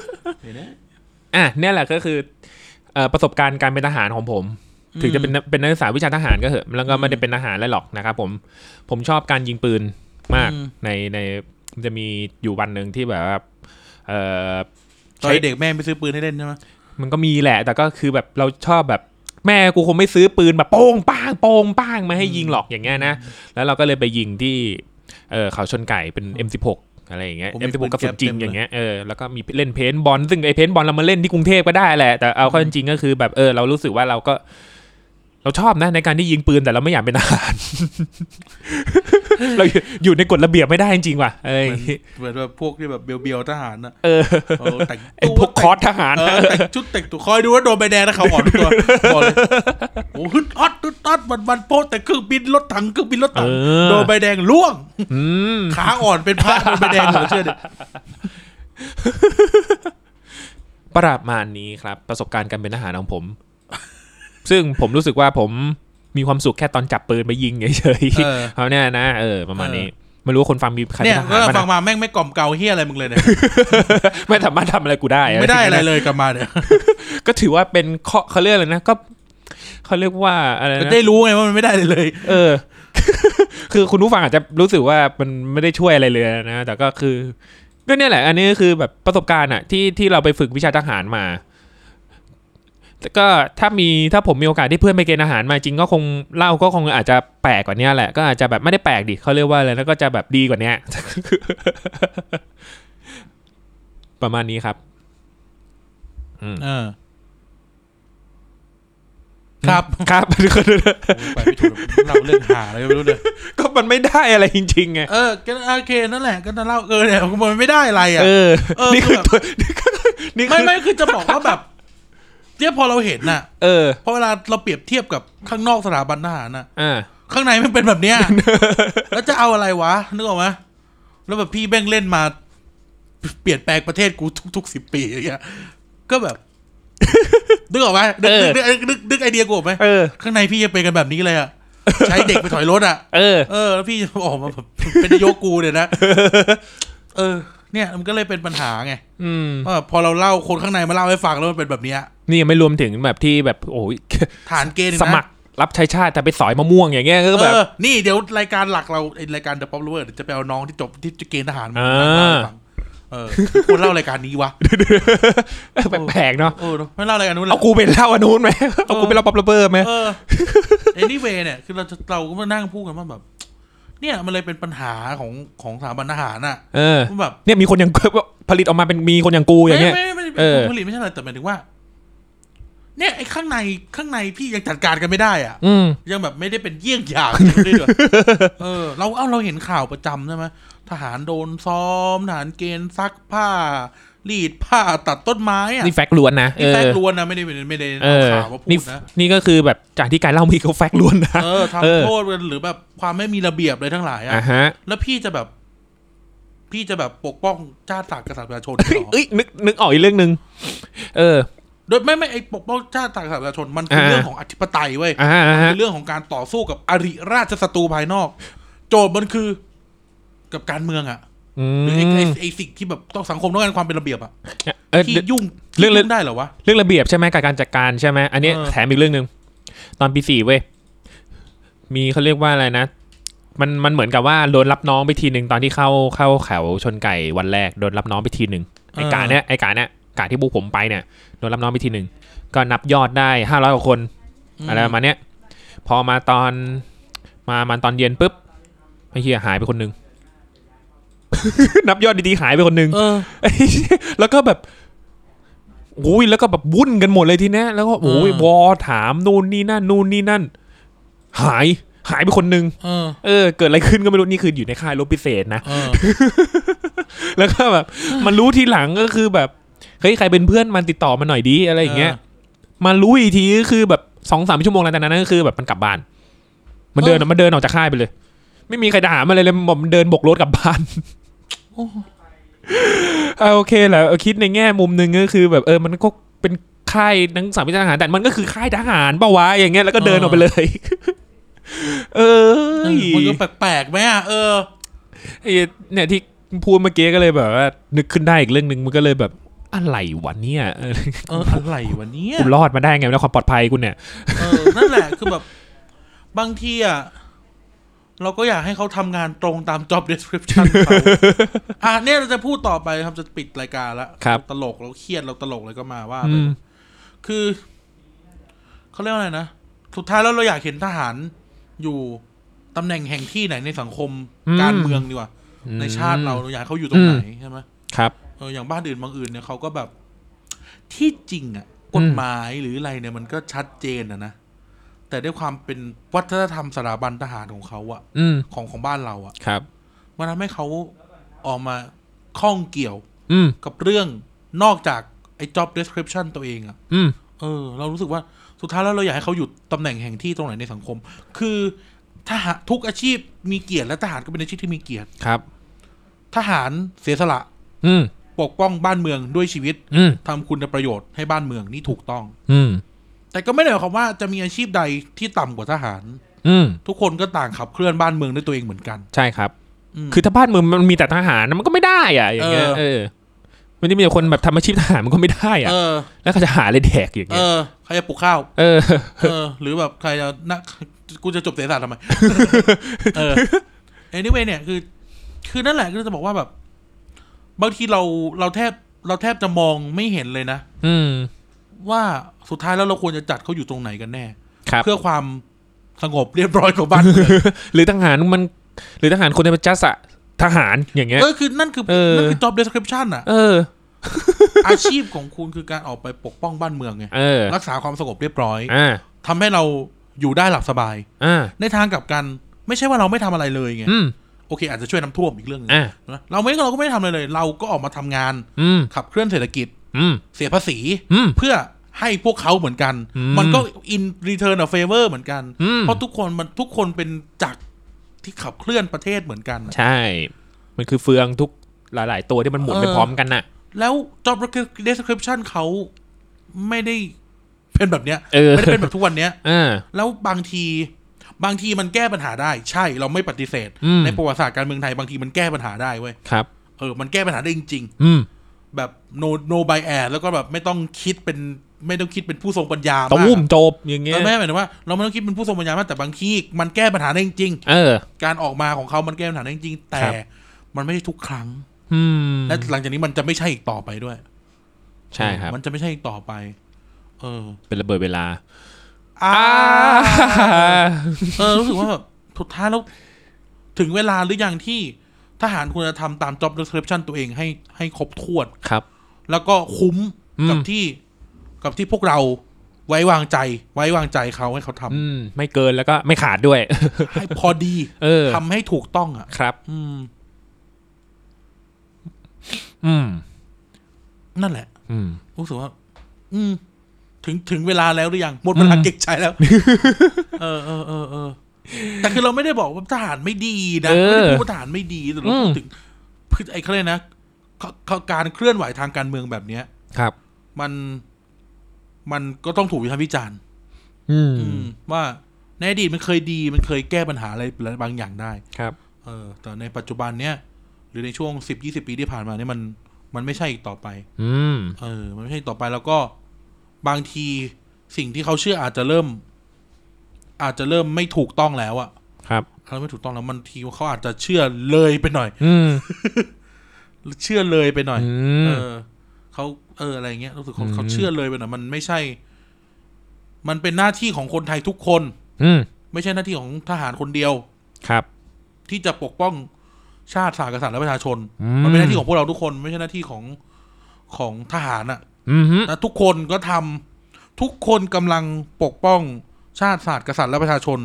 เนี่ยแหละก็คือประสบการณ์การเป็นทหารของผมถึงจะเป็นนักศึกษาวิชาทหารก็เหอะแล้วก็ไม่ได้เป็นทหารอะไรหรอกนะครับผมชอบการยิงปืนมากในจะมีอยู่วันนึงที่แบบว่าตอนเด็กแม่ไม่ซื้อปืนให้เล่นใช่ไหมมันก็มีแหละแต่ก็คือแบบเราชอบแบบแม่กูคงไม่ซื้อปืนแบบโป้งป้างมาให้ยิงหรอกอย่างเงี้ยนะแล้วเราก็เลยไปยิงที่เขาชนไก่เป็น M16 อะไรอย่างเงี้ย M16 กระสุนจริงอย่างเงี้ยแล้วก็มีเล่นเพนบอลซึ่งไอ้เพนบอลเรามาเล่นที่กรุงเทพก็ได้แหละแต่เอาเข้าจริงก็คือแบบเรารู้สึกว่าเราชอบนะในการที่ยิงปืนแต่เราไม่อยากเป็นทหาร เราอยู่ในกฎระเบียบไม่ได้จริงๆว่ะเหมือนแบบพวกที่แบบเบียวทหารนะแต่งพวกคอร์สทหารแต่งชุดแต่งตัวคอยดูว่าโดนใบแดงนะเขาอ่อนตัวบอกเลยโอ้ฮึดอัดมันโป๊ะแต่เครื่องบินรถถังโดนใบแดงล่วงขาอ่อนเป็นพระโดนใบแดงเหรอเชื่อดิประมาณนี้ครับประสบการณ์การเป็นทหารของผมซึ่งผมรู้สึกว่าผมมีความสุขแค่ตอนจับปืนไปยิงเฉยๆเขาเนี่ยนะประมาณนี้ไม่รู้ว่าคนฟังมีใครเนี่ยก็ฟังมาแม่งไม่กล่อมเกาเฮียอะไรมึงเลยเนี่ยไม่สามารถทำอะไรกูได้ไม่ได้อะไรเลยกลับมาเนี่ยก็ถือว่าเป็นเขาเรียกอะไรนะก็เขาเรียกว่าอะไรนะได้รู้ไงว่ามันไม่ได้เลยคือคุณผู้ฟังอาจจะรู้สึกว่ามันไม่ได้ช่วยอะไรเลยนะแต่ก็คือก็เนี่ยแหละอันนี้ก็คือแบบประสบการณ์ที่เราไปฝึกวิชาทหารมาก็ถ้าผมมีโอกาสที่เพื่อนไปเกณฑ์อาหารมาจริงก็คงเล่าก็คงอาจจะแปลกกว่านี้แหละก็อาจจะแบบไม่ได้แปลกดิเขาเรียกว่าอะไรแล้วก็จะแบบดีกว่านี้ ประมาณนี้ครับครับไปไม่ถูกเราเรื่องหาอะไรไม่รู้เลยก็มันไม่ได้อะไรจริงๆไงก็โอเคนั่นแหละก็จะเล่าเนี่ยมันไม่ได้อะไรอ่ะนี่คือไม่คือจะบอกว่าแบบเนี่ยพอเราเห็นน่ะพอเวลาเราเปรียบเทียบกับข้างนอกสถาบันทหารน่ะข้างในมันเป็นแบบเนี้ยแล้วจะเอาอะไรวะนึกออกไหมแล้วแบบพี่แบ่งเล่นมาเปลี่ยนแปลงประเทศกูทุก10 ปีอย่างเงี้ยก็แบบนึกออกไหมนึกไอเดียกูออกไหมข้างในพี่จะเป็นกันแบบนี้เลยอ่ะใช้เด็กไปถอยรถอ่ะแล้วพี่จะออกมาแบบเป็นนายกกูเนี่ยนะเนี่ยมันก็เลยเป็นปัญหาไงพอเราเล่าคนข้างในมาเล่าให้ฟังแล้วมันเป็นแบบนี้นี่ยังไม่รวมถึงแบบที่แบบโอ้ยฐานเกณฑ์สมัครรับใช้ชาติแต่ไปสอยมะม่วงอย่างเงี้ยก็แบบนี่เดี๋ยวรายการหลักเรารายการ The Pop Lover จะไปเอาน้องที่จบที่เกณฑ์ทหารมาฟังคนเล่ารายการนี้วะแปลกเนาะไม่เล่ารายการนู้นเอากูเป็นเล่าอันนู้นไหมเอากูเป็นเล่าป๊อปเลเวอร์ไหม anyway เนี่ยคือเราก็มานั่งพูดกันว่าแบบเนี่ยมันเลยเป็นปัญหาของสถาบันทหารน่ะแบบเนี่ยมีคนอย่างผลิตออกมาเป็นมีคนอย่างกูอย่างเงี้ยไม่ผลิตไม่ใช่อะไรแต่หมายถึงว่าเนี่ยไอ้ข้างในพี่ยังจัดการกันไม่ได้อ่ะยังแบบไม่ได้เป็นเยี่ยงอย่างด้วยเราเห็นข่าวประจำใช่ไหมทหารโดนซ้อมทหารเกณฑ์ซักผ้ารีดผ้าตัดต้นไม้อ่ะนี่แฟกต์ล้วนนะนี่แฟกต์ล้วนนะไม่ได้ข่าวว่าพูดนะนี่ก็คือแบบจากที่การเล่ามีเขาแฟกต์ล้วนนะทำโทษกันหรือแบบความไม่มีระเบียบเลยทั้งหลายอ่ะแล้วพี่จะแบบปกป้องชาติศาสตร์กษัตริย์ประชาชนนึกออกอีกเรื่องนึงโดยไม่ไอ้ปกป้องชาติศาสตร์กษัตริย์ประชาชนมันคือเรื่องของอธิปไตยเว้ยคือเรื่องของการต่อสู้กับอริราชศัตรูภายนอกโจทย์มันคือกับการเมืองอ่ะหรือไอ้สิ่งที่แบบต้องสังคมต้องการความเป็นระเบียบอ่ะที่ยุ่งเรื่องได้เหรอวะเรื่องระเบียบใช่ไหมการจัดการใช่ไหมอันนี้แถมอีกเรื่องนึงตอนปี 4เว้ยมีเขาเรียกว่าอะไรนะมันเหมือนกับว่าโดนรับน้องไปทีหนึ่งตอนที่เข้าแถวชนไก่วันแรกโดนรับน้องไปทีหนึ่งไอ้กะที่พวกผมไปเนี่ยโดนรับน้องไปทีหนึ่งก็นับยอดได้500 กว่าคนอะไรประมาณเนี้ยพอมาตอนเย็นปุ๊บไอ้เหี้ยหายไปคนนึง นับยอดดีๆหายไปคนนึงแล้วก็แบบโอ้ยแล้วก็แบบวุ่นกันหมดเลยทีเนี้ยแล้วก็โอ้ยวอถามนู่นนี่นั่นหายไปคนนึงเกิดอะไรขึ้นก็ไม่รู้นี่คืออยู่ในค่ายรบพิเศษนะแล้วก็แบบมันรู้ทีหลังก็คือแบบเฮ้ยใครเป็นเพื่อนมันติดต่อมาหน่อยดีอะไรอย่างเงี้ยมารู้อีกทีก็คือแบบ 2-3 ชั่วโมงหลังจากนั้นก็คือแบบมันกลับบ้านมันเดินออกจากค่ายไปเลยไม่มีใครด่ามันเลยมันเดินบกรถกลับบ้านโอเคแหละคิดในแง่มุมนึงก็คือแบบมันก็เป็นค่ายนักศึกษาวิชาทหารแต่มันก็คือค่ายทหารเปล่าวะอย่างเงี้ยแล้วก็เดินออกไปเลยมันก็แปลกๆไหมอ่ะเนี่ยที่พูดเมื่อกี้ก็เลยแบบว่านึกขึ้นได้อีกเรื่องนึงมันก็เลยแบบอะไรวะเนี่ยอะไรวะเนี่ยกูรอดมาได้ไงแล้วความปลอดภัยกูเนี่ยนั่นแหละคือแบบบางทีอ่ะเราก็อยากให้เขาทำงานตรงตาม job description เขาเนี่ยเราจะพูดต่อไปครับจะปิดรายการแล้วตลกเราเครียดเราตลกเลยก็มาว่าไปคือเขาเรียกว่าอะไรนะสุดท้ายแล้วเราอยากเห็นทหารอยู่ตำแหน่งแห่งที่ไหนในสังคมการเมืองดีกว่าในชาติเราอยากเขาอยู่ตรงไหนใช่ไหมครับอย่างบ้านอื่นบางอื่นเนี่ยเขาก็แบบที่จริงอ่ะกฎหมายหรืออะไรเนี่ยมันก็ชัดเจนนะแต่ด้วยความเป็นวัฒนธรรมสถาบันทหารของเขาอะของบ้านเราอะครับมันทำให้เขาออกมาข้องเกี่ยวกับเรื่องนอกจากไอ้ job description ตัวเองอะเรารู้สึกว่าสุดท้ายแล้วเราอยากให้เขาอยู่ตำแหน่งแห่งที่ตรงไหนในสังคมคือทหารทุกอาชีพมีเกียรติและทหารก็เป็นอาชีพที่มีเกียรติครับทหารเสียสละปกป้องบ้านเมืองด้วยชีวิตทำคุณประโยชน์ให้บ้านเมืองนี่ถูกต้องแต่ก็ไม่ได้หมายความว่าจะมีอาชีพใดที่ต่ำกว่าทหารทุกคนก็ต่างขับเคลื่อนบ้านเมืองด้วยตัวเองเหมือนกันใช่ครับคือถ้าบ้านเมืองมันมีแต่ทหารมันก็ไม่ได้อ่ะอย่างเงี้ยมันจะมีคนแบบทำอาชีพทหารมันก็ไม่ได้อ่ะแล้วเขาจะหาอะไรแดกอย่างเงี้ยใครจะปลูกข้าวหรือแบบใครจะกูจะจบเศรษฐศาสตร์ทำไมanyway เนี่ยคือนั่นแหละก็จะบอกว่าแบบบางทีเราแทบจะมองไม่เห็นเลยนะว่าสุดท้ายแล้วเราควรจะจัดเขาอยู่ตรงไหนกันแน่เพื่อความสงบเรียบร้อยของบ้านเมืองหรือทหารคนในประจักษ์ทหารอย่างเงี้ยคือนั่นคือ job description อ่ะอาชีพของคุณคือการออกไปปกป้องบ้านเมืองไงรักษาความสงบเรียบร้อยทำให้เราอยู่ได้หลับสบายในทางกลับกันไม่ใช่ว่าเราไม่ทำอะไรเลยไงโอเคอาจจะช่วยน้ำท่วมอีกเรื่องนึงเราก็ไม่ทำอะไรเลยเราก็ออกมาทำงานขับเคลื่อนเศรษฐกิจเสียภาษีเพื่อให้พวกเขาเหมือนกันมันก็ in return of favor เหมือนกันเพราะทุกคนเป็นจักรที่ขับเคลื่อนประเทศเหมือนกันใช่มันคือเฟืองทุกหลายๆตัวที่มันหมุนไปพร้อมกันน่ะแล้ว job description เขาไม่ได้เป็นแบบเนี้ยไม่ได้เป็นแบบทุกวันเนี้ยแล้วบางทีมันแก้ปัญหาได้ใช่เราไม่ปฏิเสธในประวัติศาสตร์การเมืองไทยบางทีมันแก้ปัญหาได้เว้ยครับมันแก้ปัญหาได้จริงๆแบบ no bias แล้วก็แบบไม่ต้องคิดเป็นผู้ทรงปัญญามากตุ้มจบอย่างเงี้ยไม่หมายถึงว่าเราไม่ต้องคิดเป็นผู้ทรงปัญญามากแต่บางทีมันแก้ปัญหาได้จริงๆการออกมาของเขามันแก้ปัญหาได้จริงๆแต่มันไม่ใช่ทุกครั้งและหลังจากนี้มันจะไม่ใช่อีกต่อไปด้วยใช่ครับมันจะไม่ใช่อีกต่อไปเป็นระเบิดเวลารู้สึกว่าแบบสุดท้ายแล้วถึงเวลาหรือยังที่ทหารควรจะทำตาม job description ตัวเองให้ครบถ้วนครับแล้วก็คุ้มกับที่พวกเราไว้วางใจเขาให้เขาทำไม่เกินแล้วก็ไม่ขาดด้วยให้พอดีทำให้ถูกต้องอ่ะครับนั่นแหละรู้สึกว่าถึงเวลาแล้วหรือยังหมดเวลาเก็บใจแล้วแต่คือเราไม่ได้บอกว่าทหารไม่ดีนะไม่ได้พูดว่าทหารไม่ดีแต่เราพูดถึงไอ้เขาเรียกนะการเคลื่อนไหวทางการเมืองแบบเนี้ยครับมันก็ต้องถูกวิพากษ์วิจารณ์ว่าในอดีตมันเคยดีมันเคยแก้ปัญหาอะไรบางอย่างได้ครับแต่ในปัจจุบันเนี้ยหรือในช่วง 10-20 ปีที่ผ่านมาเนี่ยมันไม่ใช่อีกต่อไปมันไม่ใช่ต่อไปแล้วก็บางทีสิ่งที่เขาเชื่ออาจจะเริ่มอาจจะเริ่มไม่ถูกต้องแล้วอะครับเขาไม่ถูกต้องแล้วมันทีเขาอาจจะเชื่อเลยไปหน่อยเชื่อเลยไปหน่อยเขาอะไรเงี้ยรู้สึกเขาเชื่อเลยไปหน่อยมันไม่ใช่มันเป็นหน้าที่ของคนไทยทุกคนไม่ใช่หน้าที่ของทหารคนเดียวครับที่จะปกป้องชาติศาสตร์กษัตริย์และประชาชนมันเป็นหน้าที่ของพวกเราทุกคนไม่ใช่หน้าที่ของทหารอ่ะนะทุกคนก็ทำทุกคนกำลังปกป้องชาติศาสตร์กษัตริย์และประชาชน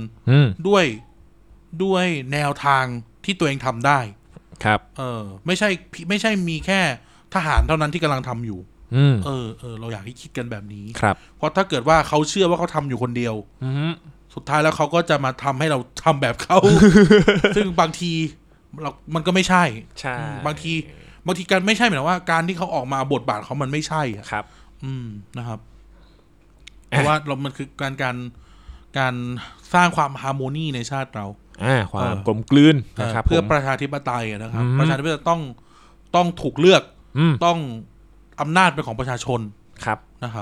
ด้วยแนวทางที่ตัวเองทำได้ครับไม่ใช่มีแค่ทหารเท่านั้นที่กำลังทำอยู่เราอยากให้คิดกันแบบนี้ครับเพราะถ้าเกิดว่าเขาเชื่อว่าเขาทำอยู่คนเดียวสุดท้ายแล้วเขาก็จะมาทำให้เราทำแบบเขา ซึ่งบางทีมันก็ไม่ใช่บางทีการไม่ใช่หมายถึงว่าการที่เขาออกมาบทบาทเขามันไม่ใช่ครับนะครับเพราะว่ามันคือการสร้างความฮาร์โมนีในชาติเราความกลมกลืนนะครับเพื่อประชาธิปไตยนะครับประชาธิปไตยต้องถูกเลือกต้องอำนาจเป็นของประชาชนครับนะครับ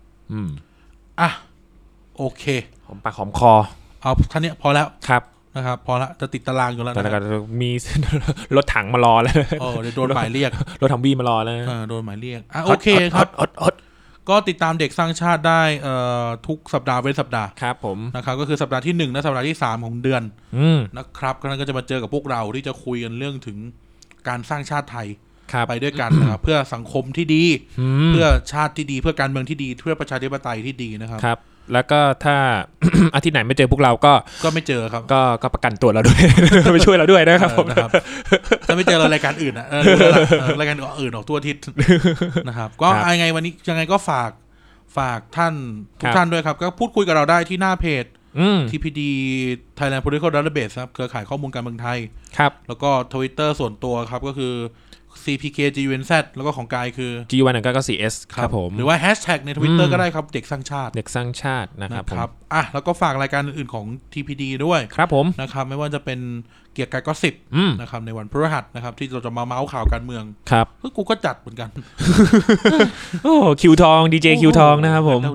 โอเคหอมปากหอมคอเอาท่านนี้พอแล้วครับนะครับพอละจะติดตารางอยู่แล้วนะมีรถถังมารอแล้วเดี๋ยวโดนหมายเรียกรถถังบี้มารอแล้วโดนหมายเรียกโอเคครับก็ติดตามเด็กสร้างชาติได้ทุกสัปดาห์เว้นสัปดาห์ครับผมนะครับก็คือสัปดาห์ที่1และสัปดาห์ที่3ของเดือนนะครับก็จะมาเจอกับพวกเราที่จะคุยกันเรื่องถึงการสร้างชาติไทยไปด้วยกันนะครับเพื่อสังคมที่ดีเพื่อชาติที่ดีเพื่อการเมืองที่ดีเพื่อประชาธิปไตยที่ดีนะครับครับแล้วก็ถ้า อาทิตย์ไหนไม่เจอพวกเราก็ไม่เจอครับก็ประกันตัวเราด้วย ไปช่วยเราด้วยนะครับผมถ้าไม่เจอเรารายการอื่นรายการอื่นออกทั่วอาทิศนะครับก็ยังไงวันนี้ยังไงก็ฝากท่านทุกท่านด้วยครับก็พูดคุยกับเราได้ที่หน้าเพจTPD Thailand Political Database ครับเครือข่ายข้อมูลการเมืองไทยครับแล้วก็ Twitter ส่วนตัวครับก็คือ CPKGUNZ แล้วก็ของกายคือ G1 ก็ CS ครับผมหรือว่าแฮชแท็กใน Twitter ก็ได้ครับเด็กสร้างชาตินะครับแล้วก็ฝากรายการอื่นๆของ TPD ด้วยครับผมนะครับไม่ว่าจะเป็นเกียร์กายก็10นะครับในวันพฤหัสนะครับที่เราจะมาเมาส์ข่าวการเมืองครับกูก็จัดเหมือนกันโอ้คิวทองดีเจคิวทองนะครับผม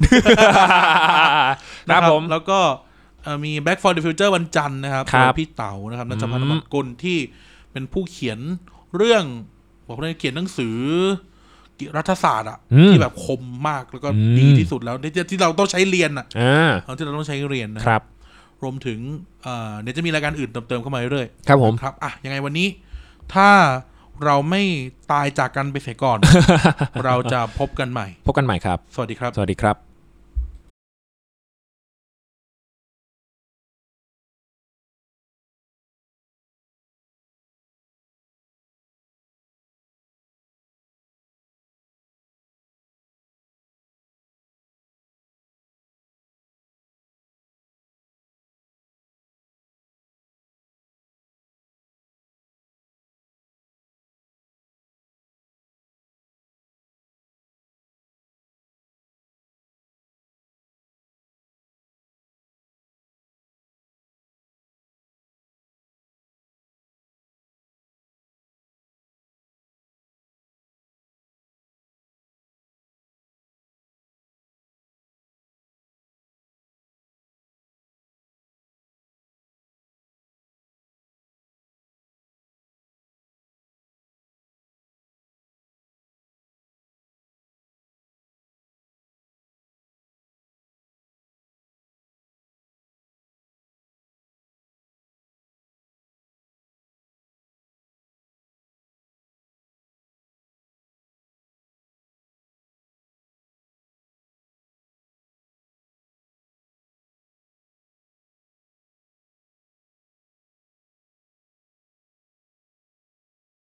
ครับผมแล้วก็มี Back for the Future วันจันทร์นะครับพี่เต๋านะครับนัชพัฒน์ มกุลที่เป็นผู้เขียนเรื่องบอกว่าเขียนหนังสือรัฐศาสตร์ที่แบบคมมากแล้วก็ดีที่สุดแล้วที่เราต้องใช้เรียนที่เราต้องใช้เรียนนะครับรวมถึงเดี๋ยวจะมีรายการอื่นเติมเข้ามาเรื่อยๆครับผมครับยังไงวันนี้ถ้าเราไม่ตายจากกันไปเสียก่อน เราจะพบกันใหม่ครับสวัสดีครับสวัสดีครับ